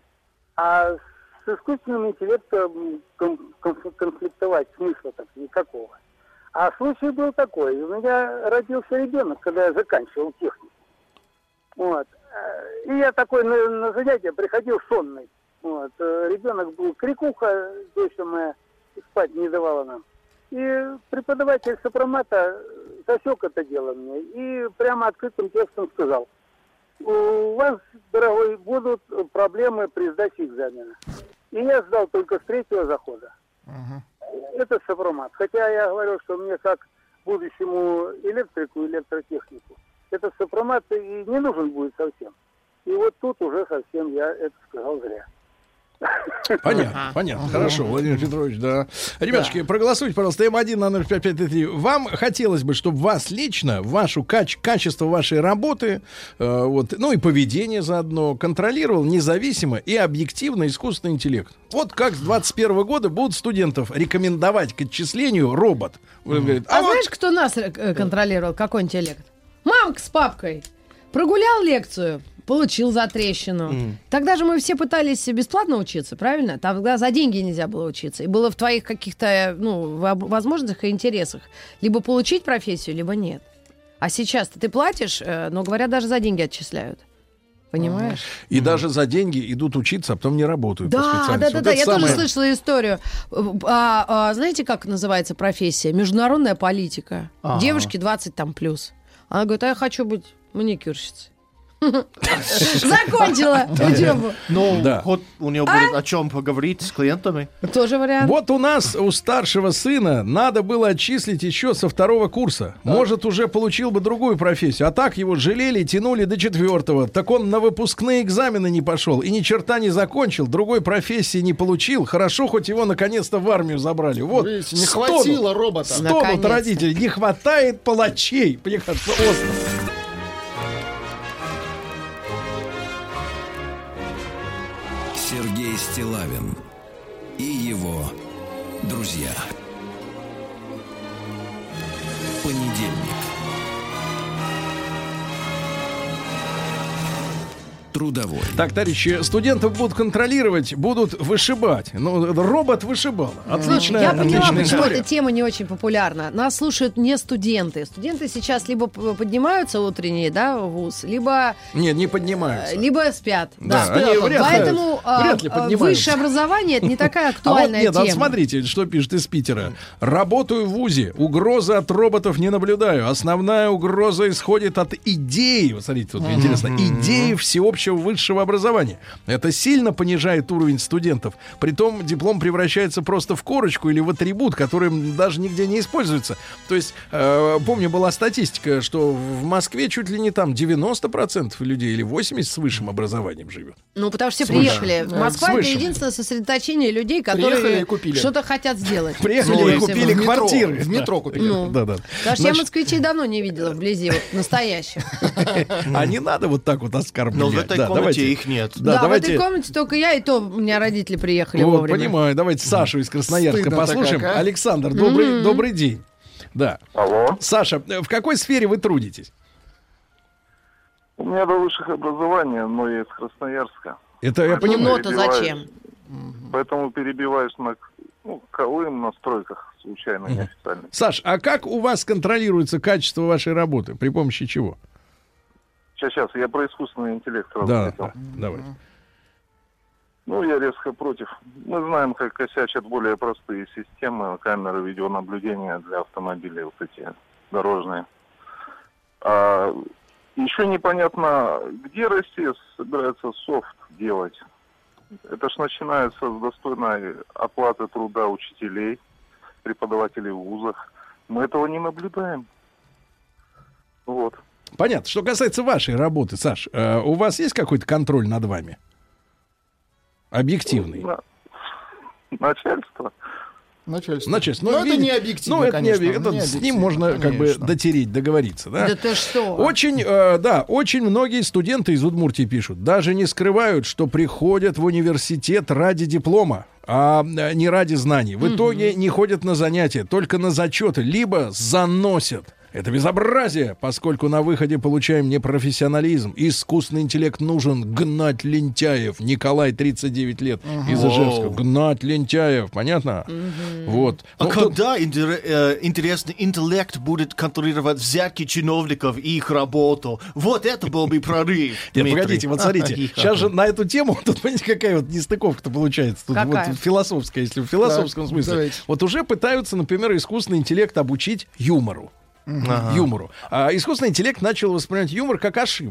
[SPEAKER 9] А с искусственным интеллектом кон- кон- конфликтовать смысла так никакого. А случай был такой. У меня родился ребенок, когда я заканчивал технику. Вот. И я такой на, на занятия приходил сонный. Вот. Ребенок был крикуха, дочь моя спать не давала нам. И преподаватель сопромата засек это дело мне и прямо открытым текстом сказал: у вас, дорогой, будут проблемы при сдаче экзамена. И я сдал только с третьего захода.
[SPEAKER 5] Ага.
[SPEAKER 9] Это сопромат. Хотя я говорил, что мне как будущему электрику, электротехнику, этот сопромат и не нужен будет совсем. И вот тут уже совсем я это сказал зря.
[SPEAKER 2] Понятно, понятно. Хорошо, Владимир Петрович, да. Ребятушки, да. Проголосуйте, пожалуйста, эм один на ноль пять пять три. Вам хотелось бы, чтобы вас лично, вашу каче- качество вашей работы, э, вот, ну и поведение заодно контролировал независимо и объективно искусственный интеллект. Вот как с двадцать первого года будут студентов рекомендовать к отчислению робот.
[SPEAKER 4] Mm. Говорит, а а вот... знаешь, кто нас контролировал? Какой интеллект? Мамка с папкой. Прогулял лекцию. Получил за трещину. Mm. Тогда же мы все пытались бесплатно учиться, правильно? Тогда за деньги нельзя было учиться. И было в твоих каких-то ну, возможностях и интересах либо получить профессию, либо нет. А сейчас-то ты платишь, но, говорят, даже за деньги отчисляют. Понимаешь?
[SPEAKER 2] И mm. даже за деньги идут учиться, а потом не работают
[SPEAKER 4] да,
[SPEAKER 2] по специальности.
[SPEAKER 4] Да, да,
[SPEAKER 2] вот
[SPEAKER 4] да, я
[SPEAKER 2] самое...
[SPEAKER 4] тоже слышала историю. А, а, знаете, как называется профессия? Международная политика. А-а-а. Девушке двадцать там плюс. Она говорит, а я хочу быть маникюрщицей. Закончила учебу.
[SPEAKER 3] Ну, да. Вот у него будет о чем поговорить с клиентами.
[SPEAKER 4] Тоже вариант.
[SPEAKER 2] Вот у нас, у старшего сына, надо было отчислить еще со второго курса. Да. Может, уже получил бы другую профессию. А так его жалели, тянули до четвертого. Так он на выпускные экзамены не пошел и ни черта не закончил, другой профессии не получил. Хорошо, хоть его наконец-то в армию забрали. Вот.
[SPEAKER 5] Видите, не стонут, хватило робота.
[SPEAKER 2] Стонут родители. Не хватает палачей. Мне кажется, остро.
[SPEAKER 1] Сергей Стиллавин и его друзья. Понедельник. Трудовой.
[SPEAKER 2] Так, товарищи, студентов будут контролировать, будут вышибать. Ну, робот вышибал. Отличная,
[SPEAKER 4] Я поняла,
[SPEAKER 2] отличная
[SPEAKER 4] почему
[SPEAKER 2] история.
[SPEAKER 4] эта тема не очень популярна. Нас слушают не студенты. Студенты сейчас либо поднимаются утренние, да, в вуз, либо...
[SPEAKER 2] Нет, не поднимаются.
[SPEAKER 4] Либо спят.
[SPEAKER 2] Да,
[SPEAKER 4] спят.
[SPEAKER 2] они вряд,
[SPEAKER 4] Поэтому
[SPEAKER 2] вряд ли поднимаются.
[SPEAKER 4] Высшее образование — это не такая актуальная
[SPEAKER 2] а вот нет,
[SPEAKER 4] тема.
[SPEAKER 2] вот смотрите, что пишет из Питера. Работаю в вузе. Угрозы от роботов не наблюдаю. Основная угроза исходит от идеи. Вот смотрите, тут интересно. Идеи всеобщего высшего образования. Это сильно понижает уровень студентов. Притом диплом превращается просто в корочку или в атрибут, который даже нигде не используется. То есть, э, помню, была статистика, что в Москве чуть ли не там девяносто процентов людей или восемьдесят процентов с высшим образованием живет.
[SPEAKER 4] Ну, потому что все приехали. Да. Москва — это единственное сосредоточение людей, которые что-то хотят сделать.
[SPEAKER 2] Приехали ну, и купили в квартиры.
[SPEAKER 5] В метро купили.
[SPEAKER 4] Ну, да, да. Потому что я москвичей давно не видела вблизи, вот, настоящих.
[SPEAKER 2] А не надо вот так вот оскорблять.
[SPEAKER 3] Но в этой комнате их нет.
[SPEAKER 4] Да, да, давайте... в этой комнате только я, и то у меня родители приехали вот, вовремя.
[SPEAKER 2] Понимаю, давайте Сашу из Красноярска Стыдно послушаем. Как, а? Александр, добрый, mm-hmm. добрый день. Да.
[SPEAKER 10] Алло.
[SPEAKER 2] Саша, в какой сфере вы трудитесь?
[SPEAKER 10] У меня до высших образований, но я из Красноярска.
[SPEAKER 2] Это я понимаю.
[SPEAKER 4] Ну-то зачем?
[SPEAKER 10] Поэтому перебиваюсь на ну, Колым, на стройках случайно, mm-hmm. неофициально.
[SPEAKER 2] Саш, а как у вас контролируется качество вашей работы? При помощи чего?
[SPEAKER 10] Сейчас, сейчас, я про искусственный интеллект сразу
[SPEAKER 2] да,
[SPEAKER 10] хотел.
[SPEAKER 2] Да, давай.
[SPEAKER 10] Ну, я резко против. Мы знаем, как косячат более простые системы, камеры видеонаблюдения для автомобилей, вот эти дорожные. А, еще непонятно, где Россия собирается софт делать. Это ж начинается с достойной оплаты труда учителей, преподавателей в вузах. Мы этого не наблюдаем. Вот.
[SPEAKER 2] Понятно. Что касается вашей работы, Саш, э, у вас есть какой-то контроль над вами? Объективный.
[SPEAKER 10] На... Начальство.
[SPEAKER 5] Начальство.
[SPEAKER 2] Начальство.
[SPEAKER 5] Но
[SPEAKER 2] ну,
[SPEAKER 5] это не объективно,
[SPEAKER 2] ну, это
[SPEAKER 5] конечно.
[SPEAKER 2] Не объективно.
[SPEAKER 5] Не
[SPEAKER 2] С
[SPEAKER 5] объективно,
[SPEAKER 2] ним можно
[SPEAKER 5] конечно.
[SPEAKER 2] как бы дотереть, договориться. Да,
[SPEAKER 4] да ты что?
[SPEAKER 2] Очень, э, да, очень многие студенты из Удмуртии пишут, даже не скрывают, что приходят в университет ради диплома, а не ради знаний. В итоге не ходят на занятия, только на зачеты, либо заносят. Это безобразие, поскольку на выходе получаем непрофессионализм. Искусственный интеллект нужен. Гнать лентяев. Николай, тридцать девять лет, uh-huh. из Ижевска. Гнать лентяев. Понятно? Uh-huh. Вот.
[SPEAKER 3] А
[SPEAKER 2] ну,
[SPEAKER 3] когда,
[SPEAKER 2] тут...
[SPEAKER 3] интер, э, интересный интеллект будет контролировать взятки чиновников и их работу? Вот это был бы прорыв.
[SPEAKER 2] Нет, погодите, вот смотрите. Сейчас же на эту тему, тут, понимаете, какая вот нестыковка-то получается. Тут вот философская, если в философском смысле. Вот уже пытаются, например, искусственный интеллект обучить юмору. Ага. Юмору. А искусственный интеллект начал воспринимать юмор как ошибку.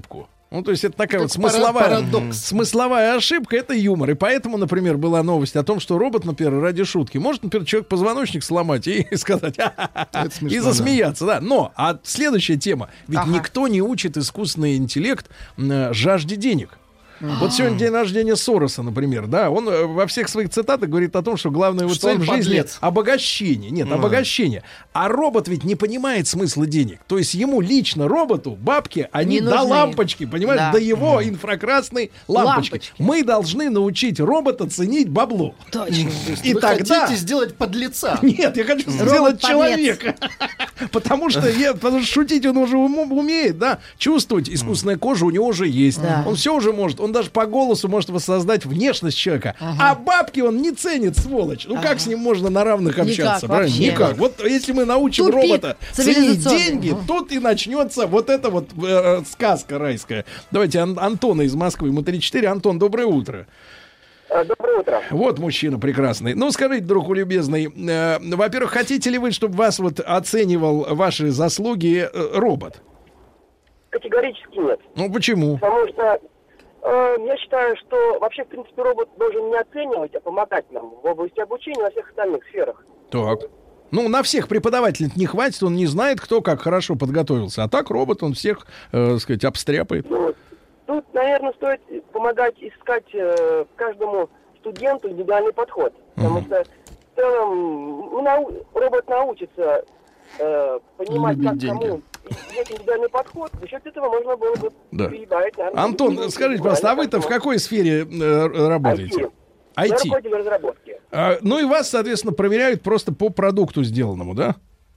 [SPEAKER 2] Ну, то есть это такая
[SPEAKER 5] Это
[SPEAKER 2] вот смысловая,
[SPEAKER 5] парадокс.
[SPEAKER 2] смысловая ошибка, это юмор. И поэтому, например, была новость о том, что робот, например, ради шутки может, например, человек позвоночник сломать и сказать
[SPEAKER 5] Это смешно,
[SPEAKER 2] и засмеяться, да. Но, а следующая тема. Ведь
[SPEAKER 4] Ага.
[SPEAKER 2] никто не учит искусственный интеллект м, жажде денег. Вот сегодня день рождения Сороса, например, да, он э, во всех своих цитатах говорит о том, что главная его
[SPEAKER 5] Что
[SPEAKER 2] цель
[SPEAKER 5] он
[SPEAKER 2] в жизни
[SPEAKER 5] подлец.
[SPEAKER 2] обогащение. Нет, обогащение. А робот ведь не понимает смысла денег. То есть ему лично, роботу, бабки, они
[SPEAKER 4] Не
[SPEAKER 2] до
[SPEAKER 4] нужны.
[SPEAKER 2] лампочки, понимаешь,
[SPEAKER 4] Да.
[SPEAKER 2] до его инфракрасной лампочки.
[SPEAKER 4] Лампочки.
[SPEAKER 2] Мы должны научить робота ценить бабло.
[SPEAKER 4] Точно.
[SPEAKER 2] И
[SPEAKER 5] Вы
[SPEAKER 2] тогда...
[SPEAKER 5] хотите сделать подлеца?
[SPEAKER 2] Нет, я хочу сделать
[SPEAKER 4] Робот-подлец.
[SPEAKER 2] человека. Потому что, я, потому что шутить он уже ум- умеет, да. Чувствовать искусственная кожа у него уже есть.
[SPEAKER 4] Да.
[SPEAKER 2] Он все уже может. Он даже по голосу может воссоздать внешность человека. А бабки он не ценит, сволочь. Ну как с ним можно на равных
[SPEAKER 4] Никак,
[SPEAKER 2] общаться? Правильно?
[SPEAKER 4] вообще.
[SPEAKER 2] Никак. Вот если мы научим
[SPEAKER 4] Тупик
[SPEAKER 2] робота ценить
[SPEAKER 4] цивилизационный.
[SPEAKER 2] деньги, тут и начнется вот эта вот э, сказка райская. Давайте Ан- Антона из Москвы. Ему тридцать четыре. Антон, доброе утро.
[SPEAKER 11] Доброе утро.
[SPEAKER 2] Вот мужчина прекрасный. Ну, скажите, друг любезный, э, во-первых, хотите ли вы, чтобы вас вот оценивал ваши заслуги э, робот?
[SPEAKER 11] Категорически нет.
[SPEAKER 2] Ну, почему?
[SPEAKER 11] Потому что э, я считаю, что вообще, в принципе, робот должен не оценивать, а помогать нам в области обучения во всех остальных сферах.
[SPEAKER 2] Так. Ну, на всех преподавателей не хватит, он не знает, кто как хорошо подготовился. А так робот, он всех, э, так сказать, обстряпает.
[SPEAKER 11] Ну, тут, наверное, стоит помогать искать э, каждому студенту индивидуальный подход. Потому что в целом ну, нау- робот научится э, понимать,
[SPEAKER 5] Любить
[SPEAKER 11] как
[SPEAKER 5] деньги.
[SPEAKER 11] кому есть индивидуальный подход. За счет этого можно было бы
[SPEAKER 2] Да.
[SPEAKER 11] прибавить, наверное,
[SPEAKER 2] Антон,
[SPEAKER 11] ну,
[SPEAKER 2] скажите, пожалуйста, а вы-то в какой сфере э, работаете?
[SPEAKER 11] ай ти. Я
[SPEAKER 2] ай ти.
[SPEAKER 11] руководитель разработки.
[SPEAKER 2] А, ну и вас, соответственно, проверяют просто по продукту сделанному, да?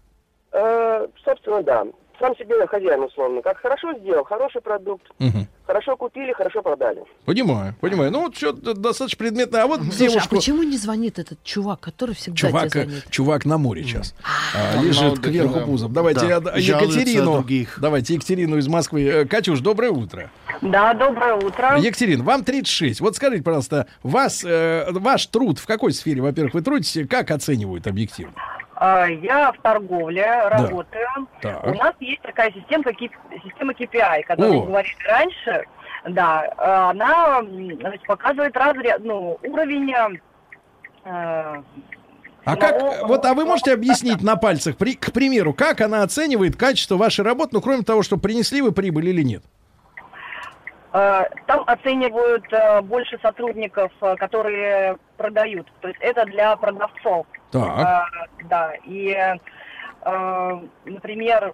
[SPEAKER 11] Э, собственно, да. Сам себе хозяин, условно. Как хорошо сделал, хороший продукт.
[SPEAKER 2] Угу.
[SPEAKER 11] Хорошо купили, хорошо продали.
[SPEAKER 2] Понимаю, понимаю. Ну, вот все достаточно предметно. А вот
[SPEAKER 4] Слушай,
[SPEAKER 2] девушку...
[SPEAKER 4] а почему не звонит этот чувак, который всегда
[SPEAKER 2] Чувак,
[SPEAKER 4] тебе
[SPEAKER 2] э,
[SPEAKER 4] звонит?
[SPEAKER 2] чувак на море сейчас. А,
[SPEAKER 5] Он
[SPEAKER 2] лежит
[SPEAKER 5] на отдыхе,
[SPEAKER 2] кверху
[SPEAKER 5] да.
[SPEAKER 2] пузом. Давайте
[SPEAKER 3] Да.
[SPEAKER 2] э,
[SPEAKER 3] Жалуется
[SPEAKER 2] Екатерину.
[SPEAKER 3] других.
[SPEAKER 2] Давайте Екатерину из Москвы. Э, Катюш, доброе утро.
[SPEAKER 12] Да, доброе утро.
[SPEAKER 2] Екатерина, вам тридцать шесть. Вот скажите, пожалуйста, вас, э, ваш труд в какой сфере, во-первых, вы трудитесь, как оценивают объективно?
[SPEAKER 12] А, Я в торговле работаю.
[SPEAKER 2] Так.
[SPEAKER 12] У нас есть такая система, ки- система кей пи ай, которую
[SPEAKER 2] О.
[SPEAKER 12] мы говорили раньше. Да, а, она м, значит, показывает разряд, ну, уровень. э,
[SPEAKER 2] А
[SPEAKER 12] самого-
[SPEAKER 2] как, вот, а вы можете объяснить на пальцах, при, к примеру, как она оценивает качество вашей работы, ну, кроме того, что принесли вы прибыль или нет?
[SPEAKER 12] Э, Там оценивают э, больше сотрудников, э, которые продают. То есть это для продавцов.
[SPEAKER 2] Так.
[SPEAKER 12] Э, Да, и, э, например,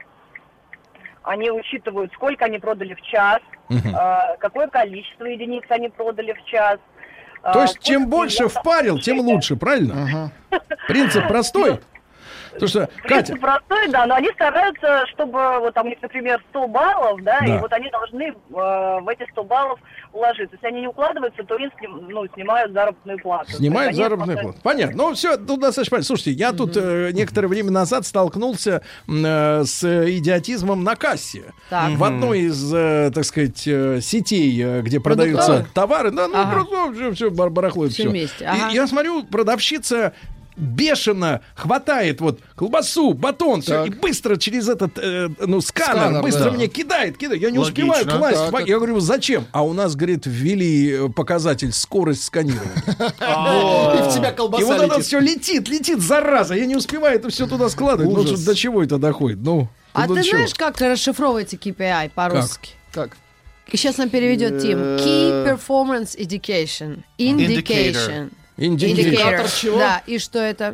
[SPEAKER 12] они учитывают, сколько они продали в час,
[SPEAKER 2] Мгм.
[SPEAKER 12] э, какое количество единиц они продали в час. э,
[SPEAKER 2] То есть,
[SPEAKER 12] сколько
[SPEAKER 2] чем больше
[SPEAKER 12] клиентов
[SPEAKER 2] впарил, тем
[SPEAKER 12] получили.
[SPEAKER 2] лучше, правильно? Принцип простой. Потому что, Катя,
[SPEAKER 12] Принцип простой, да, но они стараются, чтобы, вот там у них, например, сто баллов, да,
[SPEAKER 2] Да.
[SPEAKER 12] и вот они должны э, в эти сто баллов уложиться. Если они не укладываются, то им сним- ну, снимают заработную плату.
[SPEAKER 2] снимают
[SPEAKER 12] То есть они
[SPEAKER 2] заработную
[SPEAKER 12] просто-
[SPEAKER 2] плату. Понятно. Ну, все, тут достаточно понятно. Слушайте, я тут э, некоторое время назад столкнулся м, э, с идиотизмом на кассе.
[SPEAKER 4] Так.
[SPEAKER 2] В одной из, э, так сказать, э, сетей, э, где продаются
[SPEAKER 4] Продуктовых?
[SPEAKER 2] товары. Да, ну,
[SPEAKER 4] Ага.
[SPEAKER 2] просто все, все барахло.
[SPEAKER 4] Всё
[SPEAKER 2] Все.
[SPEAKER 4] вместе, ага.
[SPEAKER 2] И я смотрю, продавщица бешено хватает вот колбасу, батон, все,
[SPEAKER 5] Так.
[SPEAKER 2] и быстро через этот, э, ну, сканер,
[SPEAKER 5] Сканер,
[SPEAKER 2] быстро
[SPEAKER 5] да.
[SPEAKER 2] мне кидает, кидает. Я не
[SPEAKER 3] Логично.
[SPEAKER 2] успеваю класть.
[SPEAKER 5] Так,
[SPEAKER 2] Я
[SPEAKER 5] так.
[SPEAKER 2] говорю, зачем? А у нас, говорит, ввели э, показатель скорость сканирования.
[SPEAKER 5] И в тебя
[SPEAKER 2] И
[SPEAKER 5] колбаса
[SPEAKER 2] вот это
[SPEAKER 5] летит.
[SPEAKER 2] все летит, летит, зараза. Я не успеваю это все туда складывать. Ну,
[SPEAKER 5] Ужас.
[SPEAKER 2] что- до чего это доходит? Ну,
[SPEAKER 4] А
[SPEAKER 2] ну,
[SPEAKER 4] ты
[SPEAKER 2] до чего?
[SPEAKER 4] знаешь, как расшифровывается кей пи ай по-русски?
[SPEAKER 5] Как?
[SPEAKER 4] И сейчас нам переведет Тим. Key Performance Indication. Indication.
[SPEAKER 2] Индикатор.
[SPEAKER 5] Индикатор чего?
[SPEAKER 4] Да, и что это?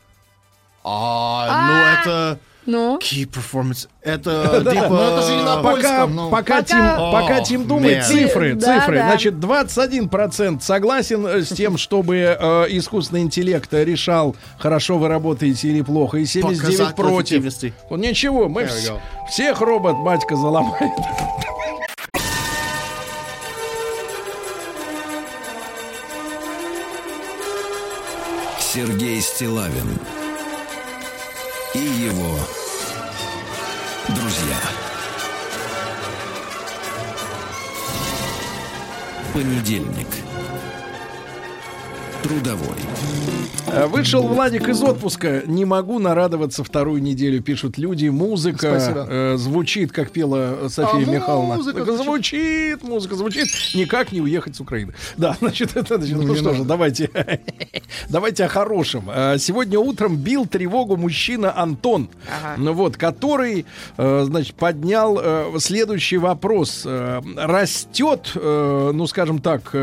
[SPEAKER 3] А,
[SPEAKER 4] А.
[SPEAKER 3] ну это
[SPEAKER 4] Ну?
[SPEAKER 3] key performance. Это
[SPEAKER 2] Да,
[SPEAKER 3] типа...
[SPEAKER 5] ну это же не на
[SPEAKER 2] Пока,
[SPEAKER 5] польском, ну.
[SPEAKER 2] пока,
[SPEAKER 4] Пока-
[SPEAKER 2] Тим, пока
[SPEAKER 3] О,
[SPEAKER 2] Тим думает,
[SPEAKER 3] man.
[SPEAKER 2] цифры,
[SPEAKER 4] Да,
[SPEAKER 2] цифры.
[SPEAKER 4] да.
[SPEAKER 2] Значит, двадцать один процент согласен э, с тем, чтобы э, искусственный интеллект решал, хорошо вы работаете или плохо, и семьдесят девять
[SPEAKER 3] Показатель
[SPEAKER 2] против.
[SPEAKER 3] эффективности.
[SPEAKER 2] Ну, ничего, мы
[SPEAKER 3] There we
[SPEAKER 2] вс-
[SPEAKER 3] go.
[SPEAKER 2] всех робот батька заломает.
[SPEAKER 1] Сергей Стиллавин и его друзья. Понедельник. трудовой.
[SPEAKER 2] Вышел Владик из отпуска. Не могу нарадоваться вторую неделю, пишут люди. Музыка э, звучит, как пела София а Михайловна.
[SPEAKER 5] Музыка
[SPEAKER 2] звучит, музыка звучит. Никак не уехать с Украины. Да, значит, это, значит, ну, ну что же, давайте, давайте о хорошем. Сегодня утром бил тревогу мужчина Антон, ага. ну, вот, который, значит, поднял следующий вопрос. Растет, ну, скажем так,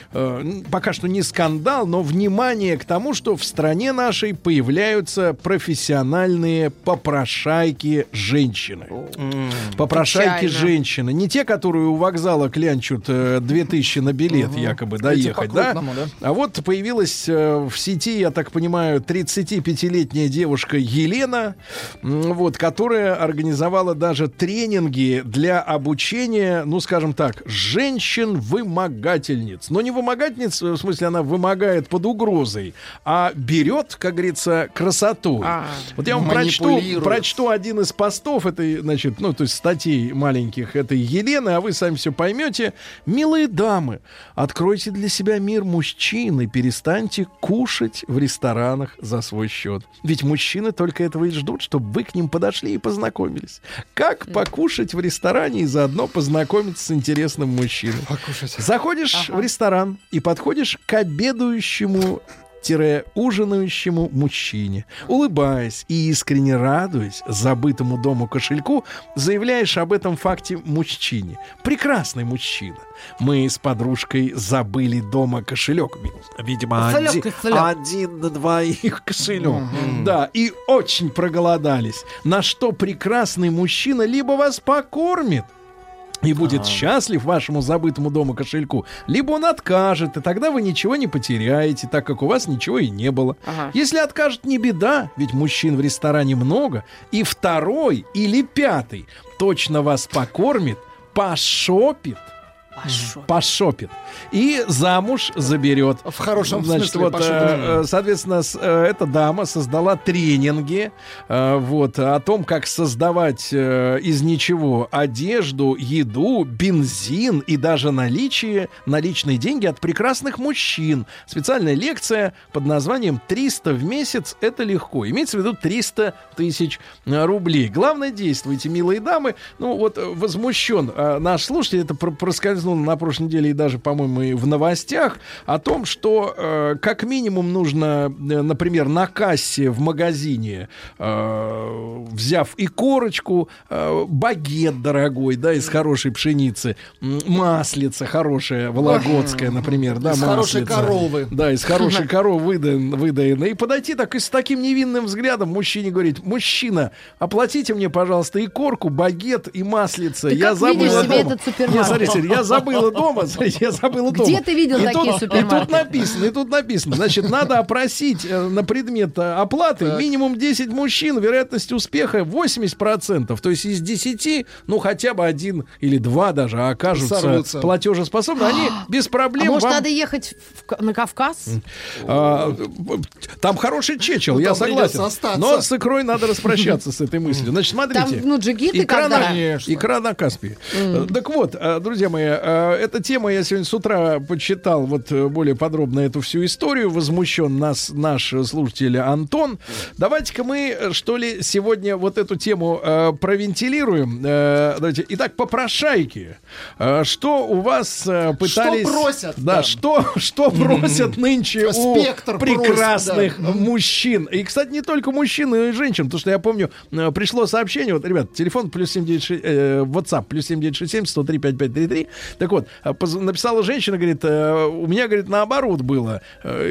[SPEAKER 2] пока что не скандал, но внимание к тому, что в стране нашей появляются профессиональные попрошайки-женщины. Mm. Попрошайки-женщины. Не те, которые у вокзала клянчут э, две тысячи на билет, uh-huh. якобы, доехать, да? да? А вот появилась э, в сети, я так понимаю, тридцатипятилетняя девушка Елена, э, вот, которая организовала даже тренинги для обучения, ну, скажем так, женщин-вымогательниц. Но не вымогательниц, в смысле, она вымогает под угрозой, а берет, как говорится, красоту. А, вот я вам прочту, прочту один из постов этой, значит, ну, то есть статей маленьких этой Елены, а вы сами все поймете. Милые дамы, откройте для себя мир мужчин и перестаньте кушать в ресторанах за свой счет. Ведь мужчины только этого и ждут, чтобы вы к ним подошли и познакомились. Как покушать в ресторане и заодно познакомиться с интересным мужчиной? Покушать. Заходишь ага. в ресторан и подходишь к обедающему ужинающему мужчине. Улыбаясь и искренне радуясь забытому дому кошельку, заявляешь об этом факте мужчине. Прекрасный мужчина. Мы с подружкой забыли дома кошелек. Видимо, один, один на двоих кошелек. Mm-hmm. Да, и очень проголодались. На что прекрасный мужчина либо вас покормит, и будет А-а-а. счастлив вашему забытому дому кошельку, либо он откажет, и тогда вы ничего не потеряете, так как у вас ничего и не было. Ага. Если откажет, не беда, ведь мужчин в ресторане много, и второй или пятый точно вас покормит, пошопит, Пошопит. Пошопит. И замуж заберет.
[SPEAKER 5] В хорошем
[SPEAKER 2] Значит,
[SPEAKER 5] смысле.
[SPEAKER 2] Вот, э, соответственно, с, э, эта дама создала тренинги э, вот, о том, как создавать э, из ничего одежду, еду, бензин и даже наличие, наличные деньги от прекрасных мужчин. Специальная лекция под названием «триста в месяц – это легко». Имеется в виду триста тысяч рублей. Главное, действуйте, милые дамы. Ну вот возмущен э, наш слушатель, это проскользнул на прошлой неделе и даже, по-моему, и в новостях о том, что э, как минимум нужно, э, например, на кассе в магазине, э, взяв и корочку, э, багет дорогой, да, из хорошей пшеницы, маслица хорошая, вологодская, например, да,
[SPEAKER 5] из
[SPEAKER 2] маслица,
[SPEAKER 5] хорошей коровы.
[SPEAKER 2] Да, из хорошей коровы выдаен, выдаено. И подойти так и с таким невинным взглядом мужчине говорить: мужчина, оплатите мне, пожалуйста, и корку, багет, и маслица.
[SPEAKER 4] Ты
[SPEAKER 2] я
[SPEAKER 4] как
[SPEAKER 2] забыла
[SPEAKER 4] видишь
[SPEAKER 2] дома.
[SPEAKER 4] себе этот супермаркет?
[SPEAKER 2] Я, смотрите, я забыла дома, смотрите, я забыла дома.
[SPEAKER 4] Где ты видел
[SPEAKER 2] и
[SPEAKER 4] такие
[SPEAKER 2] тут,
[SPEAKER 4] супермаркеты?
[SPEAKER 2] И тут написано, и тут написано, значит, надо опросить э, на предмет э, оплаты так. минимум десять мужчин, вероятность успеха восемьдесят процентов. То есть из десяти, ну, хотя бы один или два даже окажутся Сорвутся. платежеспособны. Они без проблем...
[SPEAKER 4] А может,
[SPEAKER 2] вам...
[SPEAKER 4] надо ехать в, на Кавказ?
[SPEAKER 2] А, там хороший чечел, ну, я согласен. Но с икрой надо распрощаться с этой мыслью. Значит, смотрите.
[SPEAKER 4] Там, ну, джигиты
[SPEAKER 2] икра
[SPEAKER 4] когда?
[SPEAKER 2] На, икра на Каспии. Mm. Так вот, друзья мои, эта тема, я сегодня с утра почитал вот более подробно эту всю историю. Возмущен нас наш слушатель Антон. Давайте-ка мы, что ли, сегодня вот эту тему э, провентилируем. Э, давайте. Итак, попрошайки. Э, что у вас э, пытались...
[SPEAKER 5] Что просят?
[SPEAKER 2] Да, да. Что, что просят нынче у
[SPEAKER 5] Спектр
[SPEAKER 2] прекрасных
[SPEAKER 5] просит, да.
[SPEAKER 2] мужчин. И, кстати, не только мужчин, но и женщин. Потому что я помню, э, пришло сообщение. Вот, ребят, телефон плюс семь девять шесть... Э, WhatsApp плюс семь девять шесть семь сто три пятьдесят пять тридцать три. Так вот, написала женщина, говорит, у меня, говорит, наоборот было.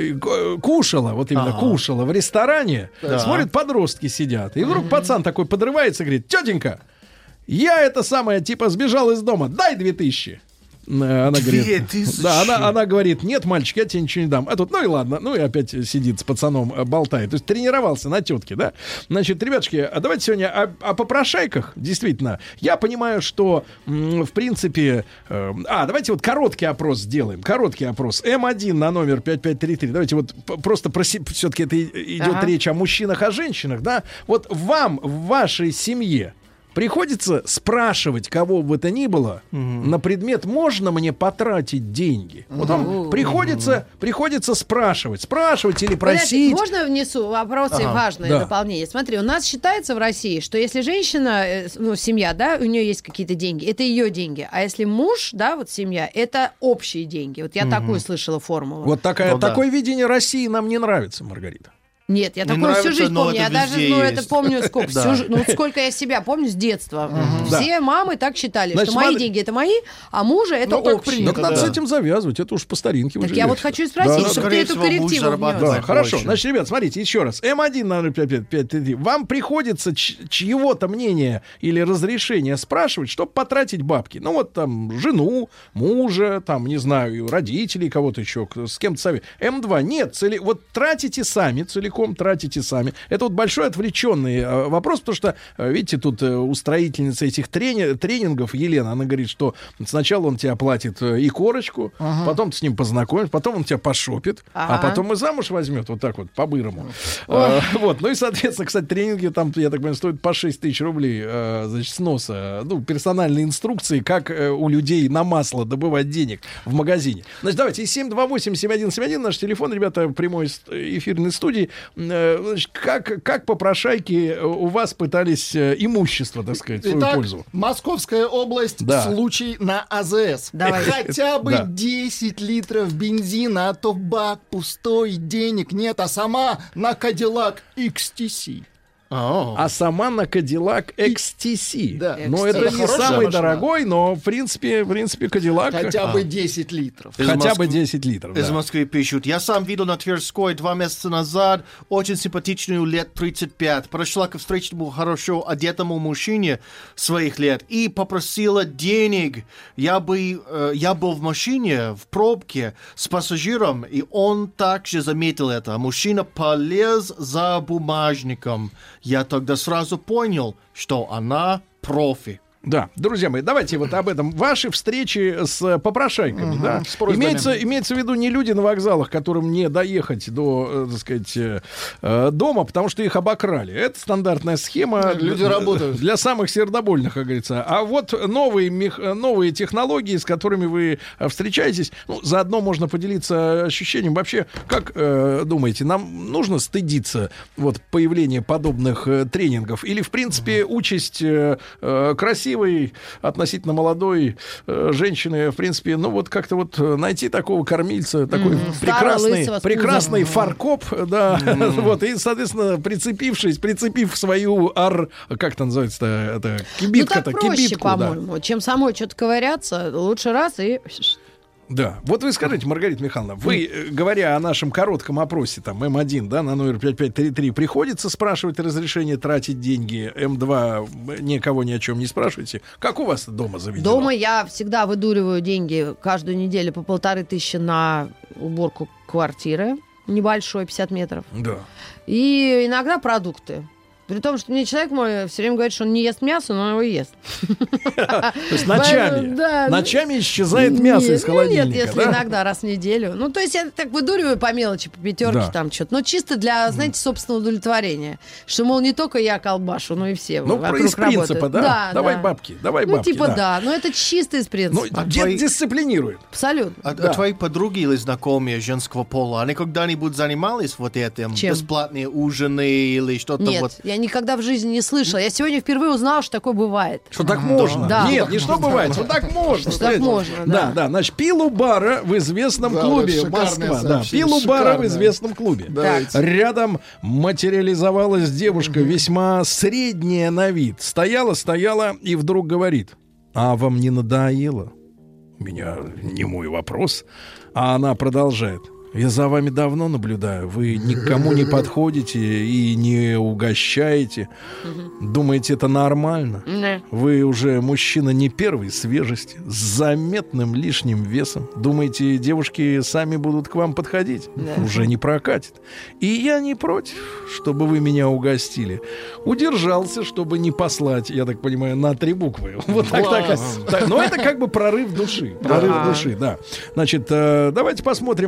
[SPEAKER 2] Кушала, вот именно ага. кушала в ресторане. Да. Смотрит, подростки сидят. И вдруг mm-hmm. пацан такой подрывается, говорит: тетенька, я это самое, типа, сбежал из дома, дай две тысячи. Она говорит, да, она, она говорит: нет, мальчик, я тебе ничего не дам. А тут, ну и ладно, ну и опять сидит с пацаном, болтает. То есть тренировался на тетке, да. Значит, ребятушки, а давайте сегодня о, о попрошайках. Действительно, я понимаю, что м, в принципе... Э, а, давайте вот короткий опрос сделаем. Короткий опрос. эм один на номер пять пять три три. Давайте вот просто про... Все-таки это идет ага. речь о мужчинах, о женщинах, да. Вот вам в вашей семье приходится спрашивать кого бы то ни было mm-hmm. на предмет, можно мне потратить деньги. Mm-hmm. Вот там приходится, mm-hmm. приходится спрашивать, спрашивать или просить.
[SPEAKER 4] Подожди, можно я внесу вопрос ага. и важное да. дополнение? Смотри, у нас считается в России, что если женщина, ну, семья, да, у нее есть какие-то деньги, это ее деньги. А если муж, да, вот семья, это общие деньги. Вот я mm-hmm. такую слышала формулу.
[SPEAKER 2] Вот такая, ну, такое да. видение России нам не нравится, Маргарита.
[SPEAKER 4] Нет, я такое всю жизнь помню. Я даже, ну, это помню сколько. Всю, ну, сколько я себя помню с детства. Угу. Все да. мамы так считали, Значит, что мои мам... деньги это мои, а мужа это ну, общие.
[SPEAKER 2] Так надо да. с этим завязывать, это уж по старинке.
[SPEAKER 4] Так я вот хочу спросить, да, чтобы ты эту коррективу внес.
[SPEAKER 2] Да, хорошо, значит, ребят, смотрите, еще раз. эм один на ноль пять пять три. Вам приходится чьего-то мнения или разрешения спрашивать, чтобы потратить бабки. Ну, вот там жену, мужа, там, не знаю, родителей, кого-то еще, с кем-то совет. эм два нет, цели... вот тратите сами целиком, тратите сами. Это вот большой отвлеченный э, вопрос, потому что, э, видите, тут э, устроительница этих трени- тренингов Елена, она говорит, что сначала он тебе оплатит э, и корочку, ага. потом ты с ним познакомишь, потом он тебя пошопит, ага. а потом и замуж возьмет, вот так вот, по-бырому. Э, вот, ну и, соответственно, кстати, тренинги там, я так понимаю, стоят по шесть тысяч рублей, э, значит, сноса, ну, персональные инструкции, как э, у людей на масло добывать денег в магазине. Значит, давайте, семь два восемь семь один семь один, наш телефон, ребята, в прямой эфирной студии. Значит, как, как попрошайки у вас пытались имущество, так сказать, в свою
[SPEAKER 5] Итак,
[SPEAKER 2] пользу?
[SPEAKER 5] Московская область, да. случай на АЗС. Давай. Хотя бы да. десять литров бензина, а то бак пустой, денег нет, а сама на Cadillac икс ти си.
[SPEAKER 2] Oh. А сама на Cadillac икс ти си. Да. Но это, это не самый машина. Дорогой, но в принципе, в принципе, Cadillac.
[SPEAKER 5] Хотя бы десять литров.
[SPEAKER 2] Из Хотя Моск... бы десять литров.
[SPEAKER 3] Из
[SPEAKER 2] да.
[SPEAKER 3] Москвы пишут. Я сам видел на Тверской два месяца назад очень симпатичную лет тридцать пять. Прошла к встречному хорошо одетому мужчине своих лет и попросила денег. Я бы, э, я был в машине в пробке с пассажиром, и он также заметил это. Мужчина полез за бумажником. Я тогда сразу понял, что она профи.
[SPEAKER 2] Да, друзья мои, давайте вот об этом. Ваши встречи с попрошайками, угу, да? С имеется, имеется в виду не люди на вокзалах, которым не доехать до, так сказать, дома, потому что их обокрали. Это стандартная схема.
[SPEAKER 5] Люди
[SPEAKER 2] для,
[SPEAKER 5] работают.
[SPEAKER 2] Для самых сердобольных, как говорится. А вот новые, новые технологии, с которыми вы встречаетесь, ну, заодно можно поделиться ощущением. Вообще, как э, думаете, нам нужно стыдиться вот появления подобных э, тренингов? Или, в принципе, угу. участь э, э, красивой, относительно молодой э, женщины, в принципе, ну вот как-то вот найти такого кормильца, такой mm-hmm. прекрасный, прекрасный фаркоп, да, mm-hmm. вот, и, соответственно, прицепившись, прицепив свою ар, как это называется, это кибитка-то,
[SPEAKER 4] ну, так проще,
[SPEAKER 2] кибитку,
[SPEAKER 4] по-моему,
[SPEAKER 2] да.
[SPEAKER 4] чем самой что-то ковыряться, лучше раз и...
[SPEAKER 2] Да, вот вы скажите, Маргарита Михайловна, вы, говоря о нашем коротком опросе, там, эм один, да, на номер пять пять три три, приходится спрашивать разрешение тратить деньги, эм два никого ни о чем не спрашиваете. Как у вас дома заведено?
[SPEAKER 4] Дома я всегда выдуриваю деньги каждую неделю по полторы тысячи на уборку квартиры, небольшой, пятьдесят метров.
[SPEAKER 2] Да.
[SPEAKER 4] И иногда продукты. При том, что мне человек мой все время говорит, что он не ест мясо, но его ест.
[SPEAKER 2] То есть ночами? Ночами исчезает мясо из холодильника?
[SPEAKER 4] Нет, если иногда, раз в неделю. Ну, то есть я так выдуриваю по мелочи, по пятерке там что-то. Но чисто для, знаете, собственного удовлетворения. Что, мол, не только я колбашу, но и все
[SPEAKER 2] ну,
[SPEAKER 4] вокруг
[SPEAKER 2] из принципа,
[SPEAKER 4] работают.
[SPEAKER 2] да? Давай бабки, давай бабки.
[SPEAKER 4] Ну, типа да, но это чисто из принципа.
[SPEAKER 2] Ну, дисциплинирует.
[SPEAKER 4] Абсолютно.
[SPEAKER 3] А твои подруги или знакомые женского пола, они когда-нибудь занимались вот этим? Бесплатные ужины или что-то вот?
[SPEAKER 4] Нет, я никогда в жизни не слышала. Я сегодня впервые узнала, что такое бывает.
[SPEAKER 2] Что так можно?
[SPEAKER 4] Да.
[SPEAKER 2] Нет, не что бывает, что так можно.
[SPEAKER 4] Что так можно, да.
[SPEAKER 2] Да, да, значит, пил у бара в известном
[SPEAKER 5] да,
[SPEAKER 2] клубе Москва. Да, пил у бара в известном клубе. Да. Рядом материализовалась девушка, весьма средняя на вид. Стояла, стояла и вдруг говорит: а вам не надоело? У меня не мой вопрос. А она продолжает: я за вами давно наблюдаю. Вы никому не подходите и не угощаете. Думаете, это нормально?
[SPEAKER 4] Да.
[SPEAKER 2] Вы уже мужчина не первой свежести, с заметным лишним весом. Думаете, девушки сами будут к вам подходить? Да. Уже не прокатит. И я не против, чтобы вы меня угостили. Удержался, чтобы не послать, я так понимаю, на три буквы. Вот так, так, так. Но это как бы прорыв души. Прорыв души, да. Значит, давайте посмотрим еще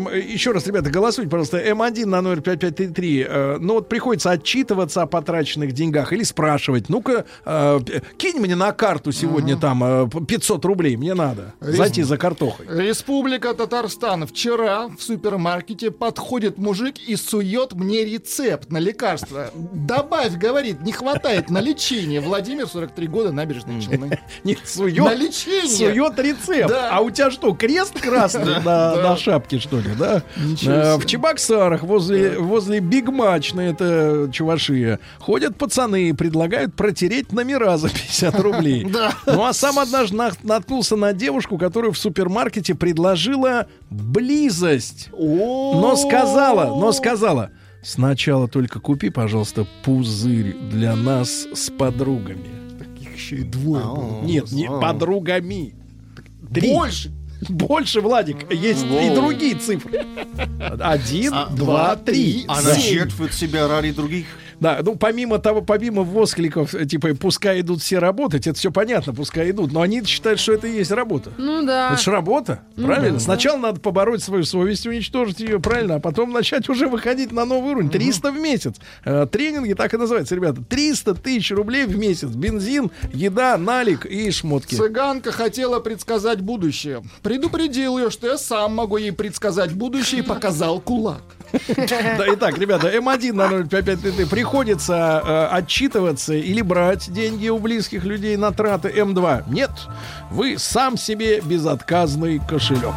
[SPEAKER 2] еще раз, ребята, голосуйте, пожалуйста, эм один на номер пять пять три три. Э, ну вот приходится отчитываться о потраченных деньгах или спрашивать, ну-ка, э, кинь мне на карту сегодня uh-huh. там э, пятьсот рублей, мне надо Рес... зайти за картохой.
[SPEAKER 5] Республика Татарстан. Вчера в супермаркете подходит мужик и сует мне рецепт на лекарство. Добавь, говорит, не хватает на лечение. Владимир, сорок три года, Набережные Челны.
[SPEAKER 2] Нет, сует,
[SPEAKER 5] на лечение.
[SPEAKER 2] Сует рецепт. Да. А у тебя что, крест красный на, на шапке, что ли, да? А, в Чебоксарах возле, возле Биг Матч, на это чувашия, ходят пацаны и предлагают протереть номера за пятьдесят рублей. Ну а сам однажды наткнулся на девушку, которая в супермаркете предложила близость. Но сказала, но сказала: сначала только купи, пожалуйста, пузырь для нас с подругами.
[SPEAKER 5] Таких еще и двое было.
[SPEAKER 2] Нет, не подругами.
[SPEAKER 5] Три. Больше.
[SPEAKER 2] Больше, Владик, есть Воу. и другие цифры. Один, а, два, три.
[SPEAKER 3] Она жертвует себя ради других.
[SPEAKER 2] Да, ну помимо того, помимо воскликов, типа, пускай идут все работать, это все понятно, пускай идут, но они считают, что это и есть работа.
[SPEAKER 4] Ну да.
[SPEAKER 2] Это же работа, ну, правильно? Да. Сначала надо побороть свою совесть, уничтожить ее, правильно, а потом начать уже выходить на новый уровень. триста в месяц. Э, тренинги так и называются, ребята. триста тысяч рублей в месяц. Бензин, еда, налик и шмотки.
[SPEAKER 5] Цыганка хотела предсказать будущее. Предупредил ее, что я сам могу ей предсказать будущее, и показал кулак.
[SPEAKER 2] Да, итак, ребята, эм один на ноль пять пять три приходится э, отчитываться или брать деньги у близких людей на траты. эм два нет, вы сам себе безотказный кошелек.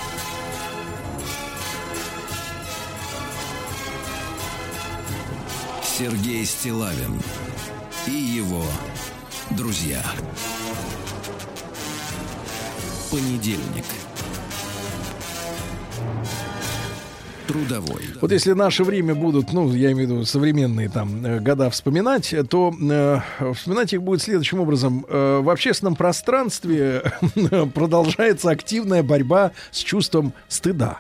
[SPEAKER 1] Сергей Стиллавин и его друзья. Понедельник. Трудовой.
[SPEAKER 2] Вот если наше время будут, ну, я имею в виду современные там э, года вспоминать, то э, вспоминать их будет следующим образом. Э, в общественном пространстве продолжается активная борьба с чувством стыда.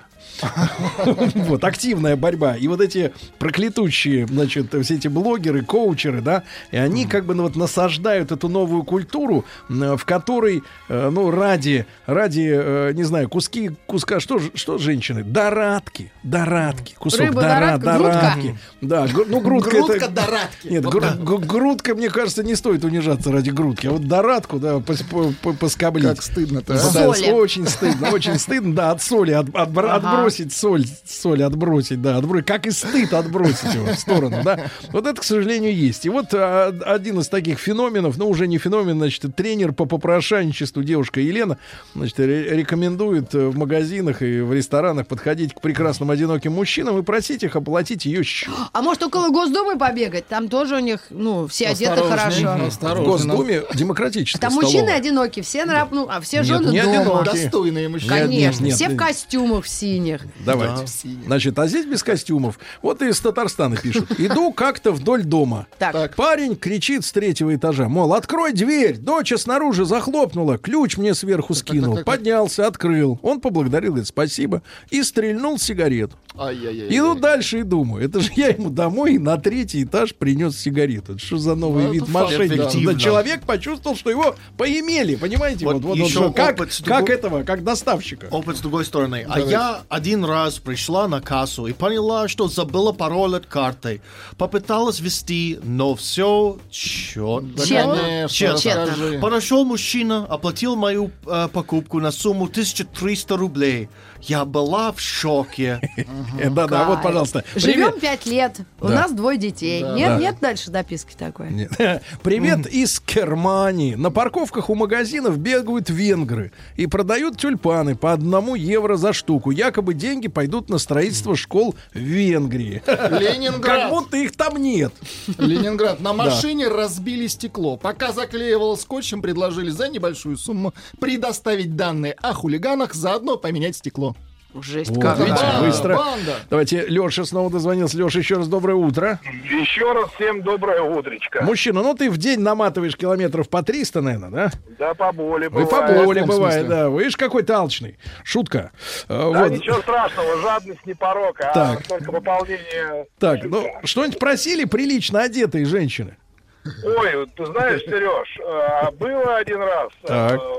[SPEAKER 2] Вот, активная борьба. И вот эти проклятущие, значит, все эти блогеры, коучеры, да, и они как бы ну, вот насаждают эту новую культуру, в которой, ну, ради, ради, не знаю, куски, куска, что, что женщины? Дорадки, дорадки, кусок
[SPEAKER 4] Рыба,
[SPEAKER 2] дора,
[SPEAKER 4] дорадка,
[SPEAKER 2] дорадки. Да, ну, грудка,
[SPEAKER 5] грудка
[SPEAKER 2] это...
[SPEAKER 5] дорадки.
[SPEAKER 2] Нет, гру... грудка, мне кажется, не стоит унижаться ради грудки, а вот дорадку, да, поскоблить.
[SPEAKER 5] Как стыдно-то,
[SPEAKER 2] а? Да, очень стыдно, очень стыдно, да, от соли, от, от, ага. отбросить соль, соль отбросить, да, отбросить, как и стыд отбросить его в сторону, да. Вот это, к сожалению, есть. И вот а, один из таких феноменов, ну, уже не феномен, значит, тренер по попрошайничеству, девушка Елена, значит, ре- рекомендует в магазинах и в ресторанах подходить к прекрасным одиноким мужчинам и просить их оплатить ее счет.
[SPEAKER 4] А может, около Госдумы побегать? Там тоже у них, ну, все одеты хорошо.
[SPEAKER 2] В Госдуме демократическая
[SPEAKER 4] Там
[SPEAKER 2] столовая.
[SPEAKER 4] мужчины одинокие, все, ну, а все жены
[SPEAKER 2] нет, не
[SPEAKER 4] дома.
[SPEAKER 2] Одинокие.
[SPEAKER 5] Достойные мужчины.
[SPEAKER 4] Конечно,
[SPEAKER 2] нет, нет,
[SPEAKER 4] все
[SPEAKER 2] нет.
[SPEAKER 4] в костюмах в синих.
[SPEAKER 2] Давайте. Да, значит, а здесь без костюмов. Вот из Татарстана пишут. Иду как-то вдоль дома.
[SPEAKER 4] Так.
[SPEAKER 2] Парень кричит с третьего этажа, мол, открой дверь. Доча снаружи захлопнула, ключ мне сверху скинул. Так, так, так, Поднялся, открыл. Он поблагодарил, говорит, спасибо. И стрельнул сигарету.
[SPEAKER 5] Ай-яй-яй.
[SPEAKER 2] Иду дальше и думаю, это же я ему домой на третий этаж принес сигарету. Что за новый ну, вид мошенничества? Да, человек почувствовал, что его поимели, понимаете?
[SPEAKER 3] Вот,
[SPEAKER 2] вот,
[SPEAKER 3] вот,
[SPEAKER 2] вот как,
[SPEAKER 3] опыт
[SPEAKER 2] как
[SPEAKER 3] другой...
[SPEAKER 2] этого, как доставщика.
[SPEAKER 3] Опыт с другой стороны.
[SPEAKER 2] Давайте.
[SPEAKER 3] А я один раз пришла на кассу и поняла, что забыла пароль от карты. Попыталась ввести, но все четко.
[SPEAKER 4] Тщетно.
[SPEAKER 3] Тщетно. Подошел мужчина, оплатил мою э, покупку на сумму тысяча триста рублей. Я была в шоке.
[SPEAKER 2] Да-да, вот, пожалуйста.
[SPEAKER 4] Живем пять лет, у нас двое детей. Нет, нет дальше дописки такой.
[SPEAKER 2] Привет из Германии. На парковках у магазинов бегают венгры и продают тюльпаны по одному евро за штуку. Якобы деньги пойдут на строительство школ в Венгрии.
[SPEAKER 5] Ленинград.
[SPEAKER 2] Как будто их там нет.
[SPEAKER 5] Ленинград. На машине разбили стекло. Пока заклеивал скотчем, предложили за небольшую сумму предоставить данные о хулиганах, заодно поменять стекло.
[SPEAKER 4] Жесть,
[SPEAKER 2] вот,
[SPEAKER 4] как
[SPEAKER 2] видите,
[SPEAKER 4] банда,
[SPEAKER 2] быстро.
[SPEAKER 5] Банда.
[SPEAKER 2] Давайте, Леша снова дозвонился. Леша, еще раз доброе утро.
[SPEAKER 7] Еще раз всем доброе утречко.
[SPEAKER 2] Мужчина, ну ты в день наматываешь километров по триста, наверное, да?
[SPEAKER 7] Да, поболее
[SPEAKER 2] Вы
[SPEAKER 7] бывает.
[SPEAKER 2] поболее бывает, да. Вы же какой-то алчный. Шутка.
[SPEAKER 7] Да,
[SPEAKER 2] вот.
[SPEAKER 7] Ничего страшного, жадность не порок, а так. Только выполнение...
[SPEAKER 2] Так, ну, что-нибудь просили прилично одетые женщины?
[SPEAKER 7] Ой, ты знаешь, Сереж, было один раз...
[SPEAKER 2] Так.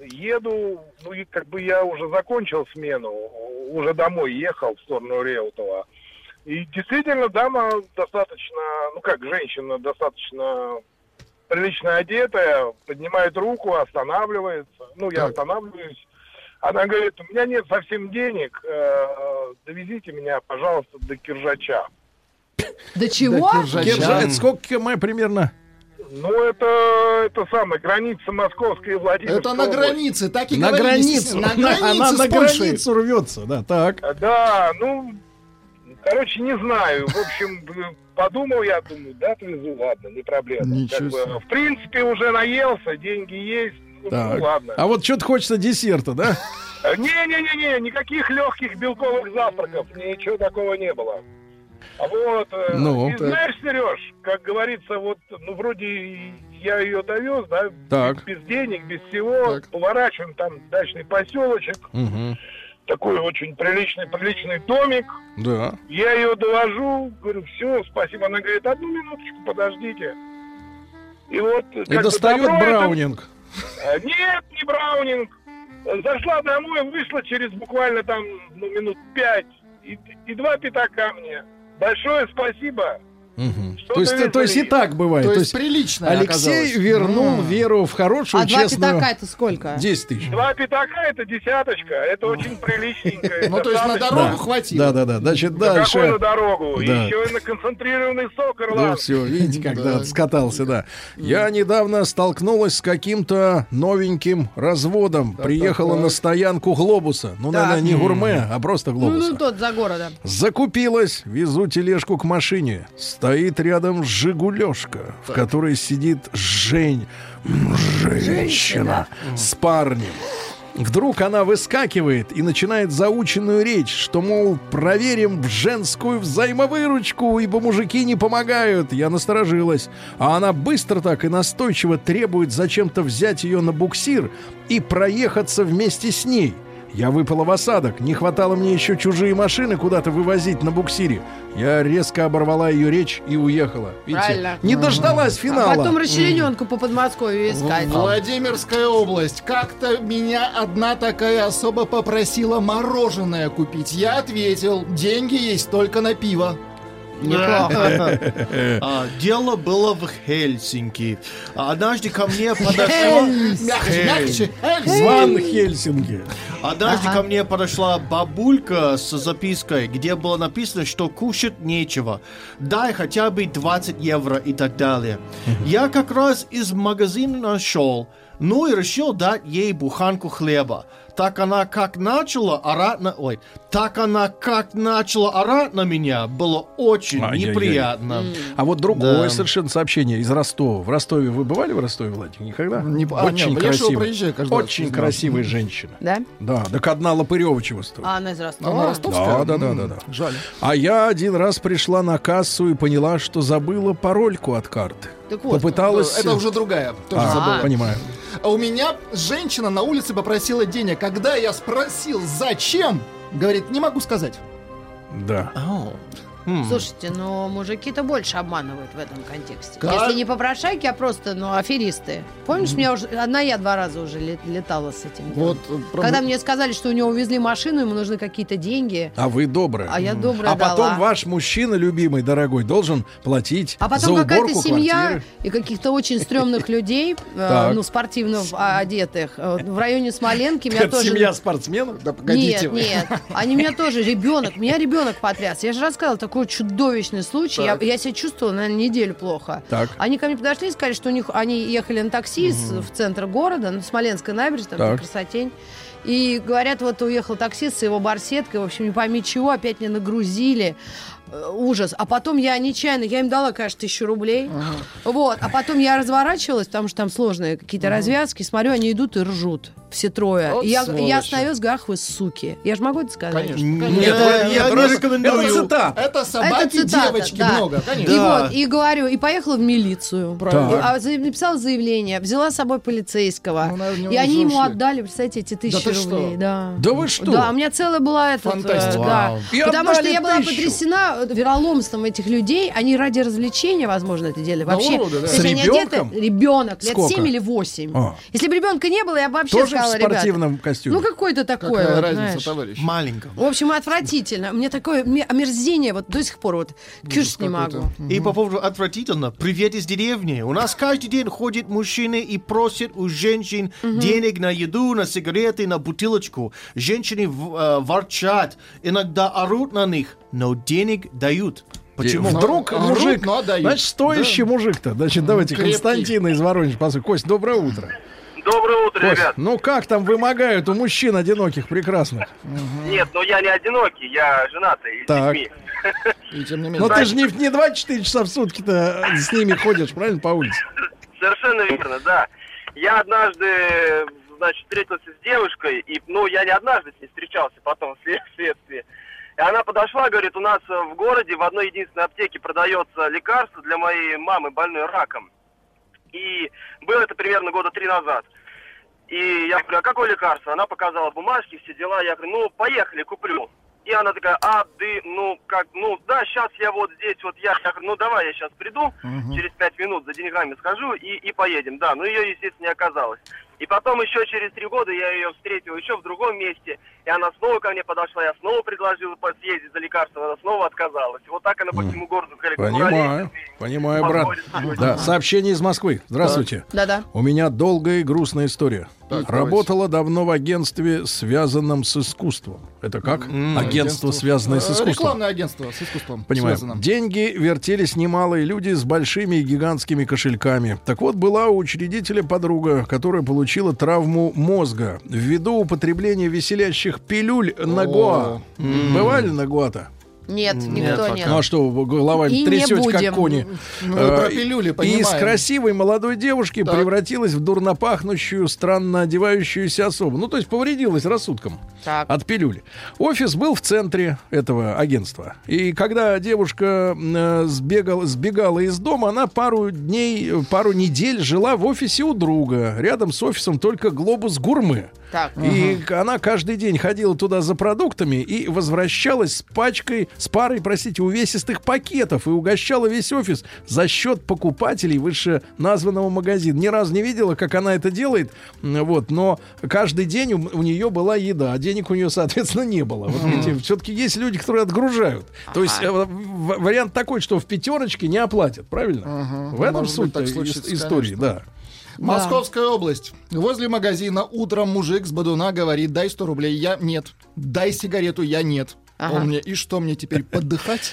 [SPEAKER 7] еду, ну и как бы я уже закончил смену, уже домой ехал в сторону Реутова. И действительно дама достаточно, ну как женщина, достаточно прилично одетая, поднимает руку, останавливается. Ну, я так. останавливаюсь. Она говорит, у меня нет совсем денег, э, довезите меня, пожалуйста, до Киржача.
[SPEAKER 4] До чего?
[SPEAKER 2] До Киржача. Киржа... Это сколько мы примерно?
[SPEAKER 7] Ну, это, это самая граница Московской и Владимирской.
[SPEAKER 5] Это на границе, так и
[SPEAKER 2] на границу.
[SPEAKER 5] На границе
[SPEAKER 2] Она на границу рвется, да, так.
[SPEAKER 7] Да, ну, короче, не знаю. В общем, подумал я, думаю, да, отвезу, ладно, не проблема. Как бы, в принципе, уже наелся, деньги есть, ну, ну ладно.
[SPEAKER 2] А вот что-то хочется десерта, да?
[SPEAKER 7] Не-не-не, никаких легких белковых завтраков, ничего такого не было. А вот, ну, и так. Знаешь, Сереж, как говорится, вот, ну, вроде я ее довез, да,
[SPEAKER 2] так.
[SPEAKER 7] без денег, без всего, так. Поворачиваем, там дачный поселочек,
[SPEAKER 2] угу.
[SPEAKER 7] Такой очень приличный, приличный домик.
[SPEAKER 2] Да.
[SPEAKER 7] Я ее довожу, говорю, все, спасибо. Она говорит, одну минуточку, подождите. И вот...
[SPEAKER 2] И достает Браунинг.
[SPEAKER 7] Это... Нет, не Браунинг. Зашла домой, вышла через буквально там, ну, минут пять, и, и два пятака мне. Большое спасибо.
[SPEAKER 2] Угу. То, есть, то есть и так бывает.
[SPEAKER 5] То, то есть прилично.
[SPEAKER 2] Алексей оказалось. вернул mm. веру в хорошую,
[SPEAKER 4] а
[SPEAKER 2] честную...
[SPEAKER 4] А два пятака это сколько?
[SPEAKER 2] десять тысяч.
[SPEAKER 7] Два пятака это десяточка. Это очень приличненько.
[SPEAKER 5] Ну, то есть на дорогу хватило.
[SPEAKER 2] Да-да-да. Значит, дальше...
[SPEAKER 7] Какой на дорогу? Еще и на концентрированный сок ирландский.
[SPEAKER 2] Ну, все, видите, когда скатался, да. Я недавно столкнулась с каким-то новеньким разводом. Приехала на стоянку глобуса. Ну, наверное, не гурме, а просто глобуса.
[SPEAKER 4] Ну, тот за городом.
[SPEAKER 2] Закупилась, везу тележку к машине. Стоит рядом «Жигулёшка», в которой сидит Жень, женщина, женщина с парнем. Вдруг она выскакивает и начинает заученную речь, что, мол, проверим женскую взаимовыручку, ибо мужики не помогают. Я насторожилась. А она быстро так и настойчиво требует зачем-то взять ее на буксир и проехаться вместе с ней. Я выпала в осадок. Не хватало мне еще чужие машины куда-то вывозить на буксире. Я резко оборвала ее речь и уехала. Видите?
[SPEAKER 4] Правильно.
[SPEAKER 2] Не дождалась финала.
[SPEAKER 4] А потом расчлененку по Подмосковью искать.
[SPEAKER 5] Владимирская область. Как-то меня одна такая особа попросила мороженое купить. Я ответил, деньги есть только на пиво.
[SPEAKER 3] Неплохо. а, дело было в Хельсинки. Однажды ко мне подошла...
[SPEAKER 2] Мягче, Зван Хельсинки.
[SPEAKER 3] Однажды ко мне подошла бабулька с запиской, где было написано, что кушать нечего. Дай хотя бы двадцать евро и так далее. Я как раз из магазина шел, ну и решил дать ей буханку хлеба. Так она как начала орать на... Ой, так она как начала орать на меня, было очень а, неприятно.
[SPEAKER 2] Я, я. А вот другое да. совершенно сообщение из Ростова. В Ростове вы бывали в Ростове, Владимир? Никогда?
[SPEAKER 5] Не,
[SPEAKER 2] очень
[SPEAKER 5] а,
[SPEAKER 2] красивая,
[SPEAKER 5] очень
[SPEAKER 2] очень красивая женщина.
[SPEAKER 4] Да?
[SPEAKER 2] Да, так одна Лопырева чего стоит.
[SPEAKER 4] А она из Ростова?
[SPEAKER 5] Она ростовская?
[SPEAKER 2] Да, да, да, да, да.
[SPEAKER 5] Жаль.
[SPEAKER 2] А я один раз пришла на кассу и поняла, что забыла парольку от карты.
[SPEAKER 4] Так вот,
[SPEAKER 2] попыталась...
[SPEAKER 5] Это уже другая. Тоже
[SPEAKER 2] а,
[SPEAKER 5] забыла.
[SPEAKER 2] Понимаю.
[SPEAKER 5] А у меня женщина на улице попросила денег. Когда я спросил, зачем, говорит, не могу сказать.
[SPEAKER 2] Да.
[SPEAKER 5] Oh.
[SPEAKER 4] Hmm. Слушайте, но мужики-то больше обманывают в этом контексте.
[SPEAKER 5] Как?
[SPEAKER 4] Если не попрошайки, а просто, ну, аферисты. Помнишь, mm-hmm. меня уже одна я два раза уже летала с этим делом. Вот, Когда проб... мне сказали, что у него увезли машину, ему нужны какие-то деньги.
[SPEAKER 2] А вы добрая.
[SPEAKER 4] А я добрая
[SPEAKER 2] А
[SPEAKER 4] дала.
[SPEAKER 2] потом ваш мужчина, любимый, дорогой, должен платить
[SPEAKER 4] а потом
[SPEAKER 2] за уборку
[SPEAKER 4] какая-то семья
[SPEAKER 2] квартиры.
[SPEAKER 4] И каких-то очень стрёмных людей, ну, спортивно одетых, в районе Смоленки.
[SPEAKER 2] Это семья спортсменов?
[SPEAKER 4] Да погодите. Нет, нет. Они меня тоже, ребенок, меня ребенок потряс. Я же рассказывала, такой чудовищный случай. Я, я себя чувствовала, наверное, неделю плохо.
[SPEAKER 2] Так.
[SPEAKER 4] Они ко мне подошли и сказали, что у них они ехали на такси угу. в центр города, на Смоленской набережной, там красотень. И говорят, вот уехал таксист с его барсеткой, в общем, не пойми чего, опять меня нагрузили. Ужас. А потом я нечаянно, я им дала, конечно, тысячу рублей. Ага. Вот. А потом я разворачивалась, потому что там сложные какие-то ага. развязки. Смотрю, они идут и ржут. Все трое. Вот и я, я остановилась, говорю, ах вы суки. Я же могу это сказать?
[SPEAKER 5] Конечно.
[SPEAKER 3] Нет, нет, я не рекомендую.
[SPEAKER 2] Это цитата.
[SPEAKER 5] Это собаки, это цитата, девочки
[SPEAKER 4] да.
[SPEAKER 5] много. Конечно.
[SPEAKER 4] И
[SPEAKER 5] Да.
[SPEAKER 4] вот, и говорю, и поехала в милицию.
[SPEAKER 5] Правильно.
[SPEAKER 4] А, написала заявление, взяла с собой полицейского. Ну, наверное, и они ему ушли. Отдали, представляете, эти тысячи да рублей. Да.
[SPEAKER 2] да вы что?
[SPEAKER 4] Да, у меня целая была эта...
[SPEAKER 5] Фантастика.
[SPEAKER 4] Да. Потому что я была тысячу. потрясена за вероломством этих людей, они ради развлечения, возможно, это делали. Вообще,
[SPEAKER 5] урода, да.
[SPEAKER 4] если
[SPEAKER 2] С
[SPEAKER 4] они
[SPEAKER 2] ребенком?
[SPEAKER 4] одеты, ребенок, лет
[SPEAKER 2] Сколько?
[SPEAKER 4] семь или восемь.
[SPEAKER 2] А.
[SPEAKER 4] Если бы ребенка не было, я бы вообще
[SPEAKER 2] Тоже
[SPEAKER 4] сказала,
[SPEAKER 2] в спортивном
[SPEAKER 4] ребята,
[SPEAKER 2] костюме?
[SPEAKER 4] ну какой-то такой,
[SPEAKER 5] Какая
[SPEAKER 4] вот,
[SPEAKER 5] разница,
[SPEAKER 4] знаешь.
[SPEAKER 5] товарищ?
[SPEAKER 3] Маленьком.
[SPEAKER 4] В общем, отвратительно. Мне такое ме- омерзение вот до сих пор вот кюш не могу.
[SPEAKER 3] И по поводу отвратительно, привет из деревни. У нас каждый день ходят мужчины и просят у женщин денег на еду, на сигареты, на бутылочку. Женщины в- э, ворчат, иногда орут на них, но денег дают. Почему?
[SPEAKER 2] Вдруг
[SPEAKER 5] Ну,
[SPEAKER 2] мужик,
[SPEAKER 5] орут, но отдают.
[SPEAKER 2] значит, стоящий мужик-то. Значит, давайте
[SPEAKER 5] Крепкий.
[SPEAKER 2] Константина из Воронежа послушаем. Кость, доброе утро.
[SPEAKER 13] Доброе утро,
[SPEAKER 2] Кость,
[SPEAKER 13] ребят.
[SPEAKER 2] ну как там вымогают у мужчин одиноких прекрасных?
[SPEAKER 13] Нет, ну я не одинокий, я женатый,
[SPEAKER 2] Так.
[SPEAKER 13] с детьми.
[SPEAKER 5] И тем не
[SPEAKER 2] Но
[SPEAKER 5] менее.
[SPEAKER 2] ты же не, не двадцать четыре часа в сутки-то с ними ходишь, правильно, по улице?
[SPEAKER 13] Совершенно верно, да. Я однажды, значит, встретился с девушкой, и, ну, я не однажды с ней встречался потом вследствие. И она подошла, говорит, у нас в городе в одной единственной аптеке продается лекарство для моей мамы, больной раком. И было это примерно года три назад. И я говорю, а какое лекарство? Она показала бумажки, все дела. Я говорю, ну, поехали, куплю. И она такая, а, ты, ну, как, ну, да, сейчас я вот здесь, вот я, я говорю, ну, давай я сейчас приду,
[SPEAKER 5] Мгм.
[SPEAKER 13] через пять минут за деньгами схожу и, и поедем, да. Но ее, естественно, не оказалось. И потом еще через три года я ее встретил еще в другом месте, и она снова ко мне подошла, я снова предложил съездить за лекарством, она снова отказалась. И вот так она по всему городу ходила.
[SPEAKER 2] Понимаю, понимаю, брат. Да, сообщение из Москвы. Здравствуйте.
[SPEAKER 4] Да-да.
[SPEAKER 2] У меня долгая и грустная история.
[SPEAKER 5] Так,
[SPEAKER 2] Работала давно в агентстве, связанном с искусством. Это как? Агентство, связанное с
[SPEAKER 5] Э,
[SPEAKER 2] искусством.
[SPEAKER 5] Рекламное агентство с искусством.
[SPEAKER 2] Понимаю.
[SPEAKER 5] связано.
[SPEAKER 2] Деньги вертелись немалые люди с большими и гигантскими кошельками. Так вот, была у учредителя подруга, которая получила травму мозга ввиду употребления веселящих пилюль на Гоа. Бывали на Гоа-то?
[SPEAKER 4] Нет, никто нет.
[SPEAKER 2] Ну а что, вы головами
[SPEAKER 4] И не
[SPEAKER 2] трясете,
[SPEAKER 4] будем.
[SPEAKER 2] как кони?
[SPEAKER 5] Ну,
[SPEAKER 2] Э,
[SPEAKER 5] про пилюли
[SPEAKER 2] И
[SPEAKER 5] понимаем.
[SPEAKER 2] из красивой молодой девушки
[SPEAKER 5] Так.
[SPEAKER 2] превратилась в дурно пахнущую, странно одевающуюся особу. Ну, то есть повредилась рассудком
[SPEAKER 4] Так.
[SPEAKER 2] от пилюли. Офис был в центре этого агентства. И когда девушка э, сбегала, сбегала из дома, она пару дней, пару недель жила в офисе у друга. Рядом с офисом только глобус гурме.
[SPEAKER 4] Так.
[SPEAKER 2] И она каждый день ходила туда за продуктами и возвращалась с пачкой, с парой, простите, увесистых пакетов и угощала весь офис за счет покупателей вышеназванного магазина. Ни разу не видела, как она это делает, вот, но каждый день у, у нее была еда, а денег у нее, соответственно, не было. Вот, видите, все-таки есть люди, которые отгружают. То есть э, в- вариант такой, что в пятерочке не оплатят, правильно?
[SPEAKER 5] Ага.
[SPEAKER 2] В этом
[SPEAKER 5] Может быть,
[SPEAKER 2] суть
[SPEAKER 5] так
[SPEAKER 2] ис-
[SPEAKER 5] случится,
[SPEAKER 2] истории,
[SPEAKER 5] конечно.
[SPEAKER 2] да.
[SPEAKER 5] Московская область. Возле магазина утром мужик с бодуна говорит: дай сто рублей, я нет. Дай сигарету, я нет.
[SPEAKER 4] Ага.
[SPEAKER 5] Он мне: и что, мне теперь подыхать?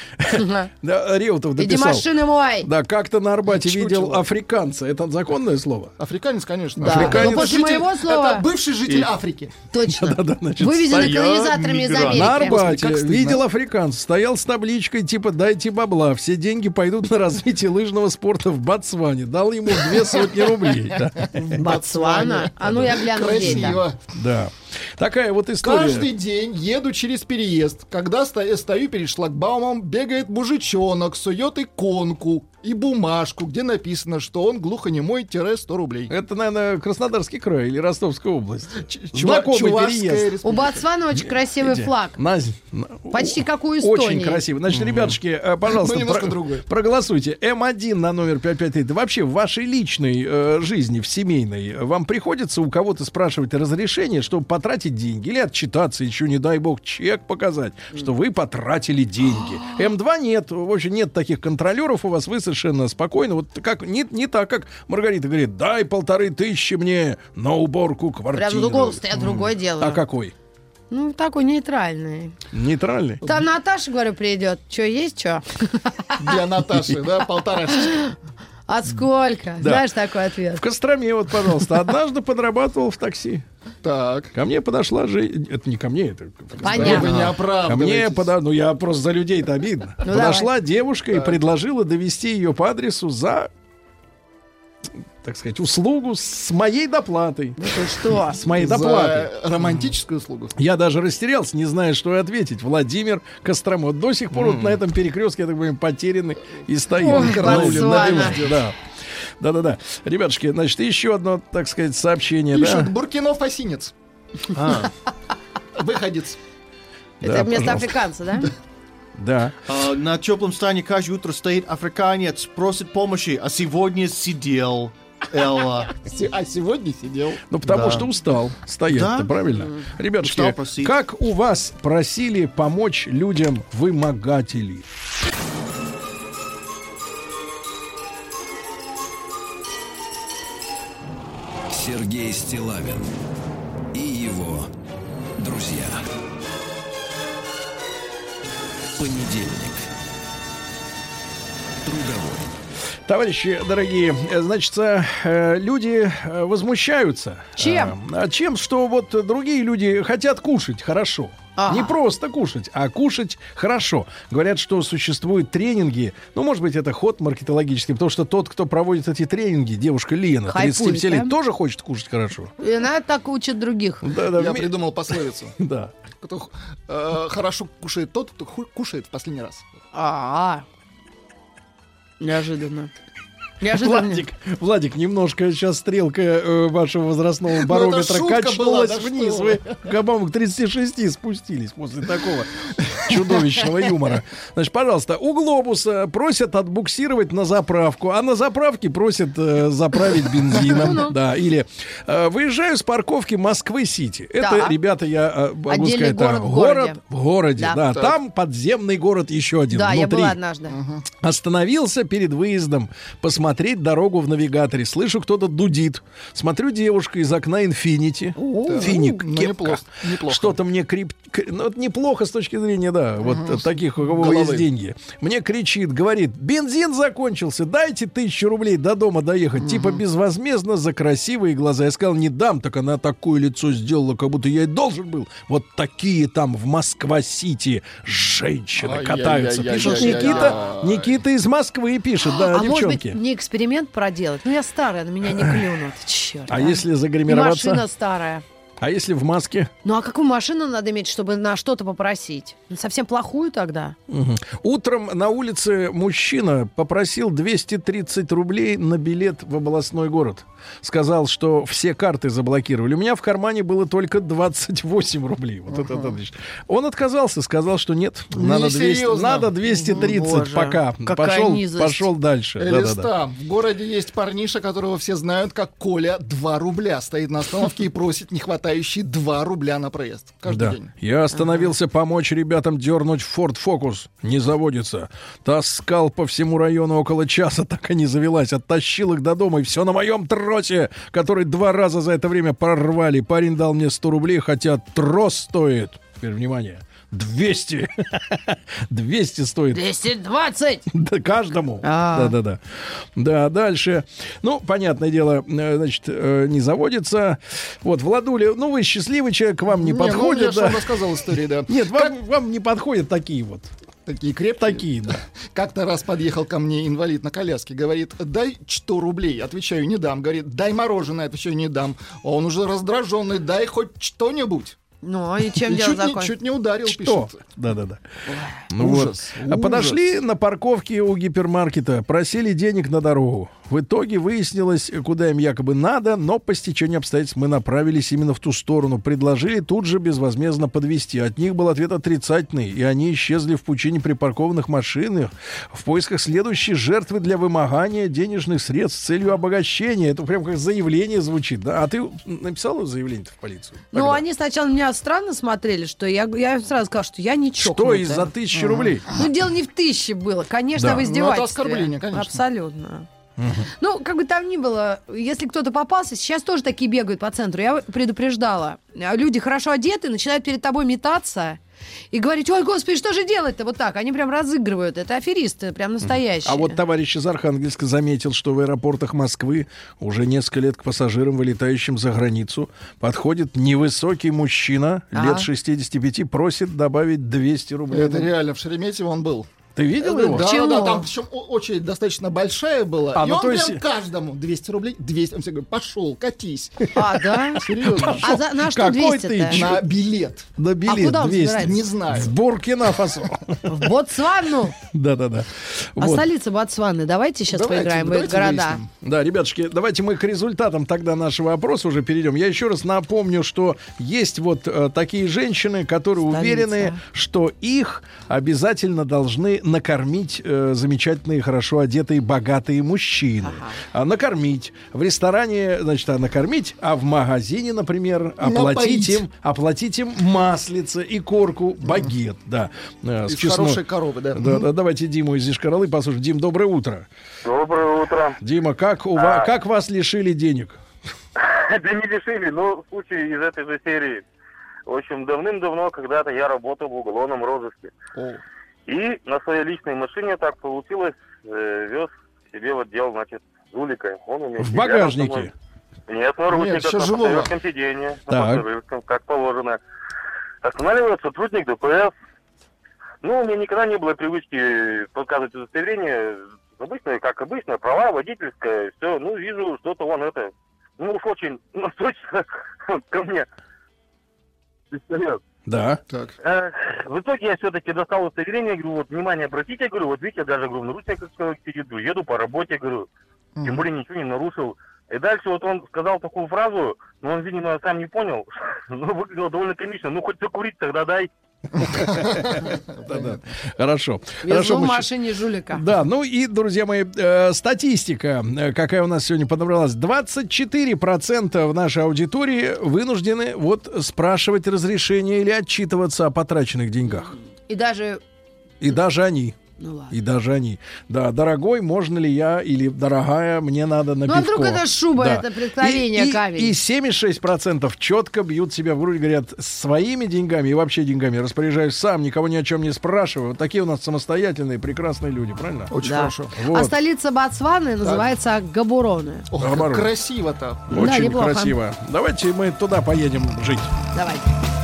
[SPEAKER 2] Да, Реутов
[SPEAKER 4] Иди
[SPEAKER 2] дописал.
[SPEAKER 4] машины мой.
[SPEAKER 2] Да, как-то на Арбате
[SPEAKER 5] Чучело.
[SPEAKER 2] видел африканца. Это законное слово?
[SPEAKER 5] Африканец, конечно.
[SPEAKER 4] Да.
[SPEAKER 2] Африканец.
[SPEAKER 4] Но после
[SPEAKER 5] Житель-
[SPEAKER 4] моего слова-
[SPEAKER 5] Это бывший житель Африки.
[SPEAKER 4] Точно.
[SPEAKER 2] Да-да, значит,
[SPEAKER 4] Вывезены
[SPEAKER 2] стоял
[SPEAKER 4] колонизаторами из
[SPEAKER 3] мигрант.
[SPEAKER 4] Америки.
[SPEAKER 2] На Арбате
[SPEAKER 5] Господи, как стыдно.
[SPEAKER 2] видел африканца, стоял с табличкой типа «дайте бабла, все деньги пойдут на развитие лыжного спорта в Ботсване». Дал ему две сотни рублей. Да.
[SPEAKER 4] Ботсвана. А ну я гляну, где это.
[SPEAKER 5] Красиво.
[SPEAKER 2] Да. Такая вот история.
[SPEAKER 5] Каждый день еду через переезд. Когда sto- стою перед шлагбаумом, бегает мужичонок, сует иконку и бумажку, где написано, что он глухонемой-сто рублей.
[SPEAKER 2] Это, наверное, Краснодарский край или Ростовская область.
[SPEAKER 5] Чува-
[SPEAKER 2] Знакомый
[SPEAKER 5] Чувашская
[SPEAKER 2] переезд.
[SPEAKER 4] У
[SPEAKER 5] республика.
[SPEAKER 4] Ботсвана очень красивый флаг.
[SPEAKER 2] На- на-
[SPEAKER 4] Почти как у Эстонии.
[SPEAKER 2] Очень красиво. Значит, ребятушки, э, пожалуйста,
[SPEAKER 5] Но немножко
[SPEAKER 2] про-
[SPEAKER 5] другой.
[SPEAKER 2] проголосуйте. эм один на номер пять пять три. Да вообще в вашей личной э, жизни, в семейной, вам приходится у кого-то спрашивать разрешение, чтобы потратить деньги или отчитаться, еще, не дай бог, чек показать, что вы потратили деньги. эм два нет. В общем, нет таких контролеров у вас. Вы совершенно спокойно. Вот как, не, не так, как Маргарита говорит: дай полторы тысячи мне на уборку квартиры.
[SPEAKER 4] Прям голос я другое делаю.
[SPEAKER 2] А какой?
[SPEAKER 4] Ну, такой нейтральный.
[SPEAKER 2] Нейтральный?
[SPEAKER 4] Там Наташа, говорю, придет. Че, есть что?
[SPEAKER 5] Для Наташи, да, полтора.
[SPEAKER 4] А сколько?
[SPEAKER 2] Да.
[SPEAKER 4] Знаешь такой ответ?
[SPEAKER 2] В Костроме, вот, пожалуйста, однажды подрабатывал в такси.
[SPEAKER 5] Так.
[SPEAKER 2] Ко мне подошла женщина. Это не ко мне, это в Костроме.
[SPEAKER 4] Понятно.
[SPEAKER 5] Вы не
[SPEAKER 2] Ко мне
[SPEAKER 5] оправдываетесь.
[SPEAKER 2] пода... Ну, я просто за людей-то обидно.
[SPEAKER 4] Ну,
[SPEAKER 2] Подошла девушка и предложила довести ее по адресу за, так сказать, услугу с моей доплатой.
[SPEAKER 4] Ну ты что?
[SPEAKER 2] С моей доплатой.
[SPEAKER 5] За романтическую услугу.
[SPEAKER 2] Я даже растерялся, не зная, что и ответить. Владимир Кострома. До сих пор вот на этом перекрестке, я так понимаю, потерянный и стоит.
[SPEAKER 4] Ой,
[SPEAKER 2] Караулен на
[SPEAKER 4] Ботсвана.
[SPEAKER 2] девушке, да. Да-да-да. Ребятушки, значит, еще одно, так сказать, сообщение.
[SPEAKER 5] Пишут:
[SPEAKER 2] Да?
[SPEAKER 5] Буркино-фасинец.
[SPEAKER 2] А,
[SPEAKER 5] Выходец.
[SPEAKER 4] Это
[SPEAKER 2] Да,
[SPEAKER 4] вместо
[SPEAKER 2] пожалуйста.
[SPEAKER 4] африканца, да?
[SPEAKER 2] Да.
[SPEAKER 3] А, на теплом стане каждое утро стоит африканец, просит помощи, а сегодня сидел. Элла.
[SPEAKER 5] А сегодня сидел.
[SPEAKER 2] Ну, потому
[SPEAKER 3] Да.
[SPEAKER 2] что устал стоять-то,
[SPEAKER 3] Да?
[SPEAKER 2] правильно? Ребятушки,
[SPEAKER 3] Устал просить.
[SPEAKER 2] как у вас просили помочь людям вымогатели?
[SPEAKER 1] Сергей Стиллавин и его друзья. Понедельник. Трудовой.
[SPEAKER 2] Товарищи дорогие, э, значит, э, люди э, возмущаются.
[SPEAKER 4] Чем?
[SPEAKER 2] Э, Чем, что вот другие люди хотят кушать хорошо.
[SPEAKER 4] Ага.
[SPEAKER 2] Не просто кушать, а кушать хорошо. Говорят, что существуют тренинги. Ну, может быть, это ход маркетологический, потому что тот, кто проводит эти тренинги, девушка Лена, тридцать
[SPEAKER 4] Хайпует,
[SPEAKER 2] семь лет,
[SPEAKER 4] да?
[SPEAKER 2] тоже хочет кушать хорошо.
[SPEAKER 4] И она так учит других.
[SPEAKER 2] Да, да,
[SPEAKER 5] Я
[SPEAKER 2] вме-
[SPEAKER 5] придумал пословицу.
[SPEAKER 2] да.
[SPEAKER 5] Кто э, хорошо кушает тот, кто ху- кушает в последний раз.
[SPEAKER 4] А, неожиданно. Неожиданно.
[SPEAKER 2] Владик, Владик, немножко сейчас стрелка э, вашего возрастного барометра
[SPEAKER 5] шутка
[SPEAKER 2] качнулась
[SPEAKER 5] была, да
[SPEAKER 2] вниз.
[SPEAKER 5] что
[SPEAKER 2] Вы,
[SPEAKER 5] вы.
[SPEAKER 2] по-моему, к тридцати шести спустились после такого чудовищного юмора. Значит, пожалуйста, у Глобуса просят отбуксировать на заправку, а на заправке просят э, заправить бензином. Да, или э, выезжаю с парковки Москвы-Сити. Это,
[SPEAKER 4] Так.
[SPEAKER 2] ребята, я э, могу
[SPEAKER 4] Отдельный
[SPEAKER 2] сказать, так,
[SPEAKER 4] город в городе.
[SPEAKER 2] в городе.
[SPEAKER 4] Да.
[SPEAKER 2] Да,
[SPEAKER 5] Так.
[SPEAKER 2] там подземный город еще один.
[SPEAKER 4] Да, я
[SPEAKER 2] внутри.
[SPEAKER 4] была однажды.
[SPEAKER 2] Остановился перед выездом посмотреть дорогу в навигаторе. Слышу, кто-то дудит. Смотрю, девушка из окна Infiniti. Финик,
[SPEAKER 5] Ну,
[SPEAKER 2] кепка.
[SPEAKER 5] неплохо, неплохо.
[SPEAKER 2] Что-то мне крип... кри- Ну, это неплохо с точки зрения, да, вот э, таких, у кого
[SPEAKER 5] Головы.
[SPEAKER 2] есть деньги. Мне кричит, говорит, бензин закончился, дайте тысячу рублей до дома доехать. Типа безвозмездно за красивые глаза. Я сказал, не дам, так она такое лицо сделала, как будто я и должен был. Вот такие там в Москва-Сити женщины
[SPEAKER 5] Ай-яй-яй-яй-яй-яй.
[SPEAKER 2] катаются. Пишет Никита, Никита из Москвы пишет, да,
[SPEAKER 4] А может быть,
[SPEAKER 2] девчонки.
[SPEAKER 4] мне эксперимент проделать? Ну, я старая, на меня не клюнут. Черт.
[SPEAKER 2] А если
[SPEAKER 4] И
[SPEAKER 2] загримироваться?
[SPEAKER 4] машина старая.
[SPEAKER 2] А если в маске?
[SPEAKER 4] Ну, а какую машину надо иметь, чтобы на что-то попросить? Ну, совсем плохую тогда?
[SPEAKER 2] Мгм. Утром на улице мужчина попросил двести тридцать рублей на билет в областной город. Сказал, что все карты заблокировали. У меня в кармане было только двадцать восемь рублей. Вот это отлично. Он отказался, сказал, что нет, надо двести,
[SPEAKER 5] Несерьезно.
[SPEAKER 2] надо двести тридцать
[SPEAKER 4] Боже,
[SPEAKER 2] пока.
[SPEAKER 4] какая
[SPEAKER 2] Пошел,
[SPEAKER 4] низость.
[SPEAKER 2] пошел дальше. Да-да-да.
[SPEAKER 5] Элиста. В городе есть парниша, которого все знают как Коля, два рубля. Стоит на остановке и просит нехватающие два рубля на проезд. Каждый
[SPEAKER 2] Да.
[SPEAKER 5] день.
[SPEAKER 2] Я остановился помочь ребятам дернуть Ford Focus. Не заводится. Таскал по всему району около часа, так и не завелась. Оттащил их до дома, и все на моем тросе, который два раза за это время прорвали. Парень дал мне сто рублей, хотя трос стоит. Теперь внимание. двести. двести стоит.
[SPEAKER 4] двести двадцать!
[SPEAKER 2] Да, каждому.
[SPEAKER 4] А.
[SPEAKER 2] Да-да-да. Да, дальше. Ну, понятное дело, э, значит, э, не заводится. Вот, Владуля, ну, вы счастливый человек, вам не,
[SPEAKER 5] Не, ну, я
[SPEAKER 2] подходит.
[SPEAKER 5] же
[SPEAKER 2] да.
[SPEAKER 5] вам рассказал историю, да.
[SPEAKER 2] Нет, вам, вам не подходят такие вот.
[SPEAKER 5] Такие крепкие.
[SPEAKER 2] Такие, да.
[SPEAKER 5] Как-то раз подъехал ко мне инвалид на коляске, говорит, дай сто рублей. Отвечаю, не дам. Говорит, дай мороженое. Отвечаю, не дам. А он уже раздраженный, дай хоть что-нибудь.
[SPEAKER 4] Ну, и чем
[SPEAKER 5] И
[SPEAKER 4] дело
[SPEAKER 5] чуть, не,
[SPEAKER 4] закончилось?
[SPEAKER 5] чуть не ударил,
[SPEAKER 2] Что?
[SPEAKER 5] пишет.
[SPEAKER 2] Да-да-да. Ну
[SPEAKER 5] Ужас,
[SPEAKER 2] вот. А подошли на парковке у гипермаркета, просили денег на дорогу. В итоге выяснилось, куда им якобы надо, но по стечению обстоятельств мы направились именно в ту сторону. Предложили тут же безвозмездно подвезти. От них был ответ отрицательный, и они исчезли в пучине припаркованных машинах в поисках следующей жертвы для вымогания денежных средств с целью обогащения. Это прям как заявление звучит, да? А ты написала заявление-то в полицию?
[SPEAKER 4] Ну,
[SPEAKER 2] Тогда?
[SPEAKER 4] они сначала на меня странно смотрели, что я, я сразу сказала, что я не
[SPEAKER 2] Что,
[SPEAKER 4] чокнутая.
[SPEAKER 2] из-за тысячи рублей?
[SPEAKER 4] Ну, дело не в тысяче было, конечно,
[SPEAKER 2] Да.
[SPEAKER 4] в
[SPEAKER 2] Ну,
[SPEAKER 4] издевательстве.
[SPEAKER 5] это оскорбление, конечно.
[SPEAKER 4] Абсолютно. Ну, как бы там ни было, если кто-то попался, сейчас тоже такие бегают по центру. Я предупреждала. Люди хорошо одеты, начинают перед тобой метаться и говорить, ой, господи, что же делать-то вот так? Они прям разыгрывают. Это аферисты, прям настоящие.
[SPEAKER 2] А вот товарищ из Архангельска заметил, что в аэропортах Москвы уже несколько лет к пассажирам, вылетающим за границу, подходит невысокий мужчина,
[SPEAKER 4] Ага.
[SPEAKER 2] лет шестидесяти пяти, просит добавить двести рублей.
[SPEAKER 5] Это реально, в Шереметьево он был.
[SPEAKER 2] Ты видел его?
[SPEAKER 5] Да,
[SPEAKER 4] Чего?
[SPEAKER 5] да, там причем о- очередь достаточно большая была.
[SPEAKER 2] А,
[SPEAKER 5] и
[SPEAKER 2] ну,
[SPEAKER 5] он
[SPEAKER 2] то
[SPEAKER 5] прям
[SPEAKER 2] есть-
[SPEAKER 5] каждому двести рублей, двести. Он все говорит, пошел, катись.
[SPEAKER 4] А, да?
[SPEAKER 5] Серьезно.
[SPEAKER 4] А за- на что
[SPEAKER 2] Какой
[SPEAKER 4] двести-то?
[SPEAKER 2] ты,
[SPEAKER 5] На билет.
[SPEAKER 2] На билет
[SPEAKER 4] куда он
[SPEAKER 2] двести.
[SPEAKER 4] собирается?
[SPEAKER 5] Не знаю.
[SPEAKER 2] В Буркина-Фасо.
[SPEAKER 4] В Ботсвану?
[SPEAKER 2] Да-да-да.
[SPEAKER 4] А
[SPEAKER 2] Вот.
[SPEAKER 4] столица Ботсваны. Давайте сейчас
[SPEAKER 5] Давайте,
[SPEAKER 4] поиграем в их
[SPEAKER 5] давайте
[SPEAKER 4] города.
[SPEAKER 5] выясним.
[SPEAKER 2] Да, ребятушки, давайте мы к результатам тогда нашего опроса уже перейдем. Я еще раз напомню, что есть вот э, такие женщины, которые
[SPEAKER 4] Столица.
[SPEAKER 2] уверены, что их обязательно должны накормить э, замечательные, хорошо одетые, богатые мужчины. А накормить. В ресторане, значит, а накормить, а в магазине, например, оплатить
[SPEAKER 5] Напоить.
[SPEAKER 2] им, оплатить им маслице и корку, багет, да. э, с
[SPEAKER 5] Из
[SPEAKER 2] чеснок.
[SPEAKER 5] хорошей коровы, да.
[SPEAKER 2] Да, да, давайте Диму из Йошкар-Олы послушаем. Дим, доброе утро.
[SPEAKER 10] Доброе утро.
[SPEAKER 2] Дима, как, у ва- как вас лишили денег?
[SPEAKER 10] Да не лишили, но случай из этой же серии. В общем, давным-давно, когда-то я работал в уголовном розыске. И на своей личной машине так получилось, э, вез себе в отдел, значит, жулика. Он у меня
[SPEAKER 2] В
[SPEAKER 10] сидел
[SPEAKER 2] багажнике?
[SPEAKER 10] со мной. Нет, наручниках
[SPEAKER 5] всё
[SPEAKER 10] на
[SPEAKER 5] живого.
[SPEAKER 10] пассажирском сиденье, на
[SPEAKER 2] Так.
[SPEAKER 10] пассажирском, как положено. Останавливает сотрудник ДПС. Ну, у меня никогда не было привычки показывать удостоверение. Обычно, как обычно, права, водительская, все. Ну, вижу, что-то он это, ну, уж очень настойчиво ко мне. Пистолет.
[SPEAKER 2] Да.
[SPEAKER 5] Так.
[SPEAKER 10] Э, В итоге я все-таки достал удостоверение, говорю, вот, внимание, обратите, говорю, вот видите, я даже, говорю, в наручниках человек сидит, говорю, еду по работе, говорю, тем более ничего не нарушил. И дальше вот он сказал такую фразу, но он, видимо, сам не понял, но выглядело довольно комично, ну, хоть закурить тогда дай.
[SPEAKER 2] Да-да. Хорошо.
[SPEAKER 4] Везу
[SPEAKER 2] Хорошо,
[SPEAKER 4] в
[SPEAKER 2] мы щ-
[SPEAKER 4] машине жулика.
[SPEAKER 2] Да, ну и, друзья мои, э, статистика, э, какая у нас сегодня подобралась. двадцать четыре процента в нашей аудитории вынуждены вот спрашивать разрешение или отчитываться о потраченных деньгах.
[SPEAKER 4] И даже...
[SPEAKER 2] И даже они.
[SPEAKER 4] Ну ладно.
[SPEAKER 2] И даже они. Да, дорогой, можно ли я, или дорогая, мне надо на
[SPEAKER 4] Ну, а
[SPEAKER 2] пивко.
[SPEAKER 4] вдруг это шуба,
[SPEAKER 2] Да.
[SPEAKER 4] это преткновение,
[SPEAKER 2] и, и-
[SPEAKER 4] камень?
[SPEAKER 2] И семьдесят шесть процентов четко бьют себя в грудь, говорят, своими деньгами и вообще деньгами распоряжаюсь сам, никого ни о чем не спрашиваю. Вот такие у нас самостоятельные, прекрасные люди, правильно?
[SPEAKER 5] Очень
[SPEAKER 4] Да.
[SPEAKER 5] хорошо.
[SPEAKER 2] Вот.
[SPEAKER 4] А столица Ботсваны называется Габуроне.
[SPEAKER 5] Ох, как
[SPEAKER 2] Наоборот.
[SPEAKER 5] красиво-то.
[SPEAKER 2] Очень
[SPEAKER 4] неплохо.
[SPEAKER 2] красиво. Давайте мы туда поедем жить.
[SPEAKER 4] Давайте.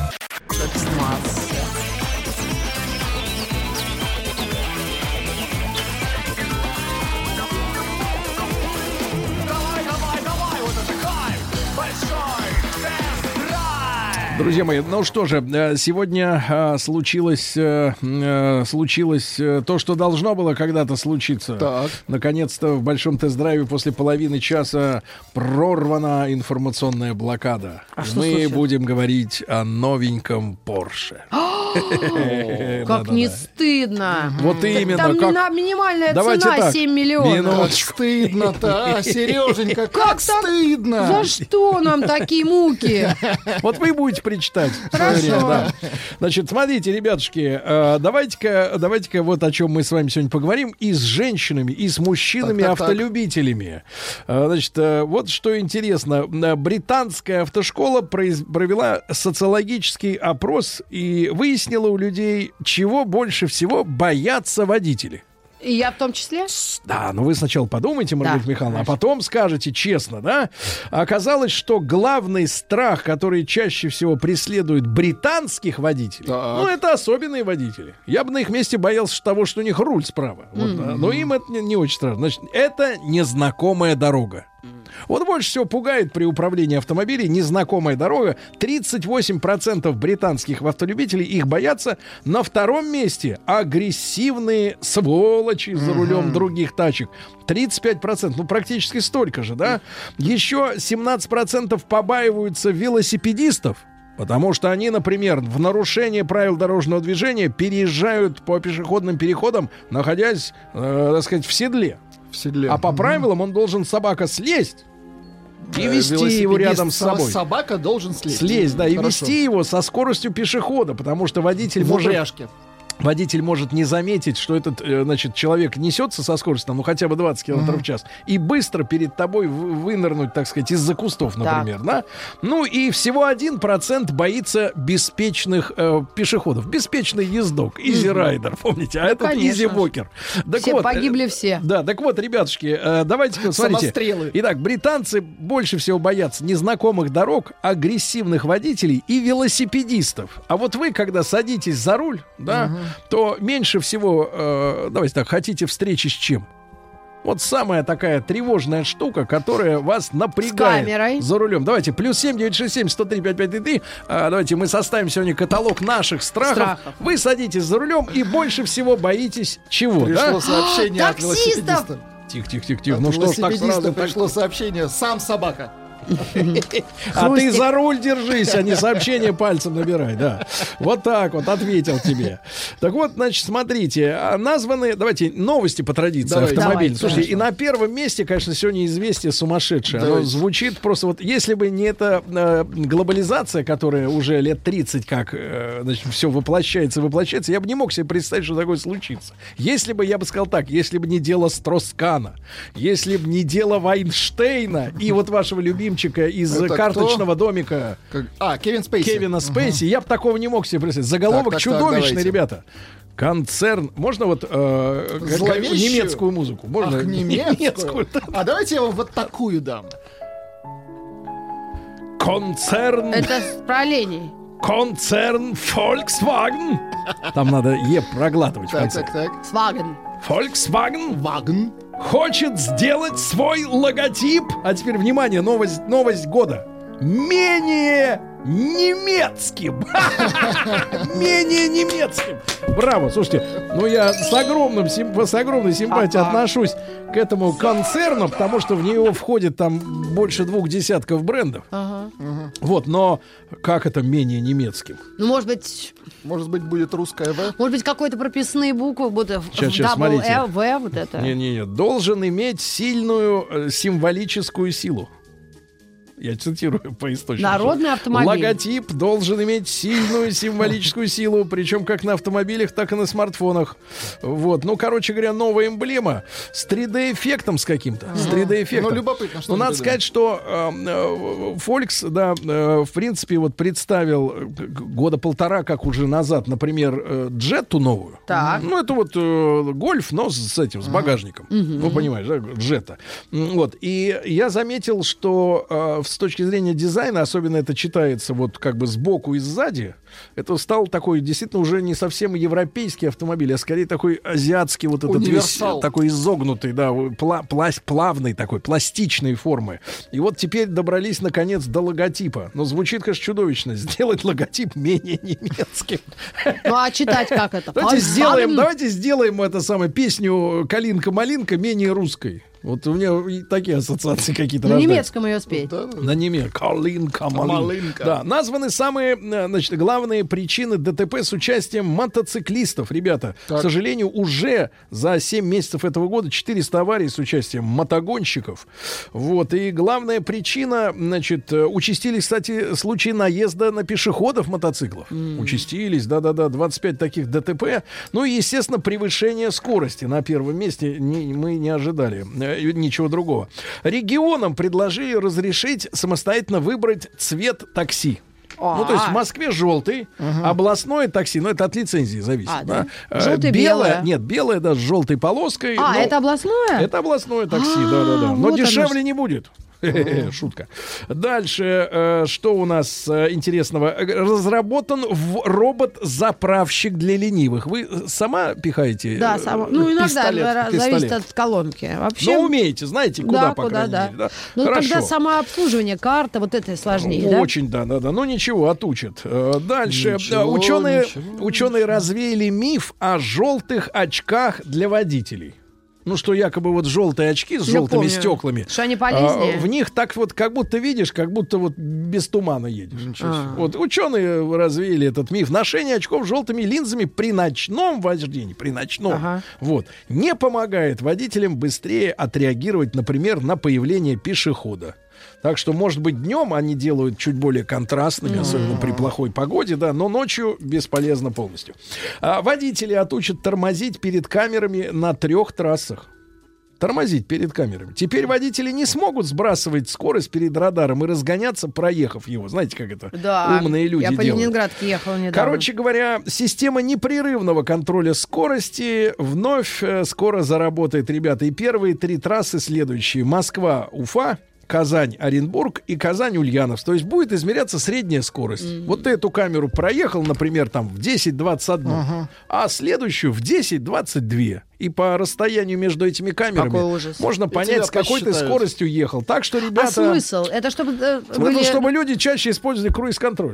[SPEAKER 2] Друзья мои, ну что же, э, сегодня э, случилось, э, э, случилось э, то, что должно было когда-то случиться.
[SPEAKER 5] Так.
[SPEAKER 2] Наконец-то в большом тест-драйве после половины часа прорвана информационная блокада.
[SPEAKER 4] А что
[SPEAKER 2] Мы
[SPEAKER 4] случилось?
[SPEAKER 2] будем говорить о новеньком Порше.
[SPEAKER 4] Как не стыдно.
[SPEAKER 2] Вот
[SPEAKER 4] Так
[SPEAKER 2] именно.
[SPEAKER 4] Там
[SPEAKER 2] как-
[SPEAKER 4] мина- минимальная
[SPEAKER 2] Давайте
[SPEAKER 4] цена
[SPEAKER 2] так.
[SPEAKER 4] семь миллионов.
[SPEAKER 2] Минут-
[SPEAKER 5] Как стыдно-то, а, Сереженька, как,
[SPEAKER 4] Как так?
[SPEAKER 5] стыдно.
[SPEAKER 4] За что нам такие муки?
[SPEAKER 2] Вот вы будете причитать. в свое
[SPEAKER 4] Хорошо.
[SPEAKER 2] время, да. Значит, смотрите, ребятушки, э, давайте-ка, давайте-ка вот о чем мы с вами сегодня поговорим. И с женщинами, и с мужчинами,
[SPEAKER 5] Так, так, так.
[SPEAKER 2] автолюбителями. Э, Значит, э, вот что интересно. Э, Британская автошкола произ- провела социологический опрос и выяснила у людей, чего больше всего боятся водители.
[SPEAKER 4] И я в том числе?
[SPEAKER 2] Да, но вы сначала подумайте, Маргарита
[SPEAKER 4] Да,
[SPEAKER 2] Михайловна, а потом скажете честно, да? Оказалось, что главный страх, который чаще всего преследует британских водителей,
[SPEAKER 5] Так.
[SPEAKER 2] ну, это особенные водители. Я бы на их месте боялся того, что у них руль справа. Вот, да. Но им это не, не очень страшно. Значит, это незнакомая дорога. Вот больше всего пугает при управлении автомобилем незнакомая дорога. тридцать восемь процентов британских автолюбителей их боятся. На втором месте агрессивные сволочи за рулем других тачек. тридцать пять процентов, ну практически столько же, да? Еще семнадцать процентов побаиваются велосипедистов. Потому что они, например, в нарушение правил дорожного движения переезжают по пешеходным переходам, находясь, э, так сказать, в седле.
[SPEAKER 5] В седле.
[SPEAKER 2] А по правилам он должен, собака, слезть и
[SPEAKER 5] Э,
[SPEAKER 2] вести его
[SPEAKER 5] велосипедист,
[SPEAKER 2] рядом с
[SPEAKER 5] со-
[SPEAKER 2] собой.
[SPEAKER 5] Собака должен слезть.
[SPEAKER 2] Слезть, да, и
[SPEAKER 5] Хорошо.
[SPEAKER 2] вести его со скоростью пешехода, потому что водитель
[SPEAKER 5] В
[SPEAKER 2] может...
[SPEAKER 5] упряжке.
[SPEAKER 2] Водитель может не заметить, что этот, э, значит, человек несется со скоростью, там, ну, хотя бы двадцать километров в час, и быстро перед тобой вы- вынырнуть, так сказать, из-за кустов, например, да? Ну, и всего один процент боится беспечных э, пешеходов. Беспечный ездок, изи-райдер, помните? А этот
[SPEAKER 4] конечно.
[SPEAKER 2] изи-вокер. Так
[SPEAKER 4] Все
[SPEAKER 2] вот,
[SPEAKER 4] погибли
[SPEAKER 2] э,
[SPEAKER 4] все.
[SPEAKER 2] Да, так вот, ребятушки, э, давайте-ка, смотрите.
[SPEAKER 5] Самострелы.
[SPEAKER 2] Итак, британцы больше всего боятся незнакомых дорог, агрессивных водителей и велосипедистов. А вот вы, когда садитесь за руль, да, то меньше всего, э, давайте так, хотите встречи с чем? Вот самая такая тревожная штука, которая вас напрягает за рулем. Давайте, плюс семь девятьсот шестьдесят семь сто три пятьдесят пять три. А, давайте мы составим сегодня каталог наших страхов. страхов. Вы садитесь за рулем и больше всего боитесь чего?
[SPEAKER 5] Пришло
[SPEAKER 2] да?
[SPEAKER 5] сообщение от велосипедиста.
[SPEAKER 2] Тихо, тихо, тихо, тихо. Ну что ж так сразу
[SPEAKER 5] пришло сообщение. Сам собака.
[SPEAKER 2] А ты за руль держись, а не сообщение пальцем набирай, да. Вот так вот, ответил тебе. Так вот, значит, смотрите, названы, давайте, новости по традиции автомобиля. Слушайте, и на первом месте, конечно, сегодня известие сумасшедшее. Оно звучит просто вот, если бы не эта э, глобализация, которая уже лет тридцать как, э, значит, все воплощается, воплощается, я бы не мог себе представить, что такое случится. Если бы, я бы сказал так, если бы не дело Строскана, если бы не дело Вайнштейна и вот вашего любимого из это карточного кто? домика
[SPEAKER 5] как... а, Кевин Спейси.
[SPEAKER 2] Кевина Спейси. Uh-huh. Я бы такого не мог себе представить. Заголовок так, так, чудовищный, так, ребята. Концерн. Можно вот э, немецкую музыку? Можно
[SPEAKER 5] Ах, немецкую? немецкую? А давайте я вам вот такую дам.
[SPEAKER 2] Концерн.
[SPEAKER 4] Это про оленей.
[SPEAKER 2] Концерн Volkswagen. Там надо Е проглатывать в конце.
[SPEAKER 5] Так, так, так.
[SPEAKER 4] Volkswagen.
[SPEAKER 2] Volkswagen.
[SPEAKER 5] Wagen.
[SPEAKER 2] Хочет сделать свой логотип. А теперь, внимание, новость, новость года. Менее немецким. Менее немецким. Браво, слушайте, ну я с, огромным, с огромной симпатией отношусь к этому концерну, потому что в него входит там больше двух десятков брендов.
[SPEAKER 4] Ага.
[SPEAKER 2] Вот, но как это менее немецким?
[SPEAKER 4] Ну, может быть...
[SPEAKER 5] Может быть, будет русская В?
[SPEAKER 4] Может быть, какие-то прописные буквы будут
[SPEAKER 2] сейчас, сейчас,
[SPEAKER 4] W, L, V, вот это.
[SPEAKER 2] Не-не-не, должен иметь сильную э, символическую силу. Я цитирую по источнику.
[SPEAKER 4] Народный автомобиль.
[SPEAKER 2] Логотип должен иметь сильную символическую силу, причем как на автомобилях, так и на смартфонах. Вот. Ну, короче говоря, новая эмблема с три дэ-эффектом с каким-то. С три дэ-эффектом.
[SPEAKER 5] Ну, любопытно, что
[SPEAKER 2] Но надо сказать, что э, Volks, да, э, в принципе, вот представил года полтора, как уже назад, например, э, Джетту новую.
[SPEAKER 4] Так.
[SPEAKER 2] Ну, это вот э, гольф, но с, с этим, с багажником. Угу. Ну, понимаешь, да, Джетта. Вот. И я заметил, что э, в с точки зрения дизайна, особенно это читается вот как бы сбоку и сзади, это стал такой действительно уже не совсем европейский автомобиль, а скорее такой азиатский вот этот весь такой изогнутый, да, пла- пла- плавный такой, пластичной формы. И вот теперь добрались наконец до логотипа. Но звучит, конечно, чудовищно. Сделать логотип менее немецким.
[SPEAKER 4] Ну а читать как это?
[SPEAKER 2] Давайте сделаем, давайте сделаем это самое песню «Калинка-малинка» менее русской. Вот у меня такие ассоциации какие-то
[SPEAKER 4] на
[SPEAKER 2] рождаются.
[SPEAKER 4] немецком ее спеть.
[SPEAKER 2] Да, на немецком. Калинка, малинка. Да, названы самые, значит, главные причины ДТП с участием мотоциклистов. Ребята, так. К сожалению, уже за семь месяцев этого года четыреста аварий с участием мотогонщиков. Вот, и главная причина, значит, участились, кстати, случаи наезда на пешеходов мотоциклов. Mm. Участились, да-да-да, двадцать пять таких ДТП. Ну и, естественно, превышение скорости на первом месте не, мы не ожидали. Ничего другого. Регионам предложили разрешить самостоятельно выбрать цвет такси. А-а-а. Ну, то есть в Москве желтый, угу. Областное такси, но это от лицензии зависит. А, да?
[SPEAKER 4] Желтое,
[SPEAKER 2] белое,
[SPEAKER 4] белое.
[SPEAKER 2] Нет, белое, да, с желтой полоской.
[SPEAKER 4] А, это областное?
[SPEAKER 2] Это областное такси, да-да-да. Но вот дешевле оно... не будет. Шутка. Дальше, э, что у нас э, интересного? Разработан в робот-заправщик для ленивых. Вы сама пихаете?
[SPEAKER 4] Да, сама. Ну, иногда пистолет, зависит пистолет. От колонки. Вообще...
[SPEAKER 2] Но умеете, знаете, куда,
[SPEAKER 4] да,
[SPEAKER 2] по
[SPEAKER 4] куда,
[SPEAKER 2] крайней
[SPEAKER 4] да.
[SPEAKER 2] мере. Да?
[SPEAKER 4] Ну,
[SPEAKER 2] Хорошо.
[SPEAKER 4] тогда самообслуживание, карта, вот это сложнее, да?
[SPEAKER 2] Очень, да, да, да. Ну, ничего, отучат. Дальше. Ничего, ученые, ничего, ученые ничего. развеяли миф о желтых очках для водителей. Ну, что якобы вот желтые очки с Я желтыми помню. стеклами.
[SPEAKER 4] Что они полезнее?
[SPEAKER 2] А, в них так вот, как будто видишь, как будто вот без тумана едешь. А. Вот ученые развеяли этот миф. Ношение очков с желтыми линзами при ночном вождении, при ночном, ага. вот, не помогает водителям быстрее отреагировать, например, на появление пешехода. Так что, может быть, днем они делают чуть более контрастными, mm-hmm. особенно при плохой погоде, да, но ночью бесполезно полностью. А, водители отучат тормозить перед камерами на трех трассах. Тормозить перед камерами. Теперь водители не смогут сбрасывать скорость перед радаром и разгоняться, проехав его. Знаете, как это
[SPEAKER 4] да,
[SPEAKER 2] умные люди делают.
[SPEAKER 4] Я по Ленинградке ехала недавно.
[SPEAKER 2] Короче говоря, система непрерывного контроля скорости вновь э, скоро заработает, ребята. И первые три трассы следующие. Москва, Уфа, Казань-Оренбург и Казань-Ульяновск. То есть будет измеряться средняя скорость. Mm-hmm. Вот ты эту камеру проехал, например, там в десять двадцать один, uh-huh. а следующую в десять двадцать два. И по расстоянию между этими камерами можно понять, с какой ты скоростью ехал. Так что, ребята...
[SPEAKER 4] А смысл? Это чтобы... Э, были...
[SPEAKER 2] Это чтобы люди чаще использовали круиз-контроль.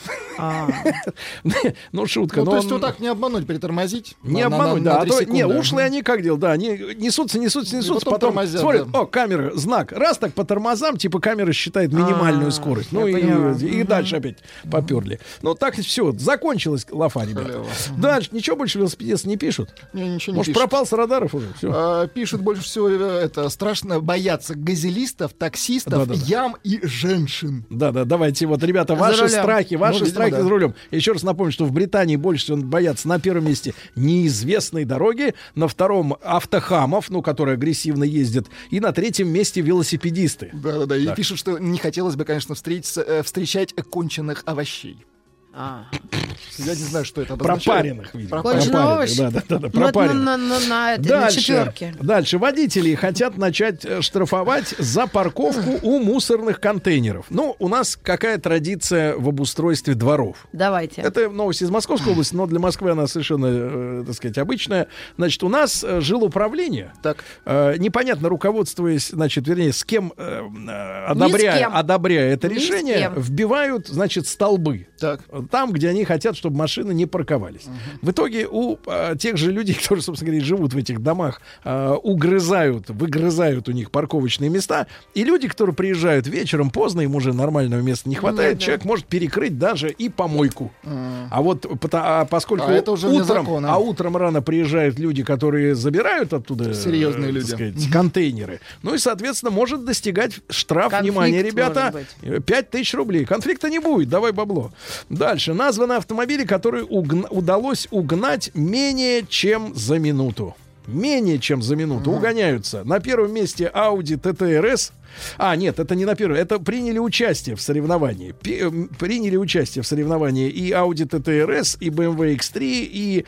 [SPEAKER 2] Ну, шутка.
[SPEAKER 5] Ну, то есть вот так не обмануть, притормозить?
[SPEAKER 2] Не обмануть, да. А то, не, ушлые они как делают? Да, они несутся, несутся, несутся, потом смотрят, о, камера, знак. Раз так по тормозам, типа камера считает минимальную скорость. Ну, и дальше опять поперли. Но так все, закончилась лафа, ребята. Дальше, ничего больше велосипедисты не пишут?
[SPEAKER 5] Не, ничего не
[SPEAKER 2] Может, пропал с радаров уже? Все.
[SPEAKER 5] Пишут больше всего, это страшно бояться газелистов, таксистов, ям и женщин.
[SPEAKER 2] Да-да, давайте вот, ребята, ваши страхи, ваши ну, страхи да. за рулем. Еще раз напомню, что в Британии больше всего боятся на первом месте неизвестной дороги, на втором автохамов, ну, которые агрессивно ездят, и на третьем месте велосипедисты.
[SPEAKER 5] Да-да-да, и пишут, что не хотелось бы, конечно, встретиться, э, встречать конченых овощей.
[SPEAKER 4] А.
[SPEAKER 5] Я не знаю, что это обозначает.
[SPEAKER 2] Пропаренных, видимо.
[SPEAKER 4] Конченые овощи?
[SPEAKER 2] Да, да, да, да, пропаренных.
[SPEAKER 4] На, на, на, на, этой,
[SPEAKER 2] дальше,
[SPEAKER 4] на четверке.
[SPEAKER 2] Дальше. Водители хотят начать штрафовать за парковку у мусорных контейнеров. Ну, у нас какая традиция в обустройстве дворов?
[SPEAKER 4] Давайте.
[SPEAKER 2] Это новость из Московской области, но для Москвы она совершенно, э, так сказать, обычная. Значит, у нас э, жилуправление,
[SPEAKER 5] так.
[SPEAKER 2] э, непонятно руководствуясь, значит, вернее, с кем, э, одобряя, кем. одобряя это Ни решение, вбивают, значит, столбы.
[SPEAKER 5] Так.
[SPEAKER 2] Там, где они хотят, чтобы машины не парковались. Uh-huh. В итоге у а, тех же людей, которые, собственно говоря, живут в этих домах, а, угрызают, выгрызают у них парковочные места. И люди, которые приезжают вечером поздно, им уже нормального места не хватает, uh-huh. человек может перекрыть даже и помойку. Uh-huh. А вот а, поскольку
[SPEAKER 5] а это уже
[SPEAKER 2] утром, а утром рано приезжают люди, которые забирают оттуда
[SPEAKER 5] серьезные люди.
[SPEAKER 2] Так сказать, uh-huh. контейнеры. Ну и, соответственно, может достигать штраф, Конфликт, внимание, ребята, пять тысяч рублей. Конфликта не будет, давай бабло. Дальше. Названы автомобили, которые угна- удалось угнать менее чем за минуту. Менее чем за минуту uh-huh. угоняются. На первом месте Audi ти ти ар эс. А, нет, это не на первом. Это приняли участие в соревновании. Пи- приняли участие в соревновании и Audi ти ти ар эс, и би эм дабл ю икс три, и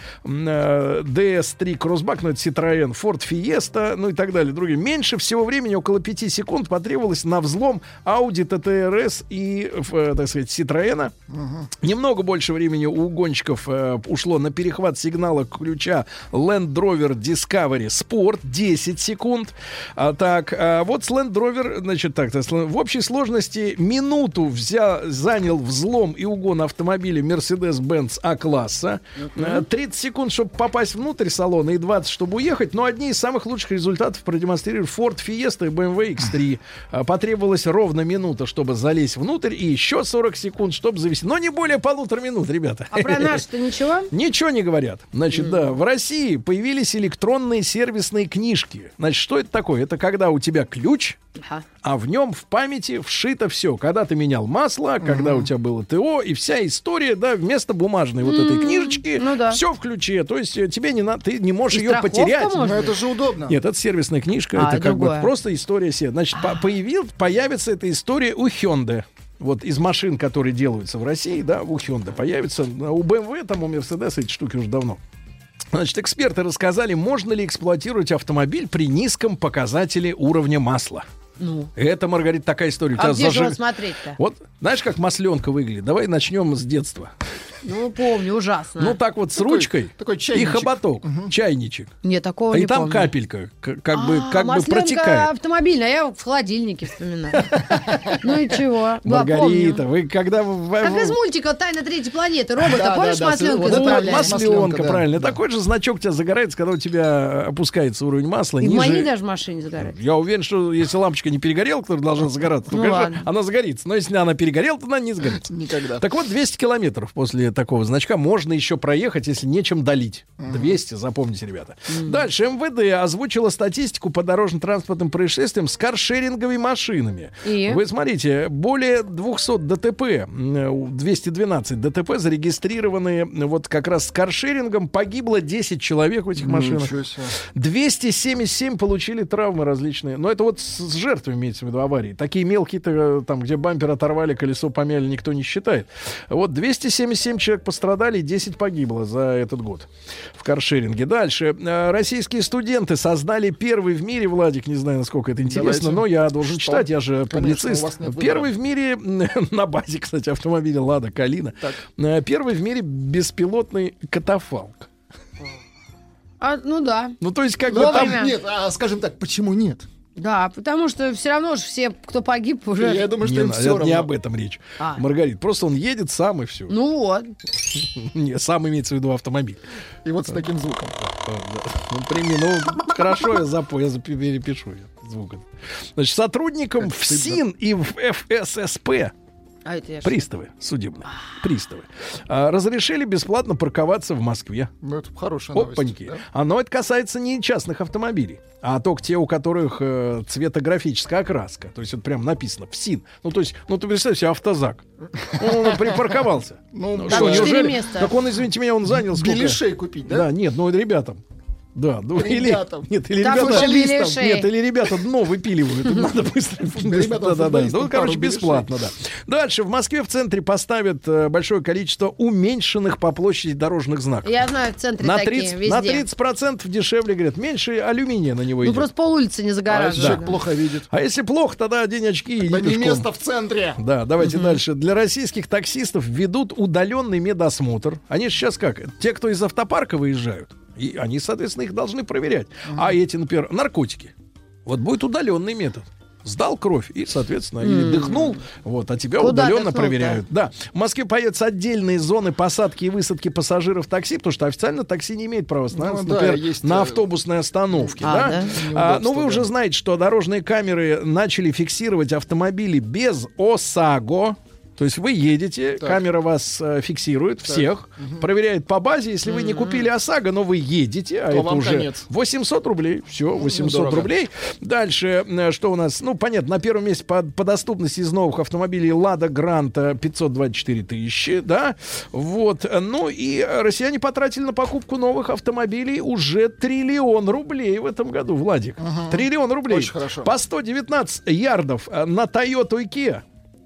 [SPEAKER 2] э, ди эс три Crossback, ну это Citroën, Ford Fiesta, ну и так далее. Другие. Меньше всего времени, около пяти секунд, потребовалось на взлом Audi ти ти ар эс и, э, так сказать, Citroën. Uh-huh. Немного больше времени у угонщиков э, ушло на перехват сигнала ключа Land Rover Discovery Sport, десять секунд. А, так, а вот с Land Rover, значит, так, в общей сложности минуту взял, занял взлом и угон автомобиля Mercedes-Benz А-класса. Uh-huh. тридцать секунд, чтобы попасть внутрь салона, и двадцать, чтобы уехать. Но одни из самых лучших результатов продемонстрировали Ford Fiesta и би эм дабл ю икс три. Потребовалось ровно минута, чтобы залезть внутрь, и еще сорок секунд, чтобы завести. Но не более полутора минут, ребята.
[SPEAKER 4] А про наш-то ничего?
[SPEAKER 2] Ничего не говорят. Значит, mm. да, в России появились электронные сервисные книжки. Значит, что это такое? Это когда у тебя ключ, ага. а в нем в памяти вшито все. Когда ты менял масло, mm-hmm. когда у тебя было ТО, и вся история, да, вместо бумажной mm-hmm. вот этой книжечки, ну, да. все в ключе. То есть тебе не надо, ты не можешь и ее потерять.
[SPEAKER 5] Но это же удобно.
[SPEAKER 2] Нет, это сервисная книжка, а, это как другое. бы просто история себе. Значит, по- появил, появится эта история у Hyundai. Вот из машин, которые делаются в России, да, у Hyundai появится. У би эм дабл ю, там у Mercedes эти штуки уже давно. Значит, эксперты рассказали, можно ли эксплуатировать автомобиль при низком показателе уровня масла.
[SPEAKER 4] Ну.
[SPEAKER 2] Это, Маргарита, такая история.
[SPEAKER 4] А где
[SPEAKER 2] зажиг...
[SPEAKER 4] же его смотреть-то?
[SPEAKER 2] Вот, знаешь, как масленка выглядит? Давай начнем с детства.
[SPEAKER 4] Ну, помню, ужасно.
[SPEAKER 2] Ну, так вот, с
[SPEAKER 5] такой,
[SPEAKER 2] ручкой
[SPEAKER 5] такой
[SPEAKER 2] и хоботок, угу. чайничек.
[SPEAKER 4] Нет, такого
[SPEAKER 2] и
[SPEAKER 4] не
[SPEAKER 2] там
[SPEAKER 4] помню.
[SPEAKER 2] капелька, как, как
[SPEAKER 4] а,
[SPEAKER 2] бы, как бы протекает.
[SPEAKER 4] Автомобильная, я в холодильнике вспоминаю. Ну и чего?
[SPEAKER 2] Маргарита, вы когда...
[SPEAKER 4] Как из мультика «Тайна третьей планеты» робота, помнишь, масленкой заправляешь?
[SPEAKER 2] Масленка, правильно. Такой же значок у тебя загорается, когда у тебя опускается уровень масла.
[SPEAKER 4] И в моей даже машине загорается.
[SPEAKER 2] Я уверен, что если лампочка не перегорела, которая должна загораться, то, конечно, она загорится. Но если она перегорела, то она не сгорится.
[SPEAKER 5] Никогда.
[SPEAKER 2] Так вот, двести километров после такого значка можно еще проехать, если нечем долить. двести, запомните, ребята. Mm. Дальше. эм вэ дэ озвучила статистику по дорожно-транспортным происшествиям с каршеринговыми машинами. И? Вы смотрите, более двухсот ДТП, двести двенадцать ДТП зарегистрированы вот как раз с каршерингом. Погибло десять человек в этих машинах. двести семьдесят семь получили травмы различные. Но это вот с жертвами имеется в виду аварии. Такие мелкие-то, там, где бампер оторвали, колесо помяли, никто не считает. Вот двести семьдесят семь человек пострадали, десять погибло за этот год в каршеринге. Дальше. Российские студенты создали первый в мире, Владик, не знаю, насколько это интересно, Давайте. но я должен Что? читать, я же Конечно, публицист. Первый в мире, на базе, кстати, автомобиля «Лада Калина», так. первый в мире беспилотный катафалк.
[SPEAKER 4] А, ну да.
[SPEAKER 2] Ну то есть как бы
[SPEAKER 5] там... Нет, а скажем так, почему нет?
[SPEAKER 4] Да, потому что все равно же все, кто погиб, уже...
[SPEAKER 5] Я думаю, что
[SPEAKER 2] не,
[SPEAKER 5] им все равно.
[SPEAKER 2] Не об этом речь. А. Маргарит, просто он едет сам и все.
[SPEAKER 4] Ну вот.
[SPEAKER 2] Не, сам имеется в виду автомобиль.
[SPEAKER 5] И вот с таким звуком.
[SPEAKER 2] Ну, прими, ну хорошо, я запою, я перепишу звук. Значит, сотрудникам ФСИН и в ФССП
[SPEAKER 4] А это я
[SPEAKER 2] приставы, судебные, приставы, а, разрешили бесплатно парковаться в Москве.
[SPEAKER 5] Ну, это хорошая новость.
[SPEAKER 2] Опаньки. Да? А, но это касается не частных автомобилей, а только те, у которых э, цветографическая окраска. То есть вот прям написано ФСИН. Ну, то есть, ну, ты представь себе, автозак. Он припарковался.
[SPEAKER 5] Ну,
[SPEAKER 4] что, неужели?
[SPEAKER 2] Так он, извините меня, он занял сколько?
[SPEAKER 5] Беляшей купить, да?
[SPEAKER 2] Да, нет, ну, ребятам. Да, ну, или, нет, или
[SPEAKER 4] Там
[SPEAKER 2] ребята,
[SPEAKER 4] нет,
[SPEAKER 2] или ребята дно выпиливают. Надо быстро. Да, да, да. Ну, короче, бесплатно, да. Дальше в Москве в центре поставят большое количество уменьшенных по площади дорожных знаков.
[SPEAKER 4] Я знаю, в центре такие, везде.
[SPEAKER 2] На тридцать процентов дешевле, говорят, меньше алюминия на него идет.
[SPEAKER 4] Ну, просто по улице не загораживают.
[SPEAKER 5] А человек плохо видит.
[SPEAKER 2] А если плохо, тогда одень очки и иди пешком.
[SPEAKER 5] Не место в центре.
[SPEAKER 2] Да, давайте дальше. Для российских таксистов ведут удаленный медосмотр. Они же сейчас как? Те, кто из автопарка выезжают, и они, соответственно, их должны проверять. Uh-huh. А эти, например, наркотики. Вот будет удаленный метод. Сдал кровь и, соответственно, mm. или дыхнул, вот, а тебя Куда удаленно проверяют. Да. В Москве появятся отдельные зоны посадки и высадки пассажиров такси, потому что официально такси не имеет права остановиться, ну, например, да, есть... на автобусной остановке. А, да? Да? А, но вы да. уже знаете, что дорожные камеры начали фиксировать автомобили без ОСАГО. То есть вы едете, так. камера вас э, фиксирует, так. всех, угу. проверяет по базе. Если вы не купили ОСАГО, но вы едете, а То это уже конец. восемьсот рублей. Все, восемьсот рублей. Дальше, э, что у нас? Ну, понятно, на первом месте по, по доступности из новых автомобилей Лада Гранта пятьсот двадцать четыре тысячи, да? Вот. Ну и россияне потратили на покупку новых автомобилей уже триллион рублей в этом году, Владик. Угу. Триллион рублей.
[SPEAKER 5] Очень хорошо.
[SPEAKER 2] По сто девятнадцать ярдов на Toyota и Kia.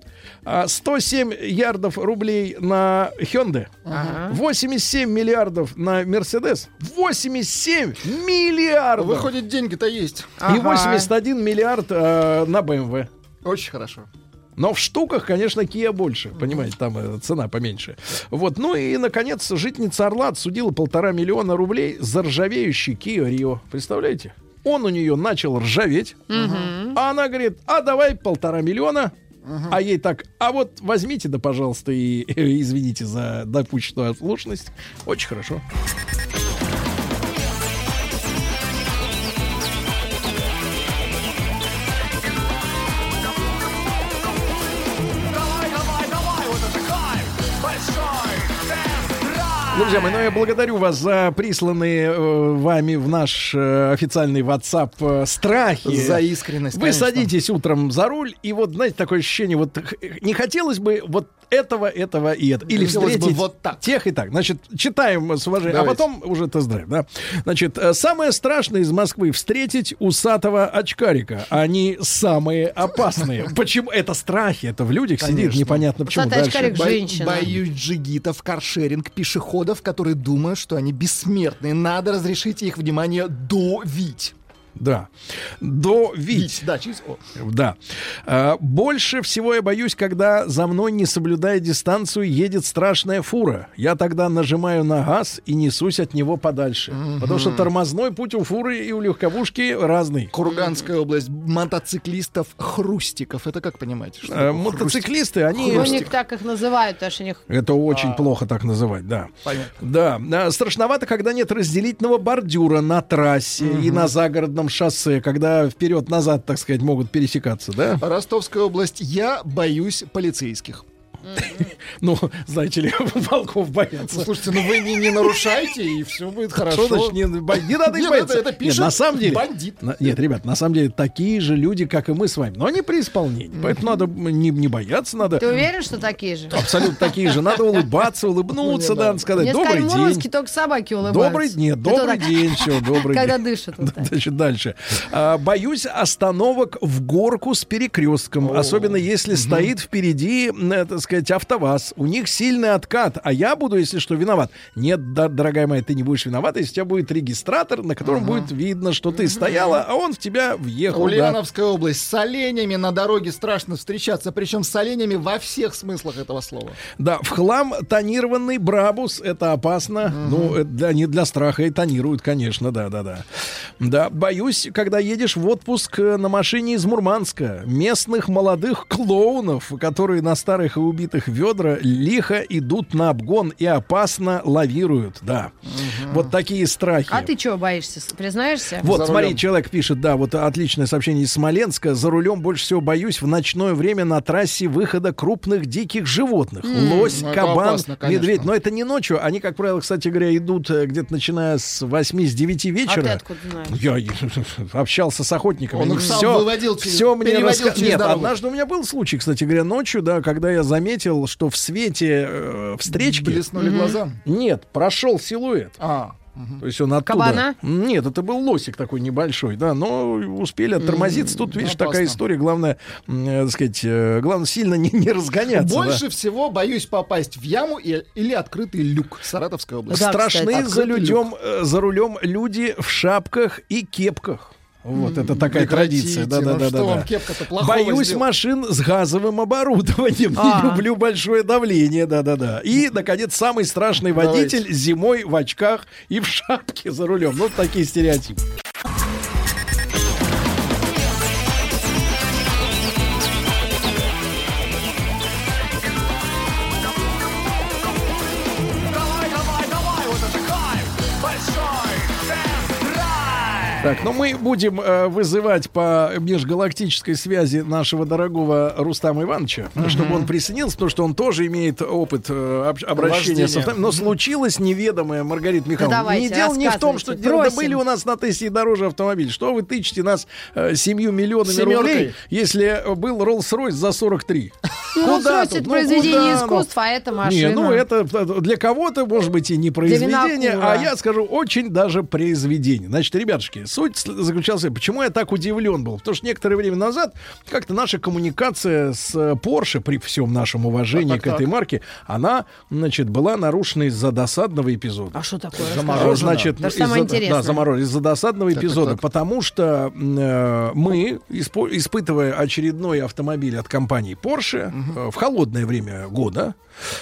[SPEAKER 2] сто семь ярдов рублей на Hyundai, ага. восемьдесят семь миллиардов на Mercedes, восемьдесят семь миллиардов.
[SPEAKER 5] Выходит, деньги-то есть.
[SPEAKER 2] И ага. восемьдесят один миллиард э, на бэ эм вэ.
[SPEAKER 5] Очень хорошо.
[SPEAKER 2] Но в штуках, конечно, Kia больше, понимаете, там э, цена поменьше. Вот, ну и, наконец, житница Орла отсудила полтора миллиона рублей за ржавеющий Kia Rio. Представляете? Он у нее начал ржаветь, угу. а она говорит, а давай полтора миллиона. Uh-huh. А ей так, а вот возьмите, да, пожалуйста, и э, извините за допущенную ослушность. Очень хорошо. Друзья мои, ну я благодарю вас за присланные э, вами в наш э, официальный WhatsApp э, страхи.
[SPEAKER 5] За искренность,
[SPEAKER 2] Вы
[SPEAKER 5] конечно.
[SPEAKER 2] садитесь утром за руль, и вот, знаете, такое ощущение, вот не хотелось бы вот этого, этого и этого. Или
[SPEAKER 5] хотелось
[SPEAKER 2] встретить
[SPEAKER 5] бы вот так.
[SPEAKER 2] тех и так. Значит, читаем с уважением, Давайте. а потом уже тест-драйв, да? Значит, самое страшное из Москвы — встретить усатого очкарика. Они самые опасные. Почему? Это страхи, это в людях сидит, непонятно почему.
[SPEAKER 4] Усатый очкарик — женщина.
[SPEAKER 5] Боюсь джигитов, каршеринг, пешеходов, которые думают, что они бессмертные. Надо разрешить их, внимание, довить.
[SPEAKER 2] Да. Довить.
[SPEAKER 5] Да, через О.
[SPEAKER 2] Да. А, больше всего я боюсь, когда за мной, не соблюдая дистанцию, едет страшная фура. Я тогда нажимаю на газ и несусь от него подальше. Mm-hmm. Потому что тормозной путь у фуры и у легковушки разный.
[SPEAKER 5] Курганская область. Мотоциклистов хрустиков. Это как понимаете? Что
[SPEAKER 2] а, мотоциклисты, они...
[SPEAKER 4] У них так их называют, потому что них...
[SPEAKER 2] Это очень а... плохо так называть, да.
[SPEAKER 5] Понятно.
[SPEAKER 2] Да. А, страшновато, когда нет разделительного бордюра на трассе mm-hmm. и на загородном шоссе, когда вперед-назад, так сказать, могут пересекаться, да?
[SPEAKER 5] Ростовская область. Я боюсь полицейских.
[SPEAKER 2] Ну, знаете ли, волков боятся.
[SPEAKER 5] Слушайте, ну вы не, не нарушайте, и все будет хорошо.
[SPEAKER 2] Что значит, не, не надо их бояться?
[SPEAKER 5] Это, это пишет
[SPEAKER 2] нет, на самом деле,
[SPEAKER 5] бандит.
[SPEAKER 2] На, нет, ребят, на самом деле такие же люди, как и мы с вами, но они при исполнении. Mm-hmm. Поэтому надо не, не бояться, надо...
[SPEAKER 4] Ты уверен, что такие же?
[SPEAKER 2] Абсолютно такие же. Надо улыбаться, улыбнуться, да, сказать
[SPEAKER 4] мне
[SPEAKER 2] добрый
[SPEAKER 4] сказали,
[SPEAKER 2] день.
[SPEAKER 4] Муромски только собаки улыбаются.
[SPEAKER 2] Добрый день, добрый день, все, добрый день.
[SPEAKER 4] Когда дышат.
[SPEAKER 2] Значит, дальше. Боюсь остановок в горку с перекрестком, особенно если стоит впереди, так сказать, АвтоВАЗ. У них сильный откат, а я буду, если что, виноват. Нет, да, дорогая моя, ты не будешь виновата, если у тебя будет регистратор, на котором uh-huh. будет видно, что ты uh-huh. стояла, а он в тебя въехал.
[SPEAKER 5] Ульяновская
[SPEAKER 2] да.
[SPEAKER 5] область. С оленями на дороге страшно встречаться, причем с оленями во всех смыслах этого слова.
[SPEAKER 2] Да, в хлам тонированный Брабус, это опасно. Uh-huh. Ну, это для, не для страха и тонируют, конечно, да-да-да. Да, боюсь, когда едешь в отпуск на машине из Мурманска, местных молодых клоунов, которые на старых и убитых ведра лихо идут на обгон и опасно лавируют, да. Угу. Вот такие страхи.
[SPEAKER 4] А ты чего боишься, признаешься?
[SPEAKER 2] Вот, смотри, человек пишет, да, вот отличное сообщение из Смоленска. За рулем больше всего боюсь в ночное время на трассе выхода крупных диких животных. Mm, Лось, ну, кабан, опасно, медведь. Но это не ночью. Они, как правило, кстати говоря, идут где-то начиная с восьми-девяти вечера. А ты
[SPEAKER 4] откуда знаешь?
[SPEAKER 2] Я общался с охотниками.
[SPEAKER 5] Он их
[SPEAKER 2] все,
[SPEAKER 5] сам выводил через,
[SPEAKER 2] все мне раска... Нет,
[SPEAKER 5] дорогу.
[SPEAKER 2] Однажды у меня был случай, кстати говоря, ночью, да, когда я заметил, что в свете э, встречки...
[SPEAKER 5] Блеснули mm-hmm. глаза?
[SPEAKER 2] Нет, прошел силуэт.
[SPEAKER 5] А.
[SPEAKER 2] То есть он оттуда...
[SPEAKER 4] Кабана?
[SPEAKER 2] Нет, это был лосик такой небольшой, да, но успели оттормозиться. Тут, видишь,
[SPEAKER 5] опасно.
[SPEAKER 2] Такая история. Главное, э, так сказать, э, главное сильно не, не разгоняться.
[SPEAKER 5] Больше
[SPEAKER 2] да.
[SPEAKER 5] всего боюсь попасть в яму и, или открытый люк. Саратовская область.
[SPEAKER 2] Да, страшны за, людем,
[SPEAKER 5] люк.
[SPEAKER 2] за рулем люди в шапках и кепках. Вот это такая
[SPEAKER 5] Прекратите,
[SPEAKER 2] традиция. Да, да,
[SPEAKER 5] ну
[SPEAKER 2] да,
[SPEAKER 5] что
[SPEAKER 2] да,
[SPEAKER 5] вам
[SPEAKER 2] да.
[SPEAKER 5] кепка-то плохого
[SPEAKER 2] Боюсь
[SPEAKER 5] сделал?
[SPEAKER 2] машин с газовым оборудованием.
[SPEAKER 4] А.
[SPEAKER 2] Не люблю большое давление. Да, да, да. И, наконец, самый страшный водитель
[SPEAKER 5] Давайте.
[SPEAKER 2] Зимой в очках и в шапке за рулем. Ну, такие стереотипы. Так, ну мы будем э, вызывать по межгалактической связи нашего дорогого Рустама Ивановича, uh-huh. чтобы он присоединился, потому что он тоже имеет опыт э, об, обращения с автомобилем. Но случилось неведомое, Маргарита Михайловна. Да давайте, не дело не в том, что дело, да были у нас на тесте и дороже автомобиль. Что вы тычете нас э, семью миллионами Семеркой. Рублей, если был Роллс-Ройс за сорок три?
[SPEAKER 4] Ну, Роллс-Ройс — это ну, произведение куда? искусства, а это машина.
[SPEAKER 2] Не, ну это для кого-то, может быть, и не произведение, а я скажу, очень даже произведение. Значит, ребятушки, суть заключалась, почему я так удивлен был. Потому что некоторое время назад как-то наша коммуникация с Porsche, при всем нашем уважении так, так, к этой так. марке, она, значит, была нарушена из-за досадного эпизода.
[SPEAKER 4] А что такое?
[SPEAKER 2] Заморожено. Значит,
[SPEAKER 4] это самое
[SPEAKER 2] из-за, да, заморожено. Из-за досадного так, эпизода. Так, так. Потому что э, мы, испо- испытывая очередной автомобиль от компании Porsche угу. э, в холодное время года,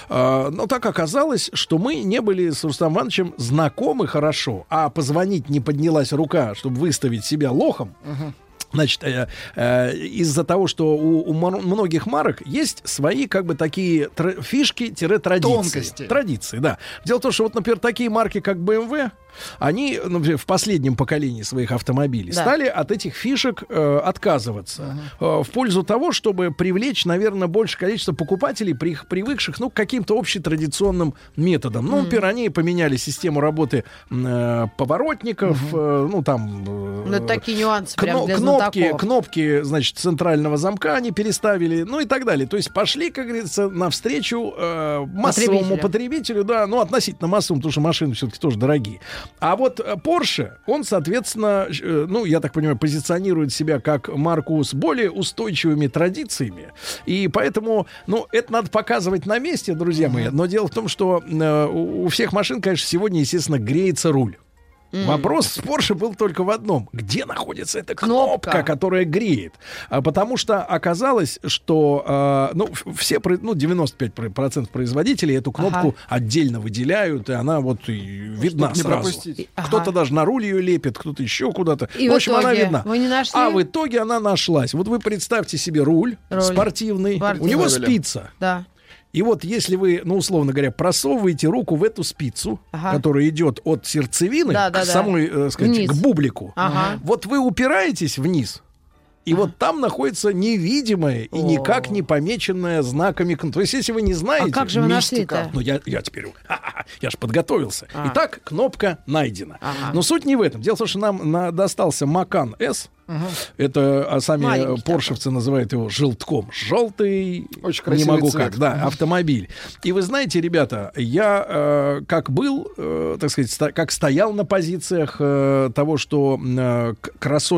[SPEAKER 2] э, но так оказалось, что мы не были с Рустамом Ивановичем знакомы хорошо, а позвонить не поднялась рука, чтобы выставить себя лохом. Uh-huh. Значит, э, э, из-за того, что у, у многих марок есть свои, как бы, такие тр- фишки-традиции.
[SPEAKER 5] Тонкости.
[SPEAKER 2] Традиции, да. Дело в том, что вот, например, такие марки, как бэ эм вэ, они, например, в последнем поколении своих автомобилей да. стали от этих фишек э, отказываться uh-huh. э, в пользу того, чтобы привлечь, наверное, большее количество покупателей, при, привыкших, ну, к каким-то общетрадиционным методам. Uh-huh. Ну, например, они поменяли систему работы э, поворотников, uh-huh. э, ну, там... Э,
[SPEAKER 4] ну, такие нюансы
[SPEAKER 2] кно-
[SPEAKER 4] прям для
[SPEAKER 2] кнопки,
[SPEAKER 4] знатоков.
[SPEAKER 2] кнопки, значит, центрального замка они переставили, ну, и так далее. То есть пошли, как говорится, навстречу э, массовому потребителю. потребителю, да, ну, относительно массовому, потому что машины все-таки тоже дорогие. А вот Porsche, он, соответственно, э, ну, я так понимаю, позиционирует себя как марку с более устойчивыми традициями. И поэтому, ну, это надо показывать на месте, друзья мои. Но дело в том, что э, у всех машин, конечно, сегодня, естественно, греется руль. Mm. Вопрос с Porsche был только в одном. Где находится эта кнопка, кнопка которая греет? А, потому что оказалось, что а, ну, все, ну, девяносто пять процентов производителей эту кнопку ага. отдельно выделяют, и она вот и видна сразу. Ага. Кто-то даже на руль ее лепит, кто-то еще куда-то.
[SPEAKER 4] И
[SPEAKER 2] в общем,
[SPEAKER 4] в итоге
[SPEAKER 2] она видна.
[SPEAKER 4] Вы не нашли?
[SPEAKER 2] А в итоге она нашлась. Вот вы представьте себе руль, руль. спортивный. спортивный. У него спица.
[SPEAKER 4] Да.
[SPEAKER 2] И вот если вы, ну, условно говоря, просовываете руку в эту спицу, ага. которая идет от сердцевины да, к да, самой, да. Э, сказать, вниз. К бублику, ага. вот вы упираетесь вниз, и ага. вот там находится невидимое и никак не помеченное знаками. То есть, если вы не знаете...
[SPEAKER 4] А как же вы нашли-то?
[SPEAKER 2] Ну, я, я теперь... Я же подготовился.
[SPEAKER 4] А.
[SPEAKER 2] Итак, кнопка найдена.
[SPEAKER 4] Ага.
[SPEAKER 2] Но суть не в этом. Дело в том, что нам на, достался Macan S. Uh-huh. Это, а сами Маленький поршевцы такой. Называют его желтком. Желтый,
[SPEAKER 5] очень красивый
[SPEAKER 2] не могу
[SPEAKER 5] цвет.
[SPEAKER 2] как, да, uh-huh. автомобиль. И вы знаете, ребята, я э, как был, э, так сказать, ста- как стоял на позициях э, того, что э, кроссоверы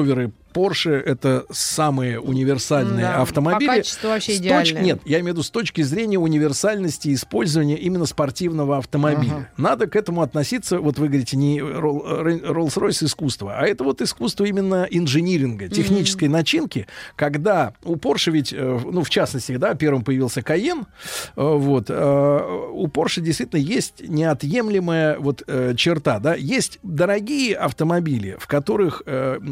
[SPEAKER 2] Porsche это самые универсальные да. автомобили.
[SPEAKER 4] По качеству вообще
[SPEAKER 2] с
[SPEAKER 4] идеальные.
[SPEAKER 2] Точ... Нет, я имею в виду с точки зрения универсальности использования именно спортивного автомобиля. Ага. Надо к этому относиться, вот вы говорите, не Rolls-Royce искусство, а это вот искусство именно инжиниринга, технической mm-hmm. начинки, когда у Porsche ведь, ну, в частности, да, первым появился Cayenne, вот, у Porsche действительно есть неотъемлемая вот черта, да, есть дорогие автомобили, в которых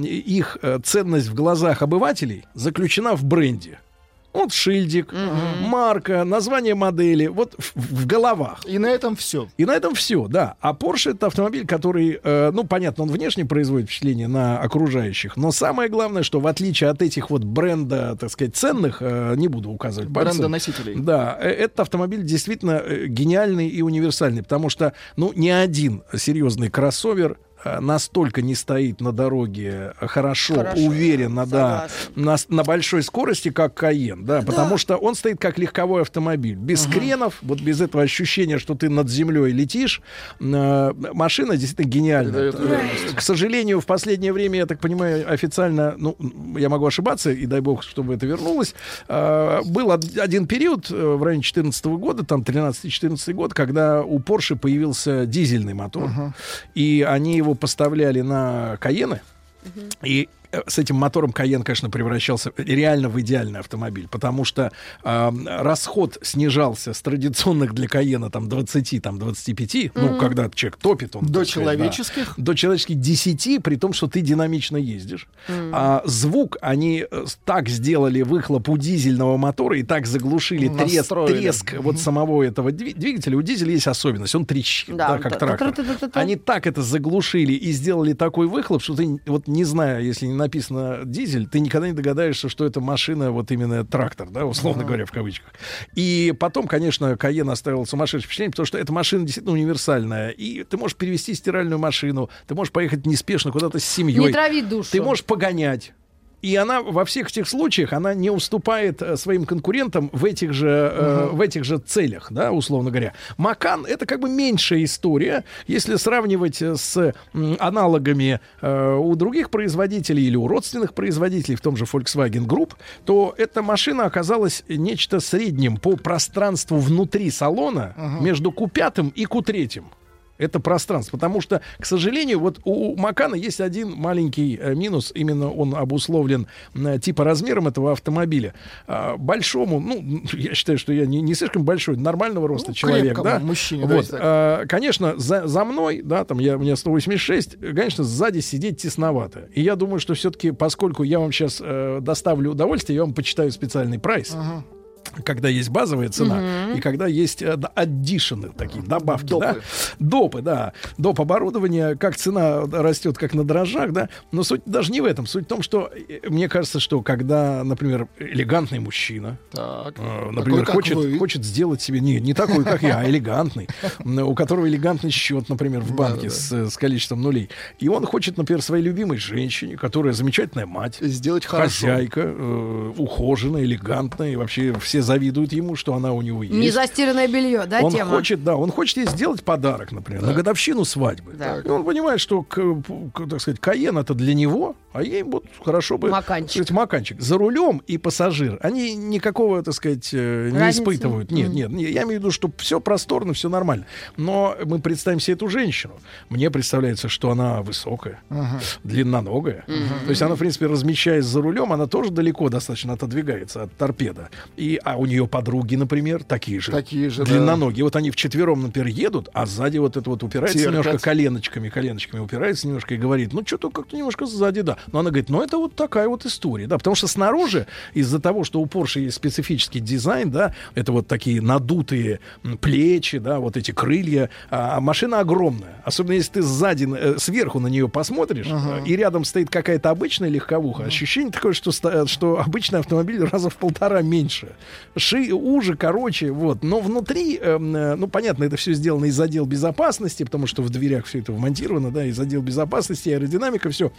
[SPEAKER 2] их ценность в глазах обывателей заключена в бренде. Вот шильдик, угу. марка, название модели, вот в, в головах.
[SPEAKER 5] И на этом все.
[SPEAKER 2] И на этом все, да. А Porsche — это автомобиль, который, э, ну, понятно, он внешне производит впечатление на окружающих, но самое главное, что в отличие от этих вот бренда, так сказать, ценных, э, не буду указывать пальцем.
[SPEAKER 5] Бренда-носителей.
[SPEAKER 2] Да, э, этот автомобиль действительно э, гениальный и универсальный, потому что, ну, ни один серьезный кроссовер настолько не стоит на дороге хорошо, хорошо уверенно, да, на, на большой скорости, как Cayenne, да, да, потому что он стоит как легковой автомобиль, без uh-huh. кренов, вот без этого ощущения, что ты над землей летишь. Э, машина действительно гениальная. Right. К сожалению, в последнее время, я так понимаю, официально, ну, я могу ошибаться, и дай бог, чтобы это вернулось, э, был один период в районе четырнадцатого года, там тринадцатый-четырнадцатый год, когда у Porsche появился дизельный мотор, uh-huh. и они его поставляли на Cayenne, uh-huh. и с этим мотором Cayenne, конечно, превращался реально в идеальный автомобиль, потому что э, расход снижался с традиционных для Cayenne там двадцати, там двадцати пяти, mm-hmm. ну, когда человек топит, он...
[SPEAKER 5] До
[SPEAKER 2] сказать,
[SPEAKER 5] человеческих?
[SPEAKER 2] Да, до человеческих десяти, при том, что ты динамично ездишь. Mm-hmm. А звук они так сделали, выхлоп у дизельного мотора, и так заглушили треск, треск mm-hmm. вот самого этого двигателя. У дизеля есть особенность, он трещит, да, да, как да, трактор. Да, да, да, да. Они так это заглушили и сделали такой выхлоп, что ты, вот не знаю, если не написано дизель, ты никогда не догадаешься, что это машина, вот именно трактор, да, условно uh-huh. говоря, в кавычках. И потом, конечно, Cayenne оставил сумасшедшее впечатление, потому что эта машина действительно универсальная. И ты можешь перевести стиральную машину, ты можешь поехать неспешно куда-то с семьей.
[SPEAKER 4] Не трави душу.
[SPEAKER 2] Ты можешь погонять. И она во всех этих случаях она не уступает э, своим конкурентам в этих же, э, uh-huh. в этих же целях, да, условно говоря. Macan — это как бы меньшая история, если сравнивать с м, аналогами э, у других производителей или у родственных производителей, в том же Volkswagen Group, то эта машина оказалась нечто средним по пространству внутри салона uh-huh. между Ку пять и Ку три. Это пространство, потому что, к сожалению, вот у Макана есть один маленький э, минус, именно он обусловлен э, типа размером этого автомобиля. Э, большому, ну, я считаю, что я не, не слишком большой, нормального роста ну, человек, да?
[SPEAKER 5] Мужчине,
[SPEAKER 2] вот, э, конечно, за, за мной, да, там я, у меня сто восемьдесят шесть, конечно, сзади сидеть тесновато. И я думаю, что все-таки, поскольку я вам сейчас э, доставлю удовольствие, я вам почитаю специальный прайс. Uh-huh. Когда есть базовая цена uh-huh. и когда есть аддишены, такие добавки, допы. Да? Допы, да, доп. Оборудование, как цена растет, как на дрожжах, да, но суть даже не в этом. Суть в том, что мне кажется, что когда, например, элегантный мужчина, так, э, например, такой, хочет, хочет сделать себе, не, не такой, как я, а элегантный, у которого элегантный счет, например, в банке да, да. С, с количеством нулей, и он хочет, например, своей любимой женщине, которая замечательная мать,
[SPEAKER 5] сделать
[SPEAKER 2] хозяйка, э, ухоженная, элегантная, и вообще все завидуют ему, что она у него есть.
[SPEAKER 4] Незастиранное белье, да,
[SPEAKER 2] он
[SPEAKER 4] тема?
[SPEAKER 2] Хочет, да, он хочет ей сделать подарок, например, да. на годовщину свадьбы. Да. И он понимает, что, к, к, так сказать, Cayenne — это для него, а ей вот хорошо бы...
[SPEAKER 4] Маканчик.
[SPEAKER 2] Сказать, маканчик. За рулем и пассажир, они никакого, так сказать, не Разницы? испытывают. Нет, mm. нет, нет, я имею в виду, что все просторно, все нормально. Но мы представим себе эту женщину. Мне представляется, что она высокая, uh-huh. длинноногая. Uh-huh. То есть она, в принципе, размещаясь за рулем, она тоже далеко достаточно отодвигается от торпеда. И а у нее подруги, например, такие же,
[SPEAKER 5] такие же
[SPEAKER 2] длинноногие. Да. Вот они вчетвером, например, едут, а сзади вот это вот упирается Терпят. немножко коленочками, коленочками упирается немножко и говорит, ну, что-то как-то немножко сзади, да. Но она говорит, ну, это вот такая вот история, да, потому что снаружи, из-за того, что у Porsche есть специфический дизайн, да, это вот такие надутые плечи, да, вот эти крылья, а машина огромная. Особенно если ты сзади, э, сверху на нее посмотришь, uh-huh. и рядом стоит какая-то обычная легковуха, uh-huh. ощущение такое, что, что обычный автомобиль раза в полтора меньше. Ши, уже, короче, вот. Но внутри, э, ну, понятно, это все сделано из отдела безопасности, потому что в дверях все это вмонтировано, да, из отдела безопасности, аэродинамика, все.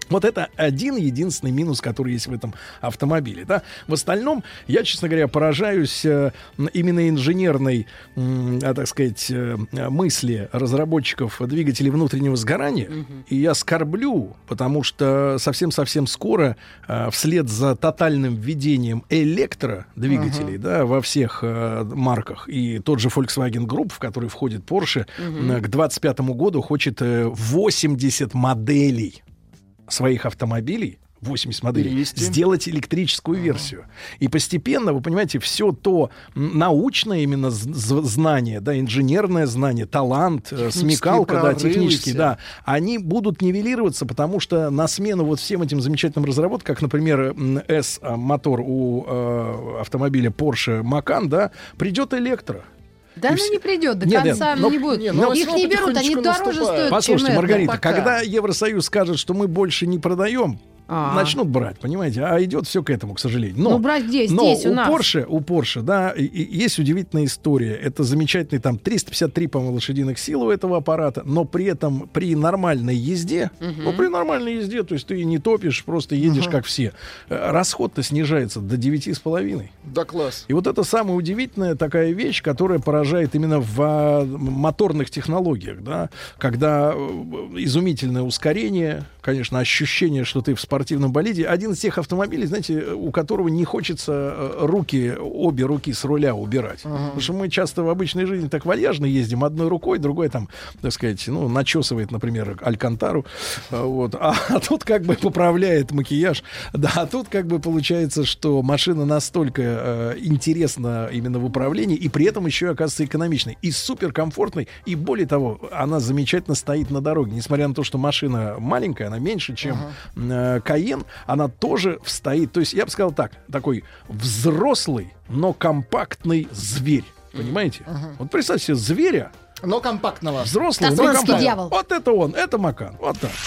[SPEAKER 2] Вот это один единственный минус, который есть в этом автомобиле. Да? В остальном, я, честно говоря, поражаюсь э, именно инженерной, э, так сказать, э, мысли разработчиков двигателей внутреннего сгорания. Mm-hmm. И я скорблю, потому что совсем-совсем скоро, э, вслед за тотальным введением электродвигателей uh-huh. да, во всех э, марках, и тот же Volkswagen Group, в который входит Porsche, uh-huh. э, к двадцать пятому году хочет э, восемьдесят моделей своих автомобилей, восемьдесят моделей, перевести. Сделать электрическую версию. Uh-huh. И постепенно, вы понимаете, все то научное именно знание, да, инженерное знание, талант, смекалка, да, технический, да, они будут нивелироваться, потому что на смену вот всем этим замечательным разработкам, как, например, S-мотор у э, автомобиля Porsche Macan, да, придет электро.
[SPEAKER 4] Да, она не придет, до нет, конца нет, но, не будут. Нет, но их не берут, они дороже стоят,
[SPEAKER 2] послушайте,
[SPEAKER 4] чем
[SPEAKER 2] Маргарита,
[SPEAKER 4] это.
[SPEAKER 2] Когда Евросоюз скажет, что мы больше не продаем, А-а-а. начнут брать, понимаете? А идет все к этому, к сожалению. Но,
[SPEAKER 4] ну, брать где?
[SPEAKER 2] Но
[SPEAKER 4] Здесь,
[SPEAKER 2] у
[SPEAKER 4] у нас.
[SPEAKER 2] Porsche, у Porsche, да, и, и есть удивительная история. Это замечательный там триста пятьдесят три, по-моему, лошадиных сил у этого аппарата, но при этом при нормальной езде, uh-huh. ну, при нормальной езде, то есть ты не топишь, просто едешь, uh-huh. как все, расход-то снижается до девяти с половиной.
[SPEAKER 5] Да, класс.
[SPEAKER 2] И вот это самая удивительная такая вещь, которая поражает именно в моторных технологиях, да, когда изумительное ускорение, конечно, ощущение, что ты в спортивном болиде. Один из тех автомобилей, знаете, у которого не хочется руки, обе руки с руля убирать. Uh-huh. Потому что мы часто в обычной жизни так вальяжно ездим одной рукой, другой там, так сказать, ну, начесывает, например, алькантару. Вот. А, а тут как бы поправляет макияж. Да, а тут как бы получается, что машина настолько э, интересна именно в управлении, и при этом еще оказывается экономичной. И суперкомфортной. И более того, она замечательно стоит на дороге. Несмотря на то, что машина маленькая, она меньше, чем uh-huh. э, Cayenne, она тоже стоит. То есть, я бы сказал так, такой взрослый, но компактный зверь. Понимаете? Uh-huh. Вот представьте себе зверя,
[SPEAKER 5] но компактного.
[SPEAKER 2] Взрослый, но компактного. Дьявол. Вот это он, это Макан. Вот так.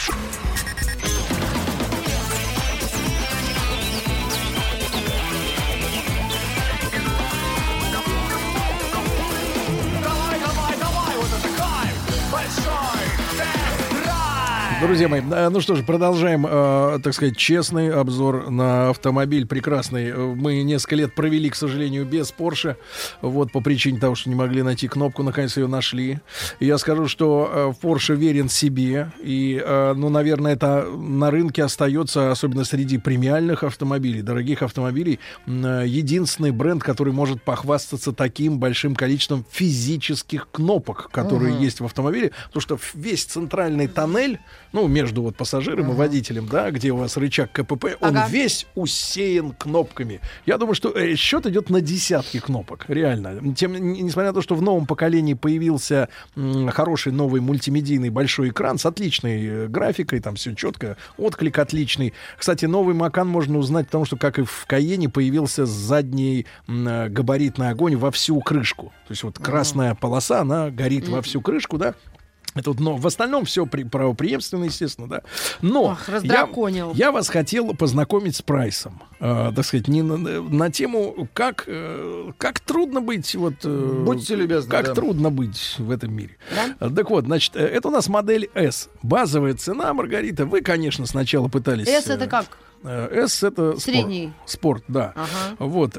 [SPEAKER 2] Друзья мои, ну что ж, продолжаем, э, так сказать, честный обзор на автомобиль прекрасный. Мы несколько лет провели, к сожалению, без Porsche. Вот по причине того, что не могли найти кнопку, наконец ее нашли. И я скажу, что э, Porsche верен себе. И, э, ну, наверное, это на рынке остается, особенно среди премиальных автомобилей, дорогих автомобилей, э, единственный бренд, который может похвастаться таким большим количеством физических кнопок, которые uh-huh. есть в автомобиле. Потому что весь центральный тоннель, ну, между вот пассажиром uh-huh. и водителем, да, где у вас рычаг КПП, он ага. весь усеян кнопками. Я думаю, что э, счет идет на десятки кнопок, реально. Тем, несмотря на то, что в новом поколении появился м, хороший новый мультимедийный большой экран с отличной э, графикой, там все четко, отклик отличный. Кстати, новый Macan можно узнать, потому что, как и в Cayenne, появился задний м, габаритный огонь во всю крышку. То есть вот красная uh-huh. полоса, она горит uh-huh. во всю крышку, да. Это вот, но в остальном все при, правопреемственно, естественно, да. Но
[SPEAKER 4] Ох,
[SPEAKER 2] я, я вас хотел познакомить с прайсом, э, так сказать, не на, на тему, как, э, как трудно быть, вот, э,
[SPEAKER 5] будьте любезны,
[SPEAKER 2] как
[SPEAKER 5] да.
[SPEAKER 2] трудно быть в этом мире.
[SPEAKER 4] Да?
[SPEAKER 2] Так вот, значит, это у нас модель S. Базовая цена, Маргарита. Вы, конечно, сначала пытались.
[SPEAKER 4] S это как?
[SPEAKER 2] S это
[SPEAKER 4] средний
[SPEAKER 2] спорт, спорт, да.
[SPEAKER 4] Ага.
[SPEAKER 2] Вот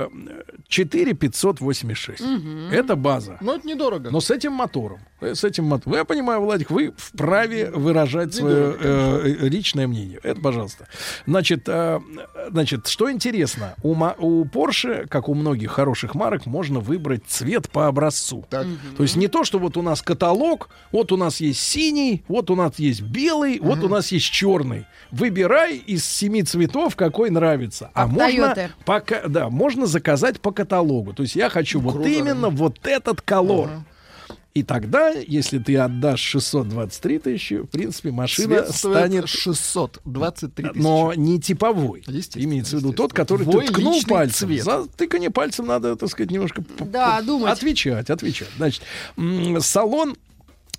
[SPEAKER 2] четыре тысячи пятьсот восемьдесят шесть. Угу. Это база.
[SPEAKER 5] Но это недорого.
[SPEAKER 2] Но с этим мотором. С этим мотором. Я понимаю, Владик, вы вправе выражать свое э, личное мнение. Это, пожалуйста. Значит, э, значит, что интересно, у, у Porsche, как у многих хороших марок, можно выбрать цвет по образцу. Так. Угу. То есть не то, что вот у нас каталог, вот у нас есть синий, вот у нас есть белый, угу. вот у нас есть черный. Выбирай из семи цветов, какой нравится. А, а можно, пока, да, можно заказать по каталогу. То есть я хочу ну, вот круто, именно да. вот этот колор. Ага. И тогда, если ты отдашь шестьсот двадцать три тысячи, в принципе, машина
[SPEAKER 5] Цвет
[SPEAKER 2] станет...
[SPEAKER 5] шестьсот двадцать три тысячи.
[SPEAKER 2] Но не типовой. Имеется в виду тот, который Твой ты ткнул пальцем.
[SPEAKER 5] Цвет.
[SPEAKER 2] За тыканье пальцем надо, так сказать, немножко
[SPEAKER 4] да, думать.
[SPEAKER 2] отвечать, отвечать. Значит, салон...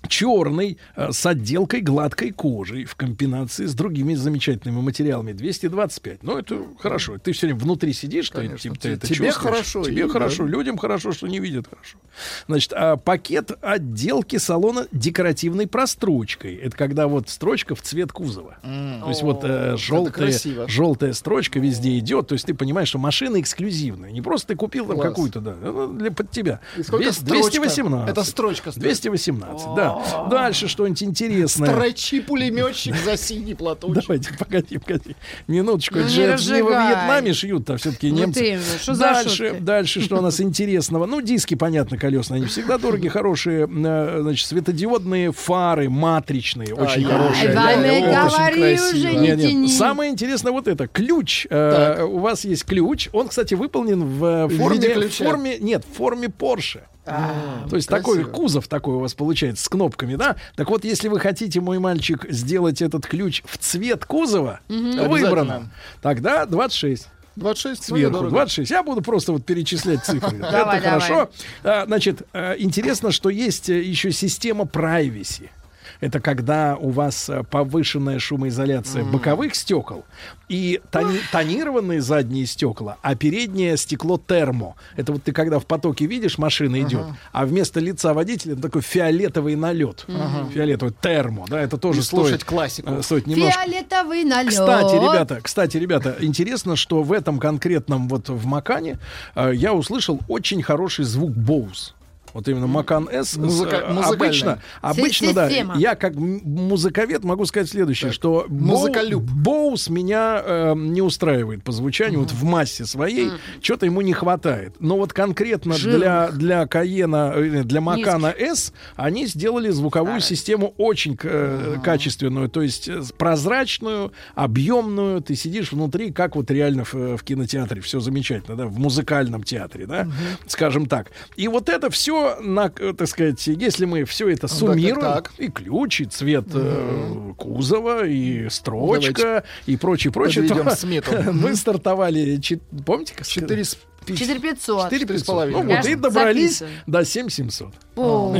[SPEAKER 2] черный, э, с отделкой гладкой кожи в комбинации с другими замечательными материалами. двести двадцать пять. Ну, это хорошо. Ты все время внутри сидишь, ты, типа, ты это
[SPEAKER 5] тебе
[SPEAKER 2] чувствуешь.
[SPEAKER 5] Хорошо.
[SPEAKER 2] Тебе
[SPEAKER 5] и,
[SPEAKER 2] хорошо.
[SPEAKER 5] Да.
[SPEAKER 2] Людям хорошо, что не видят хорошо. Значит, а пакет отделки салона декоративной прострочкой. Это когда вот строчка в цвет кузова. Mm. То есть вот э, желтая, желтая строчка везде идет. То есть ты понимаешь, что машина эксклюзивная. Не просто ты купил там какую-то, да, для, под тебя. двести восемнадцать.
[SPEAKER 5] Это строчка.
[SPEAKER 2] двести восемнадцать, да. Дальше что-нибудь интересное.
[SPEAKER 5] Строчи-пулеметчик за синий платочек.
[SPEAKER 2] Давайте, погоди, погоди. Минуточку.
[SPEAKER 4] Ну,
[SPEAKER 2] это
[SPEAKER 4] не
[SPEAKER 2] же
[SPEAKER 4] разжигай.
[SPEAKER 2] не во Вьетнаме шьют-то все-таки
[SPEAKER 4] Вот
[SPEAKER 2] немцы.
[SPEAKER 4] именно. Что за
[SPEAKER 2] Дальше,
[SPEAKER 4] шутки?
[SPEAKER 2] дальше, что у нас интересного. Ну, диски, понятно, колесные. Они всегда дорогие, хорошие. э, Значит, светодиодные фары, матричные. Очень
[SPEAKER 5] Ай,
[SPEAKER 2] хорошие.
[SPEAKER 4] Ай,
[SPEAKER 2] Да,
[SPEAKER 4] не
[SPEAKER 2] очень
[SPEAKER 4] говори
[SPEAKER 2] красиво.
[SPEAKER 4] уже, не
[SPEAKER 2] Нет, нет.
[SPEAKER 4] тяни.
[SPEAKER 2] Самое интересное вот это. Ключ. Э, у вас есть ключ. Он, кстати, выполнен в
[SPEAKER 5] В
[SPEAKER 2] форме...
[SPEAKER 5] виде
[SPEAKER 2] В
[SPEAKER 5] ключа.
[SPEAKER 2] форме нет, в форме Porsche.
[SPEAKER 5] А,
[SPEAKER 2] То есть
[SPEAKER 5] красиво.
[SPEAKER 2] такой кузов такой у вас получается с кнопками, да? Так вот, если вы хотите, мой мальчик, сделать этот ключ в цвет кузова,
[SPEAKER 5] Обязательно.
[SPEAKER 2] выбрано, тогда двадцать шесть.
[SPEAKER 5] двадцать шесть
[SPEAKER 2] Сверху двадцать шесть. Я буду просто вот перечислять цифры. Это
[SPEAKER 4] Давай,
[SPEAKER 2] хорошо. А, Значит, а, интересно, что есть э, еще система privacy. Это когда у вас э, повышенная шумоизоляция
[SPEAKER 5] Mm.
[SPEAKER 2] боковых стекол и тони- тонированные задние стекла, а переднее стекло термо. Это вот ты когда в потоке видишь, машина идет,
[SPEAKER 5] Ага.
[SPEAKER 2] а вместо лица водителя такой фиолетовый налет.
[SPEAKER 5] Ага.
[SPEAKER 2] Фиолетовый термо, да, это тоже
[SPEAKER 5] И
[SPEAKER 2] стоит.
[SPEAKER 5] слушать классику.
[SPEAKER 2] э, Стоит немножко.
[SPEAKER 4] Фиолетовый налет.
[SPEAKER 2] Кстати, ребята, кстати, ребята, интересно, что в этом конкретном вот в Макане э, я услышал очень хороший звук Bose. Вот именно Макан S.
[SPEAKER 5] Музыка-
[SPEAKER 2] э,
[SPEAKER 5] музыкальный.
[SPEAKER 2] обычно, обычно, да.
[SPEAKER 4] Система.
[SPEAKER 2] Я как м- музыковед могу сказать следующее,
[SPEAKER 5] Так.
[SPEAKER 2] что
[SPEAKER 5] Музыколюб.
[SPEAKER 2] Боус меня э, не устраивает по звучанию, вот в массе своей, что-то ему не хватает. Но вот конкретно для, для Каена, э, для Макана S они сделали звуковую систему очень э, качественную, то есть э, прозрачную, объемную. Ты сидишь внутри, как вот реально в, в кинотеатре. Все замечательно, да, в музыкальном театре, да, скажем так. И вот это все, на, э, так сказать, если мы все это суммируем,
[SPEAKER 5] так, так.
[SPEAKER 2] и ключ, и цвет э, кузова, и строчка, и прочее, прочее,
[SPEAKER 5] подведем
[SPEAKER 2] то
[SPEAKER 5] смету.
[SPEAKER 2] мы стартовали, чет- помните, как
[SPEAKER 5] Четыре с-
[SPEAKER 4] четыре пятьсот.
[SPEAKER 2] четыре
[SPEAKER 5] четыре с
[SPEAKER 2] пятьсот.
[SPEAKER 5] половиной.
[SPEAKER 2] Ну вот, и
[SPEAKER 4] Я
[SPEAKER 2] добрались
[SPEAKER 4] записываю.
[SPEAKER 2] до семь семьсот.
[SPEAKER 4] О.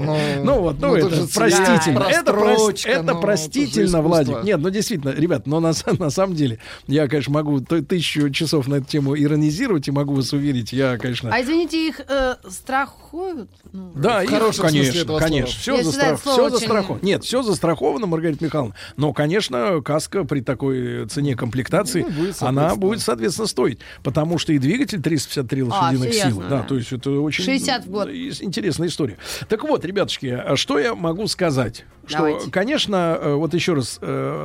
[SPEAKER 2] Ну вот, ну,
[SPEAKER 5] ну, тут
[SPEAKER 2] это
[SPEAKER 5] же
[SPEAKER 2] простительно.
[SPEAKER 5] цвет,
[SPEAKER 2] Это, прос-
[SPEAKER 5] прострочка,
[SPEAKER 2] это
[SPEAKER 5] ну, это же
[SPEAKER 2] простительно,
[SPEAKER 5] искусство.
[SPEAKER 2] Владик. Нет, ну действительно, ребят, но на, с- на самом деле, я, конечно, могу т- тысячу часов на эту тему иронизировать и могу вас уверить, я, конечно...
[SPEAKER 4] А извините, их э, страхуют? Ну,
[SPEAKER 2] Да,
[SPEAKER 5] В
[SPEAKER 2] их,
[SPEAKER 5] хорошем смысле
[SPEAKER 2] конечно,
[SPEAKER 5] этого
[SPEAKER 2] конечно,
[SPEAKER 5] слова.
[SPEAKER 2] все,
[SPEAKER 4] Я считаю,
[SPEAKER 2] застрах...
[SPEAKER 4] слово
[SPEAKER 2] все
[SPEAKER 4] очень-
[SPEAKER 2] застраховано. Нет, все застраховано, Маргарита Михайловна. Но, конечно, каска при такой цене комплектации,
[SPEAKER 5] Ну, будет,
[SPEAKER 2] она
[SPEAKER 5] соответственно.
[SPEAKER 2] будет, соответственно, стоить. Потому что и двигатель триста пятьдесят три лошадиных
[SPEAKER 4] всё
[SPEAKER 2] силы.
[SPEAKER 4] ясно,
[SPEAKER 2] Да,
[SPEAKER 4] да.
[SPEAKER 2] то есть это очень
[SPEAKER 4] шестьдесят в год.
[SPEAKER 2] и- интересная история. Так вот, ребятушки, а что я могу сказать? Что,
[SPEAKER 4] Давайте.
[SPEAKER 2] конечно, э, вот еще раз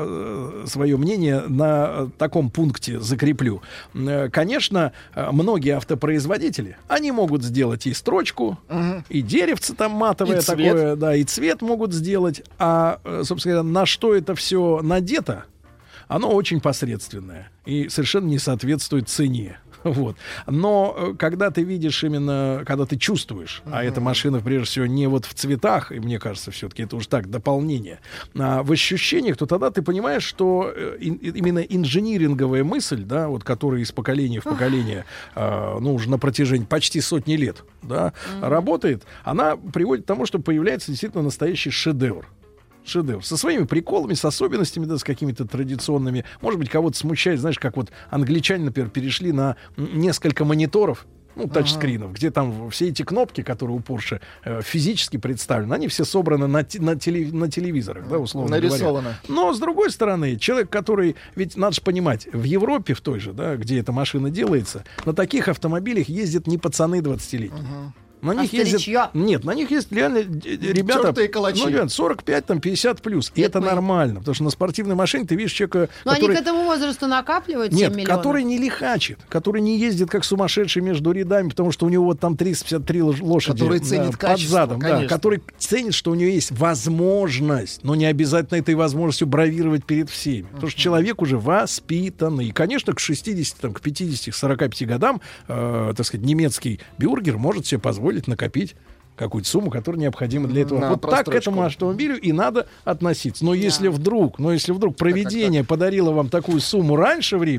[SPEAKER 2] э, свое мнение на э, таком пункте закреплю. Э, Конечно, э, многие автопроизводители, они могут сделать и строчку,
[SPEAKER 5] Мгм.
[SPEAKER 2] и деревце там матовое
[SPEAKER 5] И цвет.
[SPEAKER 2] такое, да, и цвет могут сделать. А, э, собственно говоря, на что это все надето, оно очень посредственное и совершенно не соответствует цене. Вот. Но э, когда ты видишь именно, когда ты чувствуешь, а эта машина, прежде всего, не вот в цветах, и мне кажется, все-таки это уж так, дополнение, а в ощущениях, то тогда ты понимаешь, что э, ин- именно инжиниринговая мысль, да, вот которая из поколения в поколение, э, ну, уже на протяжении почти сотни лет, да, работает, она приводит к тому, что появляется действительно настоящий шедевр. Шедевр. Со своими приколами, с особенностями, да, с какими-то традиционными. Может быть, кого-то смущает, знаешь, как вот англичане, например, перешли на м, несколько мониторов, ну, тачскринов, где там все эти кнопки, которые у Porsche э, физически представлены, они все собраны на, те- на, теле- на телевизорах, да, условно
[SPEAKER 5] Нарисовано.
[SPEAKER 2] говоря. Но, с другой стороны, человек, который... Ведь надо же понимать, в Европе, в той же, да, где эта машина делается, на таких автомобилях ездят не пацаны двадцатилетние. На
[SPEAKER 4] А
[SPEAKER 2] них ездят...
[SPEAKER 4] старичья?
[SPEAKER 2] Нет, на них есть реально д- д- ребята...
[SPEAKER 5] Тёртые калачи.
[SPEAKER 2] Ну, ребят, сорок пять, там, пятьдесят плюс. И это
[SPEAKER 4] мы.
[SPEAKER 2] нормально, потому что на спортивной машине ты видишь человека,
[SPEAKER 4] Но
[SPEAKER 2] который...
[SPEAKER 4] они к этому возрасту накапливают семь
[SPEAKER 2] Нет,
[SPEAKER 4] миллионов.
[SPEAKER 2] который не лихачит, который не ездит как сумасшедший между рядами, потому что у него вот там триста пятьдесят три лош- лошади
[SPEAKER 5] Который
[SPEAKER 2] да,
[SPEAKER 5] ценит
[SPEAKER 2] под
[SPEAKER 5] качество,
[SPEAKER 2] задом, да,
[SPEAKER 5] конечно.
[SPEAKER 2] который ценит, что у него есть возможность, но не обязательно этой возможностью бравировать перед всеми. Потому что человек уже воспитанный. И, конечно, к шестидесяти, там, к пятидесяти, к сорока пяти годам, э, так сказать, немецкий бюргер может себе позволить накопить какую-то сумму, которая необходима для этого.
[SPEAKER 5] На
[SPEAKER 2] вот так к
[SPEAKER 5] прострочку.
[SPEAKER 2] этому автомобилю и надо относиться. Но если вдруг, но если вдруг провидение подарило вам такую сумму раньше времени,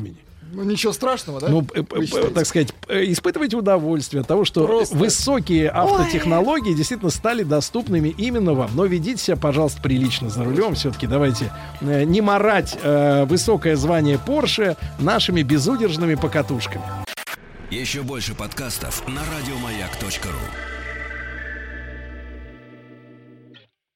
[SPEAKER 5] Ну, ничего страшного, да?
[SPEAKER 2] Ну, так сказать, испытывайте удовольствие от того, что Просто... высокие автотехнологии Ой. действительно стали доступными именно вам. Но ведите себя, пожалуйста, прилично за рулем. Все-таки давайте э, не марать э, высокое звание Porsche нашими безудержными покатушками.
[SPEAKER 1] Еще больше подкастов на радиомаяк точка ру.